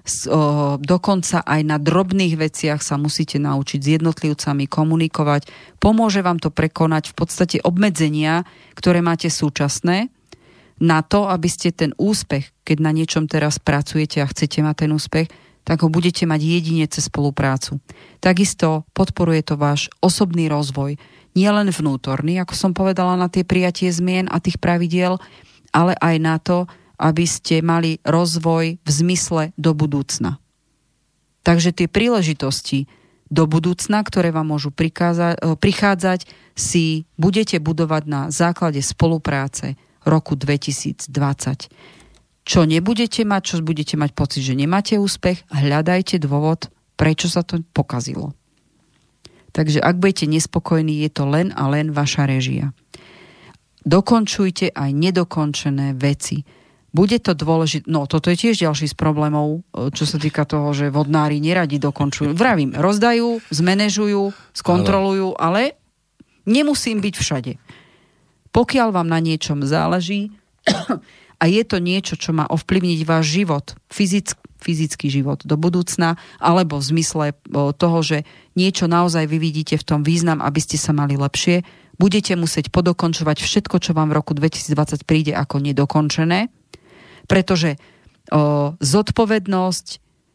dokonca aj na drobných veciach sa musíte naučiť s jednotlivcami komunikovať. Pomôže vám to prekonať v podstate obmedzenia, ktoré máte súčasné, na to, aby ste ten úspech, keď na niečom teraz pracujete a chcete mať ten úspech, tak ho budete mať jedine cez spoluprácu. Takisto podporuje to váš osobný rozvoj. Nie len vnútorný, ako som povedala, na tie prijatie zmien a tých pravidiel, ale aj na to, aby ste mali rozvoj v zmysle do budúcna. Takže tie príležitosti do budúcna, ktoré vám môžu prichádzať, si budete budovať na základe spolupráce roku dvetisícdvadsať. Čo nebudete mať, čo budete mať pocit, že nemáte úspech, hľadajte dôvod, prečo sa to pokazilo. Takže ak budete nespokojní, je to len a len vaša réžia. Dokončujte aj nedokončené veci. Bude to dôležité, no toto je tiež ďalší z problémov, čo sa týka toho, že vodnári neradi dokončujú. Vravím, rozdajú, zmanéžujú, skontrolujú, ale nemusím byť všade. Pokiaľ vám na niečom záleží a je to niečo, čo má ovplyvniť váš život, fyzick, fyzický život do budúcna, alebo v zmysle toho, že niečo naozaj vy vidíte v tom význam, aby ste sa mali lepšie, budete musieť podokončovať všetko, čo vám v roku dvetisícdvadsať príde ako nedokončené, pretože o, zodpovednosť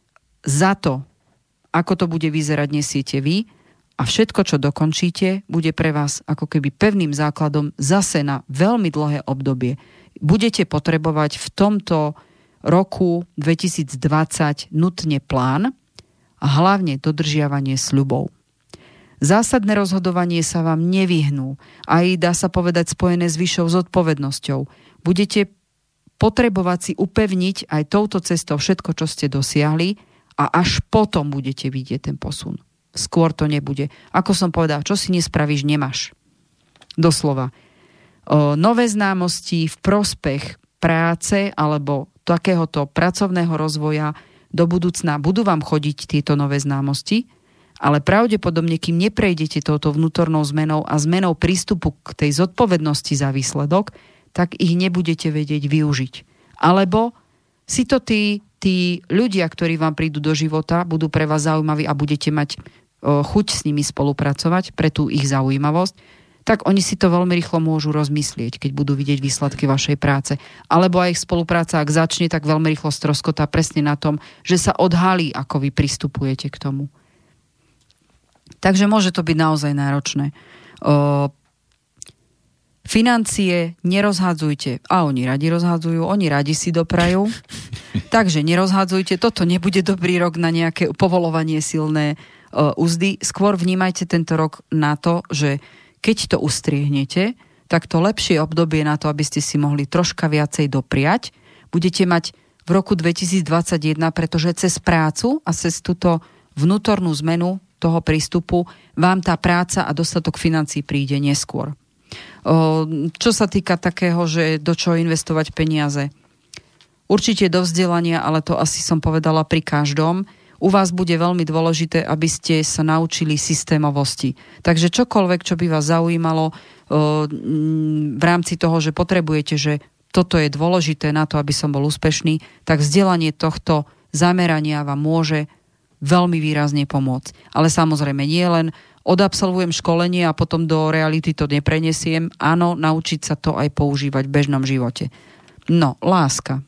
za to, ako to bude vyzerať, nesiete vy a všetko, čo dokončíte, bude pre vás ako keby pevným základom zase na veľmi dlhé obdobie. Budete potrebovať v tomto roku dvetisícdvadsať nutne plán a hlavne dodržiavanie sľubov. Zásadné rozhodovanie sa vám nevyhnú, aj dá sa povedať spojené s vyššou zodpovednosťou. Budete potrebovať si upevniť aj touto cestou všetko, čo ste dosiahli a až potom budete vidieť ten posun. Skôr to nebude. Ako som povedal, čo si nespravíš, nemáš. Doslova. O, nové známosti v prospech práce alebo takéhoto pracovného rozvoja do budúcna budú vám chodiť tieto nové známosti, ale pravdepodobne, kým neprejdete touto vnútornou zmenou a zmenou prístupu k tej zodpovednosti za výsledok, tak ich nebudete vedieť využiť. Alebo si to tí, tí ľudia, ktorí vám prídu do života, budú pre vás zaujímaví a budete mať o, chuť s nimi spolupracovať pre tú ich zaujímavosť, tak oni si to veľmi rýchlo môžu rozmyslieť, keď budú vidieť výsledky vašej práce. Alebo aj ich spolupráca, ak začne, tak veľmi rýchlo stroskotá presne na tom, že sa odhalí, ako vy pristupujete k tomu. Takže môže to byť naozaj náročné. O, financie nerozhadzujte. A oni radi rozhadzujú, oni radi si doprajú. Takže nerozhadzujte. Toto nebude dobrý rok na nejaké povolovanie silné o, úzdy. Skôr vnímajte tento rok na to, že keď to ustriehnete, tak to lepšie obdobie na to, aby ste si mohli troška viacej dopriať, budete mať v roku dvetisícdvadsaťjeden, pretože cez prácu a cez túto vnútornú zmenu toho prístupu vám tá práca a dostatok financií príde neskôr. O, čo sa týka takého, že do čoho investovať peniaze? Určite do vzdelania, ale to asi som povedala pri každom. U vás bude veľmi dôležité, aby ste sa naučili systémovosti. Takže čokoľvek, čo by vás zaujímalo v rámci toho, že potrebujete, že toto je dôležité na to, aby som bol úspešný, tak vzdelanie tohto zamerania vám môže veľmi výrazne pomôcť. Ale samozrejme nie len odabsolvujem školenie a potom do reality to neprenesiem. Áno, naučiť sa to aj používať v bežnom živote. No, láska.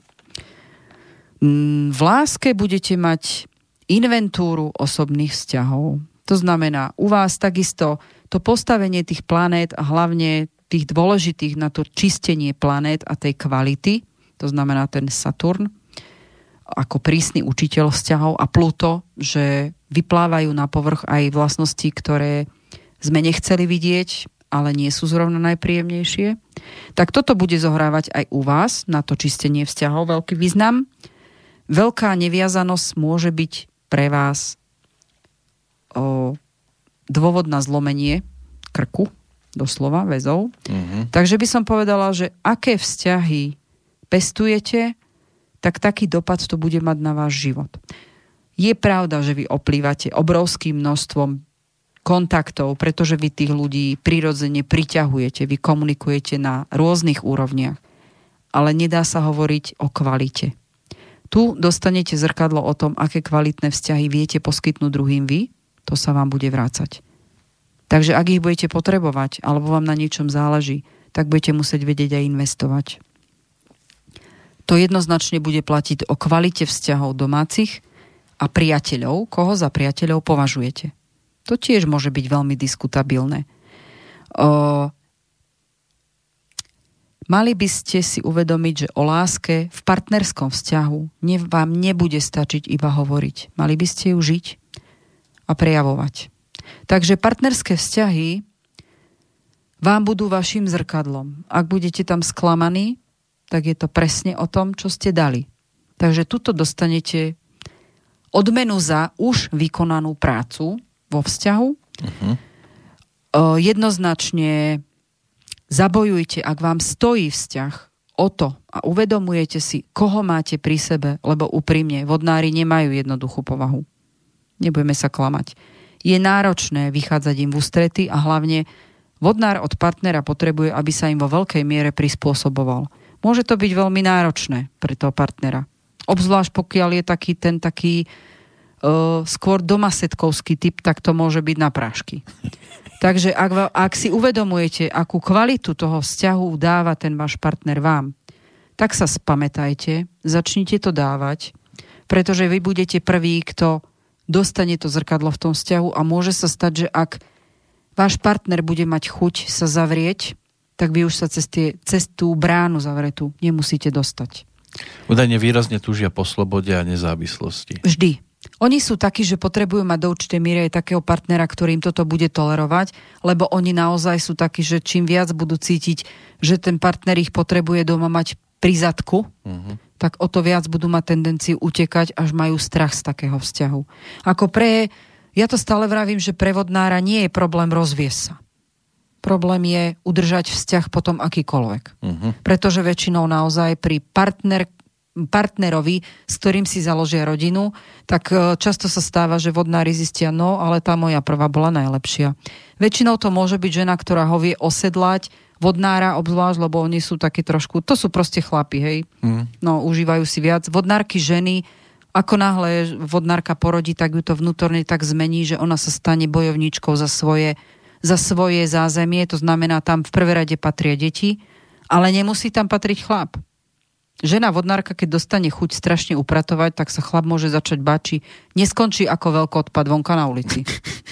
V láske budete mať inventúru osobných vzťahov. To znamená, u vás takisto to postavenie tých planét a hlavne tých dôležitých na to čistenie planét a tej kvality, to znamená ten Saturn, ako prísny učiteľ vzťahov a Pluto, že vyplávajú na povrch aj vlastnosti, ktoré sme nechceli vidieť, ale nie sú zrovna najpríjemnejšie. Tak toto bude zohrávať aj u vás na to čistenie vzťahov veľký význam. Veľká neviazanosť môže byť pre vás o, dôvod na zlomenie krku, doslova väzov. Mm-hmm. Takže by som povedala, že aké vzťahy pestujete, tak taký dopad to bude mať na váš život. Je pravda, že vy oplývate obrovským množstvom kontaktov, pretože vy tých ľudí prirodzene priťahujete, vy komunikujete na rôznych úrovniach, ale nedá sa hovoriť o kvalite. Tu dostanete zrkadlo o tom, aké kvalitné vzťahy viete poskytnúť druhým vy, to sa vám bude vrácať. Takže ak ich budete potrebovať, alebo vám na niečom záleží, tak budete musieť vedieť aj investovať. To jednoznačne bude platiť o kvalite vzťahov domácich a priateľov, koho za priateľov považujete. To tiež môže byť veľmi diskutabilné. O, mali by ste si uvedomiť, že o láske v partnerskom vzťahu ne, vám nebude stačiť iba hovoriť. Mali by ste ju žiť a prejavovať. Takže partnerské vzťahy vám budú vašim zrkadlom. Ak budete tam sklamaní, tak je to presne o tom, čo ste dali. Takže tuto dostanete odmenu za už vykonanú prácu vo vzťahu. Uh-huh. Jednoznačne zabojujte, ak vám stojí vzťah o to a uvedomujete si, koho máte pri sebe, lebo úprimne, vodnári nemajú jednoduchú povahu. Nebudeme sa klamať. Je náročné vychádzať im v ústrety a hlavne vodnár od partnera potrebuje, aby sa im vo veľkej miere prispôsoboval. Môže to byť veľmi náročné pre toho partnera. Obzvlášť pokiaľ je taký ten taký uh, skôr domasetkovský typ, tak to môže byť na prášky. Takže ak, ak si uvedomujete, akú kvalitu toho vzťahu dáva ten váš partner vám, tak sa spamätajte, začnite to dávať, pretože vy budete prvý, kto dostane to zrkadlo v tom vzťahu a môže sa stať, že ak váš partner bude mať chuť sa zavrieť, tak vy už sa cez, tie, cez tú bránu zavretú nemusíte dostať. Údajne výrazne túžia po slobode a nezávislosti. Vždy. Oni sú takí, že potrebujú mať do určitej miery aj takého partnera, ktorým toto bude tolerovať, lebo oni naozaj sú takí, že čím viac budú cítiť, že ten partner ich potrebuje doma mať pri zadku, uh-huh. tak o to viac budú mať tendenciu utekať, až majú strach z takého vzťahu. Ako pre... Ja to stále vravím, že pre vodnára nie je problém rozviesť sa. Problém je udržať vzťah potom akýkoľvek. Uh-huh. Pretože väčšinou naozaj pri partner, partnerovi, s ktorým si založia rodinu, tak často sa stáva, že vodnári zistia, no, ale tá moja prvá bola najlepšia. Väčšinou to môže byť žena, ktorá ho vie osedlať, vodnára obzvlášť, lebo oni sú takí trošku, to sú proste chlapi, hej. Uh-huh. No, užívajú si viac. Vodnárky ženy, ako náhle vodnárka porodí, tak ju to vnútorne tak zmení, že ona sa stane bojovníčkou za svoje, za svoje zázemie. To znamená, tam v prvé rade patria deti, ale nemusí tam patriť chlap. Žena vodnárka, keď dostane chuť strašne upratovať, tak sa chlap môže začať báť, či neskončí ako veľkoodpad vonka na ulici.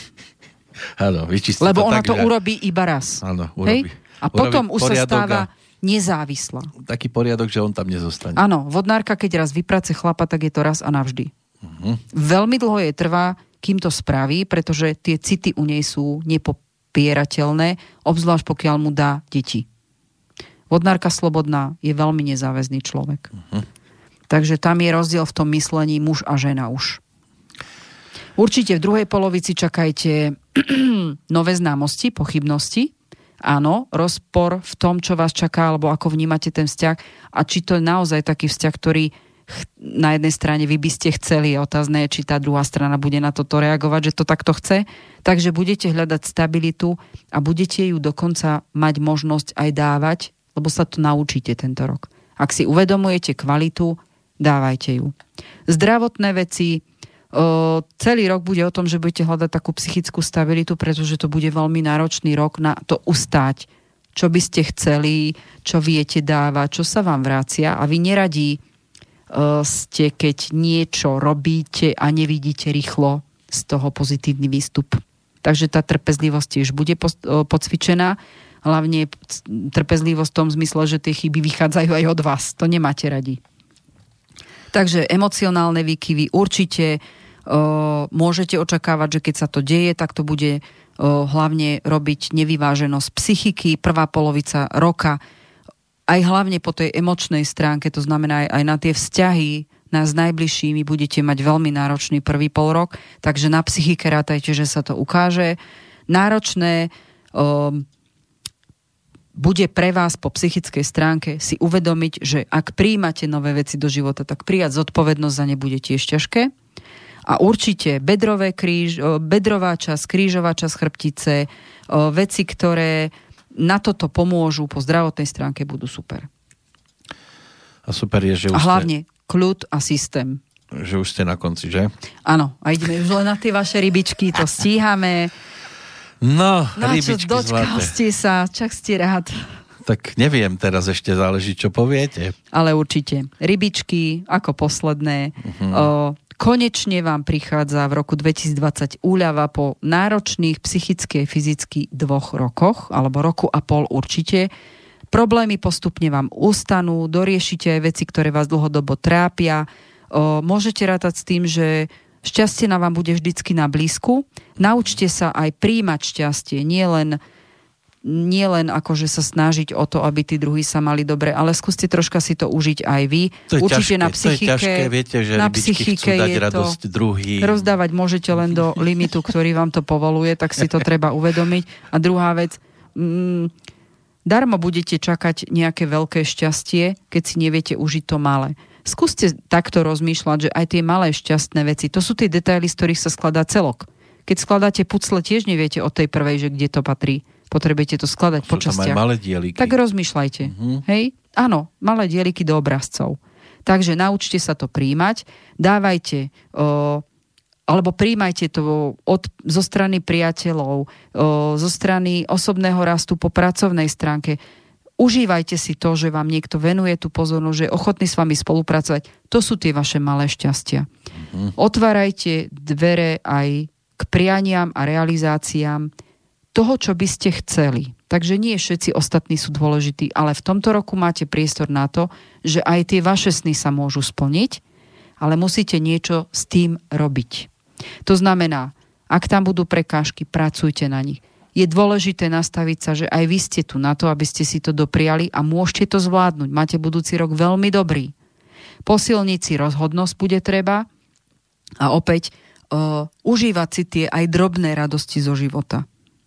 Áno, vyčistí Lebo to ona tak, to že... urobí iba raz. Áno, urobí. Hej? A potom urobí už sa stáva... nezávislá. Taký poriadok, že on tam nezostane. Áno, vodnárka, keď raz vyprace chlapa, tak je to raz a navždy. Uh-huh. Veľmi dlho jej trvá, kým to spraví, pretože tie city u nej sú nepopierateľné, obzvlášť pokiaľ mu dá deti. Vodnárka slobodná je veľmi nezáväzný človek. Uh-huh. Takže tam je rozdiel v tom myslení muž a žena už. Určite v druhej polovici čakajte nové známosti, pochybnosti. Áno, rozpor v tom, čo vás čaká, alebo ako vnímate ten vzťah a či to je naozaj taký vzťah, ktorý na jednej strane vy by ste chceli, je otázne, či tá druhá strana bude na toto reagovať, že to takto chce. Takže budete hľadať stabilitu a budete ju dokonca mať možnosť aj dávať, lebo sa to naučíte tento rok. Ak si uvedomujete kvalitu, dávajte ju. Zdravotné veci, O, celý rok bude o tom, že budete hľadať takú psychickú stabilitu, pretože to bude veľmi náročný rok na to ustáť, čo by ste chceli, čo viete dávať, čo sa vám vracia a vy neradí o, ste, keď niečo robíte a nevidíte rýchlo z toho pozitívny výstup. Takže tá trpezlivosť už bude po, o, pocvičená, hlavne trpezlivosť v tom zmysle, že tie chyby vychádzajú aj od vás. To nemáte radi. Takže emocionálne výkyvy určite uh, môžete očakávať, že keď sa to deje, tak to bude uh, hlavne robiť nevyváženosť psychiky, prvá polovica roka, aj hlavne po tej emočnej stránke, to znamená aj, aj na tie vzťahy na s najbližšími budete mať veľmi náročný prvý pol rok, takže na psychike rátajte, že sa to ukáže. Náročné uh, bude pre vás po psychickej stránke si uvedomiť, že ak prijímate nové veci do života, tak prijať zodpovednosť za ne bude tiež ťažké. A určite bedrové kríž, bedrová časť, krížová časť chrbtice, veci, ktoré na toto pomôžu po zdravotnej stránke, budú super. A super je, že už A hlavne ste, kľud a systém. Že už ste na konci, že? Áno, a ideme už len na tie vaše rybičky, to stíhame. No, no rybičky čo, dočkal ste sa, čak ste rád. Tak neviem, teraz ešte záleží, čo poviete. Ale určite. Rybičky, ako posledné. Uh-huh. O, Konečne vám prichádza v roku dvetisícdvadsať úľava po náročných psychicky a fyzicky dvoch rokoch, alebo roku a pol určite. Problémy postupne vám ustanú, doriešite aj veci, ktoré vás dlhodobo trápia. O, môžete rátať s tým, že šťastie na vám bude vždycky na blízku. Naučte sa aj príjmať šťastie, nie len nie len akože sa snažiť o to, aby tí druhí sa mali dobre, ale skúste troška si to užiť aj vy. To je určite ťažké, na psychike, to je ťažké, viete, že na rybičky chcú dať radosť druhým. Rozdávať môžete len do limitu, ktorý vám to povoluje, tak si to treba uvedomiť. A druhá vec, mm, darmo budete čakať nejaké veľké šťastie, keď si neviete užiť to malé. Skúste takto rozmýšľať, že aj tie malé šťastné veci, to sú tie detaily, z ktorých sa skladá celok. Keď skladáte pucle, tiež neviete od tej prvej, že kde to patrí. Potrebujete to skladať po častiach. Malé dieliky. Tak rozmýšľajte. Uh-huh. Hej? Áno, malé dieliky do obrazcov. Takže naučte sa to príjmať, dávajte, o, alebo príjmajte to od, zo strany priateľov, o, zo strany osobného rastu po pracovnej stránke. Užívajte si to, že vám niekto venuje tú pozornosť, že je ochotný s vami spolupracovať. To sú tie vaše malé šťastia. Uh-huh. Otvárajte dvere aj k prianiam a realizáciám toho, čo by ste chceli. Takže nie všetci ostatní sú dôležití, ale v tomto roku máte priestor na to, že aj tie vaše sny sa môžu splniť, ale musíte niečo s tým robiť. To znamená, ak tam budú prekážky, pracujte na nich. Je dôležité nastaviť sa, že aj vy ste tu na to, aby ste si to dopriali a môžete to zvládnuť. Máte budúci rok veľmi dobrý. Posilniť si rozhodnosť bude treba a opäť uh, užívať si tie aj drobné radosti zo života.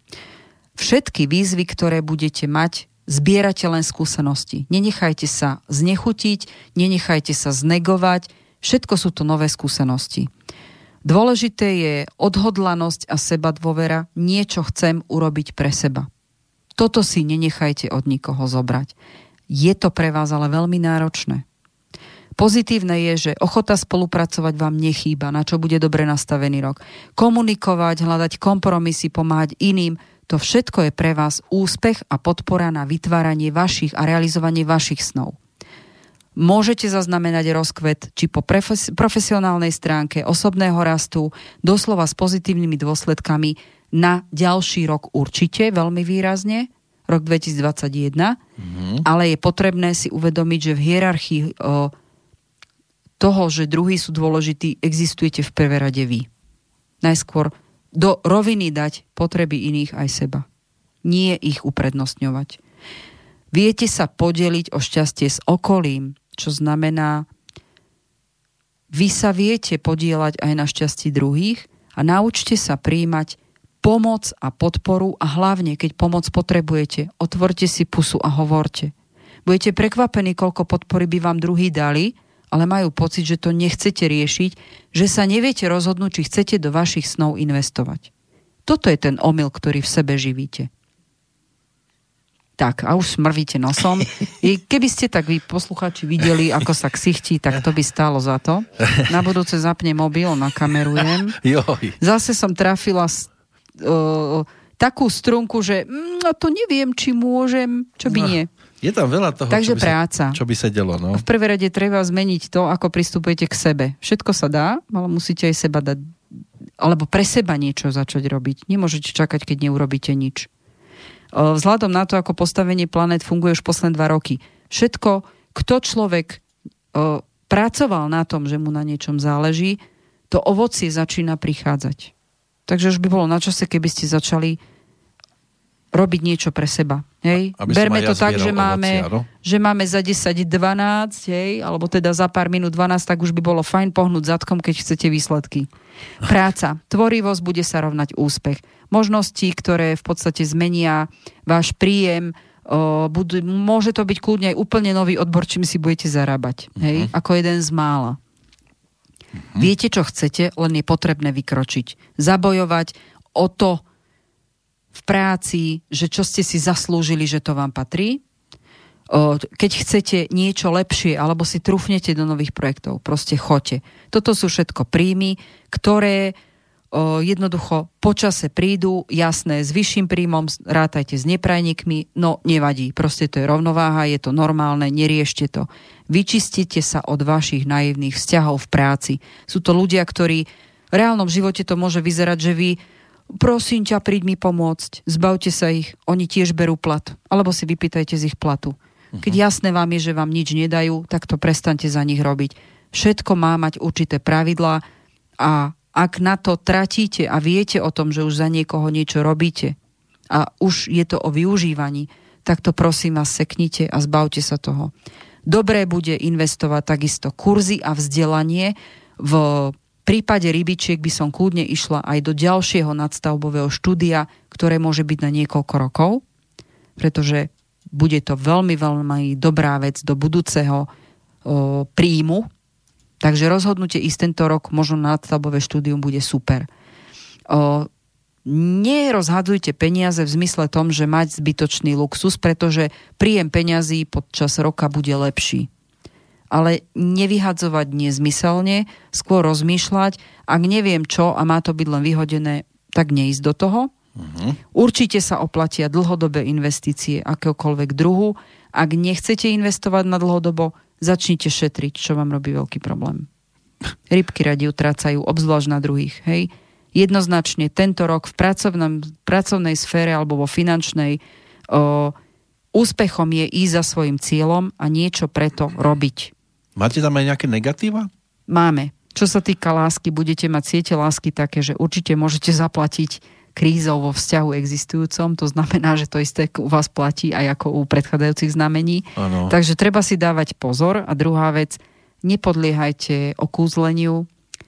Všetky výzvy, ktoré budete mať, zbierate len skúsenosti. Nenechajte sa znechutiť, nenechajte sa znegovať. Všetko sú to nové skúsenosti. Dôležité je odhodlanosť a sebadôvera. Niečo chcem urobiť pre seba. Toto si nenechajte od nikoho zobrať. Je to pre vás ale veľmi náročné. Pozitívne je, že ochota spolupracovať vám nechýba, na čo bude dobre nastavený rok. Komunikovať, hľadať kompromisy, pomáhať iným, to všetko je pre vás úspech a podpora na vytváranie vašich a realizovanie vašich snov. Môžete zaznamenať rozkvet či po profes- profesionálnej stránke osobného rastu, doslova s pozitívnymi dôsledkami na ďalší rok určite, veľmi výrazne, rok dvetisícdvadsaťjeden, mm-hmm. ale je potrebné si uvedomiť, že v hierarchii o, toho, že druhí sú dôležití, existujete v prvé rade vy. Najskôr do roviny dať potreby iných aj seba. Nie ich uprednostňovať. Viete sa podeliť o šťastie s okolím, čo znamená, vy sa viete podieľať aj na šťastí druhých a naučte sa prijímať pomoc a podporu a hlavne, keď pomoc potrebujete, otvorte si pusu a hovorte. Budete prekvapení, koľko podpory by vám druhí dali, ale majú pocit, že to nechcete riešiť, že sa neviete rozhodnúť, či chcete do vašich snov investovať. Toto je ten omyl, ktorý v sebe živíte. Tak, a už smrvíte nosom. Keby ste tak vy poslucháči videli, ako sa ksichtí, tak to by stálo za to. Na budúce zapnem mobil, nakamerujem. Zase som trafila uh, takú strunku, že mm, no to neviem, či môžem, čo by no. nie. Je tam veľa toho, Takže čo by, práca. Sa, čo by sa delo. No. V prvé rade treba zmeniť to, ako pristupujete k sebe. Všetko sa dá, ale musíte aj seba dať, alebo pre seba niečo začať robiť. Nemôžete čakať, keď neurobíte nič. Vzhľadom na to, ako postavenie planét funguje už posledné dva roky. Všetko, kto človek o, pracoval na tom, že mu na niečom záleží, to ovocie začína prichádzať. Takže už by bolo na čase, keby ste začali robiť niečo pre seba. Hej? Berme to ja tak, že máme, ovocia, no? že máme za desať dvanásť, hej? Alebo teda za pár minút dvanásť, tak už by bolo fajn pohnúť zadkom, keď chcete výsledky. Práca. Tvorivosť bude sa rovnať úspech. Možnosti, ktoré v podstate zmenia váš príjem, o, budú, môže to byť kľudne aj úplne nový odbor, čím si budete zarábať. Hej? Uh-huh. Ako jeden z mála. Uh-huh. Viete, čo chcete, len je potrebné vykročiť. Zabojovať o to v práci, že čo ste si zaslúžili, že to vám patrí. Keď chcete niečo lepšie, alebo si trúfnete do nových projektov, proste choďte. Toto sú všetko príjmy, ktoré o, jednoducho počase prídu, jasné, s vyšším príjmom, rátajte s neprajníkmi, no nevadí, proste to je rovnováha, je to normálne, neriešte to. Vyčistite sa od vašich naivných vzťahov v práci. Sú to ľudia, ktorí v reálnom živote to môže vyzerať, že vy prosím ťa, príď mi pomôcť, zbavte sa ich, oni tiež berú plat. Alebo si vypýtajte z ich platu. Keď jasné vám je, že vám nič nedajú, tak to prestaňte za nich robiť. Všetko má mať určité pravidlá a ak na to tratíte a viete o tom, že už za niekoho niečo robíte a už je to o využívaní, tak to prosím vás seknite a zbavte sa toho. Dobré bude investovať takisto kurzy a vzdelanie. V prípade rybičiek by som kľudne išla aj do ďalšieho nadstavbového štúdia, ktoré môže byť na niekoľko rokov, pretože bude to veľmi, veľmi dobrá vec do budúceho o, príjmu. Takže rozhodnutie ísť tento rok možno na nadstavbové štúdium bude super. O, nerozhadzujte peniaze v zmysle tom, že mať zbytočný luxus, pretože príjem peňazí počas roka bude lepší. Ale nevyhadzovať nezmyselne, skôr rozmýšľať, ak neviem čo a má to byť len vyhodené, tak neísť do toho. Uh-huh. Určite sa oplatia dlhodobé investície akéhokoľvek druhu. Ak nechcete investovať na dlhodobo, začnite šetriť, čo vám robí veľký problém. Rybky radi utrácajú, obzvlášť na druhých. Hej? Jednoznačne tento rok v pracovnom, pracovnej sfére alebo vo finančnej o, úspechom je ísť za svojim cieľom a niečo preto robiť. Máte tam aj nejaké negatíva? Máme. Čo sa týka lásky, budete mať siete lásky také, že určite môžete zaplatiť krízou vo vzťahu existujúcom. To znamená, že to isté u vás platí aj ako u predchádzajúcich znamení. Ano. Takže treba si dávať pozor. A druhá vec, nepodliehajte okúzleniu.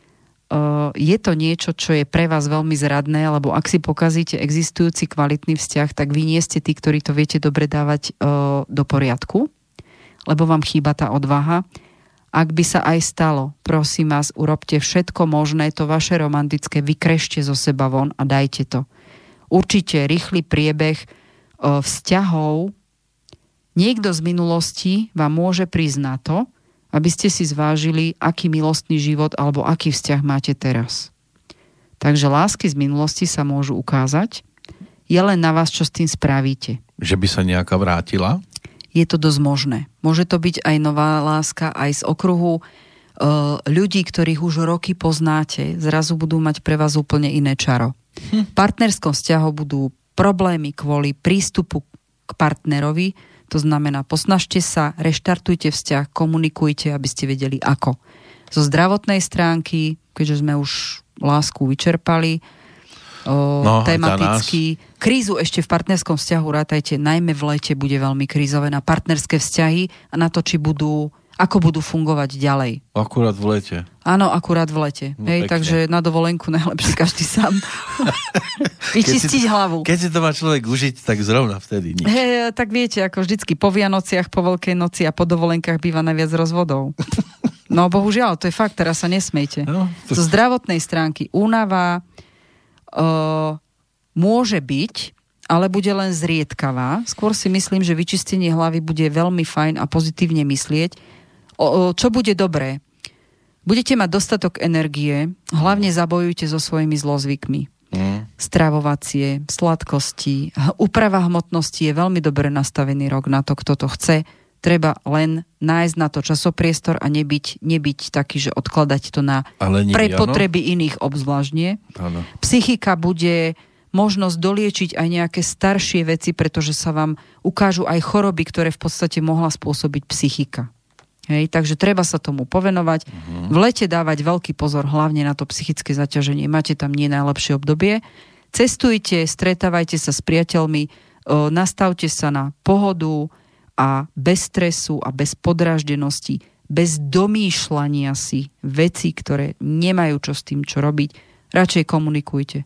Je to niečo, čo je pre vás veľmi zradné, lebo ak si pokazíte existujúci kvalitný vzťah, tak vy nie ste tí, ktorí to viete dobre dávať do poriadku, lebo vám chýba tá odvaha. Ak by sa aj stalo, prosím vás, urobte všetko možné, to vaše romantické vykrešte zo seba von a dajte to. Určite rýchly priebeh vzťahov. Niekto z minulosti vám môže prísť na to, aby ste si zvážili, aký milostný život alebo aký vzťah máte teraz. Takže lásky z minulosti sa môžu ukázať. Je len na vás, čo s tým spravíte. Že by sa nejaká vrátila? Je to dosť možné. Môže to byť aj nová láska, aj z okruhu e, ľudí, ktorých už roky poznáte, zrazu budú mať pre vás úplne iné čaro. Hm. V partnerskom vzťahu budú problémy kvôli prístupu k partnerovi, to znamená, posnažte sa, reštartujte vzťah, komunikujte, aby ste vedeli ako. Zo zdravotnej stránky, keďže sme už lásku vyčerpali, o, no, tematicky. Krízu ešte v partnerskom vzťahu rátajte, najmä v lete bude veľmi krízové na partnerské vzťahy a na to, či budú, ako budú fungovať ďalej. Akurát v lete. Áno, akurát v lete. No, hej, takže na dovolenku najlepšie každý sám vyčistiť keď hlavu. Keď si to má človek užiť, tak zrovna vtedy nič. Hey, tak viete, ako vždycky po Vianociach, po Veľkej noci a po dovolenkách býva najviac rozvodov. No bohužiaľ, to je fakt, teraz sa nesmejte. No, to... Zo zdravotnej stránky únava uh, môže byť, ale bude len zriedkavá. Skôr si myslím, že vyčistenie hlavy bude veľmi fajn a pozitívne myslieť. O, o, čo bude dobré? Budete mať dostatok energie, hlavne zabojujte so svojimi zlozvykmi. Mm. Stravovacie, sladkosti, úprava hmotnosti je veľmi dobre nastavený rok na to, kto to chce. Treba len nájsť na to časopriestor a nebyť, nebyť taký, že odkladať to na nie, pre potreby ano? Iných obzvláštne. Psychika bude možnosť doliečiť aj nejaké staršie veci, pretože sa vám ukážu aj choroby, ktoré v podstate mohla spôsobiť psychika. Hej, takže treba sa tomu povenovať. Uh-huh. V lete dávať veľký pozor hlavne na to psychické zaťaženie. Máte tam nie najlepšie obdobie. Cestujte, stretávajte sa s priateľmi, o, nastavte sa na pohodu a bez stresu a bez podráždenosti, bez domýšľania si veci, ktoré nemajú čo s tým, čo robiť. Radšej komunikujte.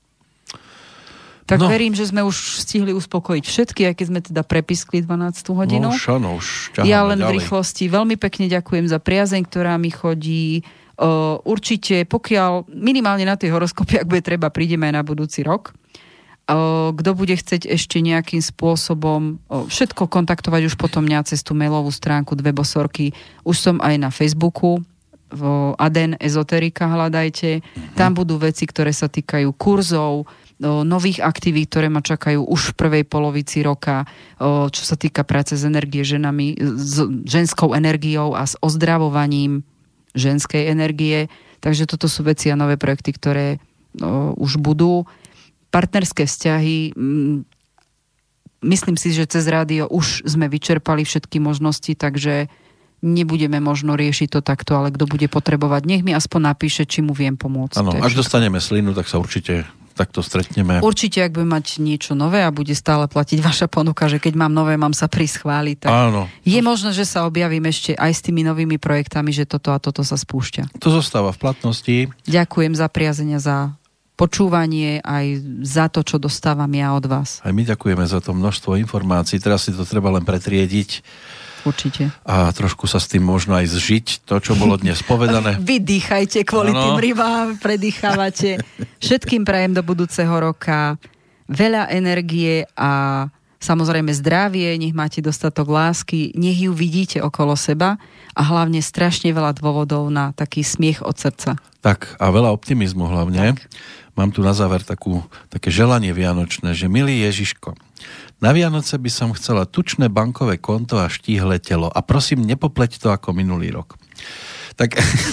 Tak no. Verím, že sme už stihli uspokojiť všetky, aj keď sme teda prepiskli dvanástu hodinu. No už áno, už ťaháme ja len ďalej. V rýchlosti veľmi pekne ďakujem za priazeň, ktorá mi chodí. Uh, určite, pokiaľ minimálne na tej horoskopy, ak bude treba, prídeme aj na budúci rok. Uh, kto bude chcieť ešte nejakým spôsobom uh, všetko kontaktovať už potom mňa cez tú mailovú stránku Dve bosorky. Už som aj na Facebooku, v Aden Ezoterika hľadajte. Mm-hmm. Tam budú veci, ktoré sa týkajú kurzov, o, nových aktivít, ktoré ma čakajú už v prvej polovici roka, o, čo sa týka práce s energie ženami, s ženskou energiou a s ozdravovaním ženskej energie. Takže toto sú veci a nové projekty, ktoré o, už budú. Partnerské vzťahy, m, myslím si, že cez rádio už sme vyčerpali všetky možnosti, takže nebudeme možno riešiť to takto, ale kto bude potrebovať, nech mi aspoň napíše, či mu viem pomôcť. Áno, až dostaneme slinu, tak sa určite takto stretneme. Určite, ak bude mať niečo nové a bude stále platiť vaša ponuka, že keď mám nové, mám sa prischváliť, tak áno. Je možné, že sa objavím ešte aj s tými novými projektami, že toto a toto sa spúšťa. To zostáva v platnosti. Ďakujem za priazenia, za počúvanie, aj za to, čo dostávam ja od vás. Aj my ďakujeme za to množstvo informácií. Teraz si to treba len pretriediť. Určite. A trošku sa s tým možno aj zžiť, to, čo bolo dnes povedané. Vy dýchajte kvôli ano. Tým rybám, predýchávate. Všetkým prajem do budúceho roka veľa energie a samozrejme zdravie, nech máte dostatok lásky, nech ju vidíte okolo seba a hlavne strašne veľa dôvodov na taký smiech od srdca. Tak a veľa optimizmu hlavne. Tak. Mám tu na záver takú, také želanie vianočné, že milý Ježiško, na Vianoce by som chcela tučné bankové konto a štíhle telo. A prosím, nepopleť to ako minulý rok. Tak,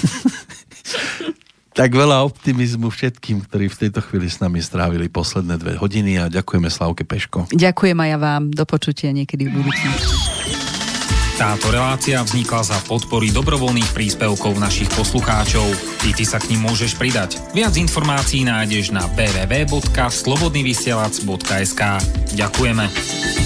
tak veľa optimizmu všetkým, ktorí v tejto chvíli s nami strávili posledné dve hodiny a ďakujeme Slavke Peško. Ďakujem aj ja vám. Do počutia niekedy v budúcnosti. Táto relácia vznikla za podpory dobrovoľných príspevkov našich poslucháčov. I ty sa k nim môžeš pridať. Viac informácií nájdeš na w w w bodka slobodnyvysielac bodka es ka. Ďakujeme.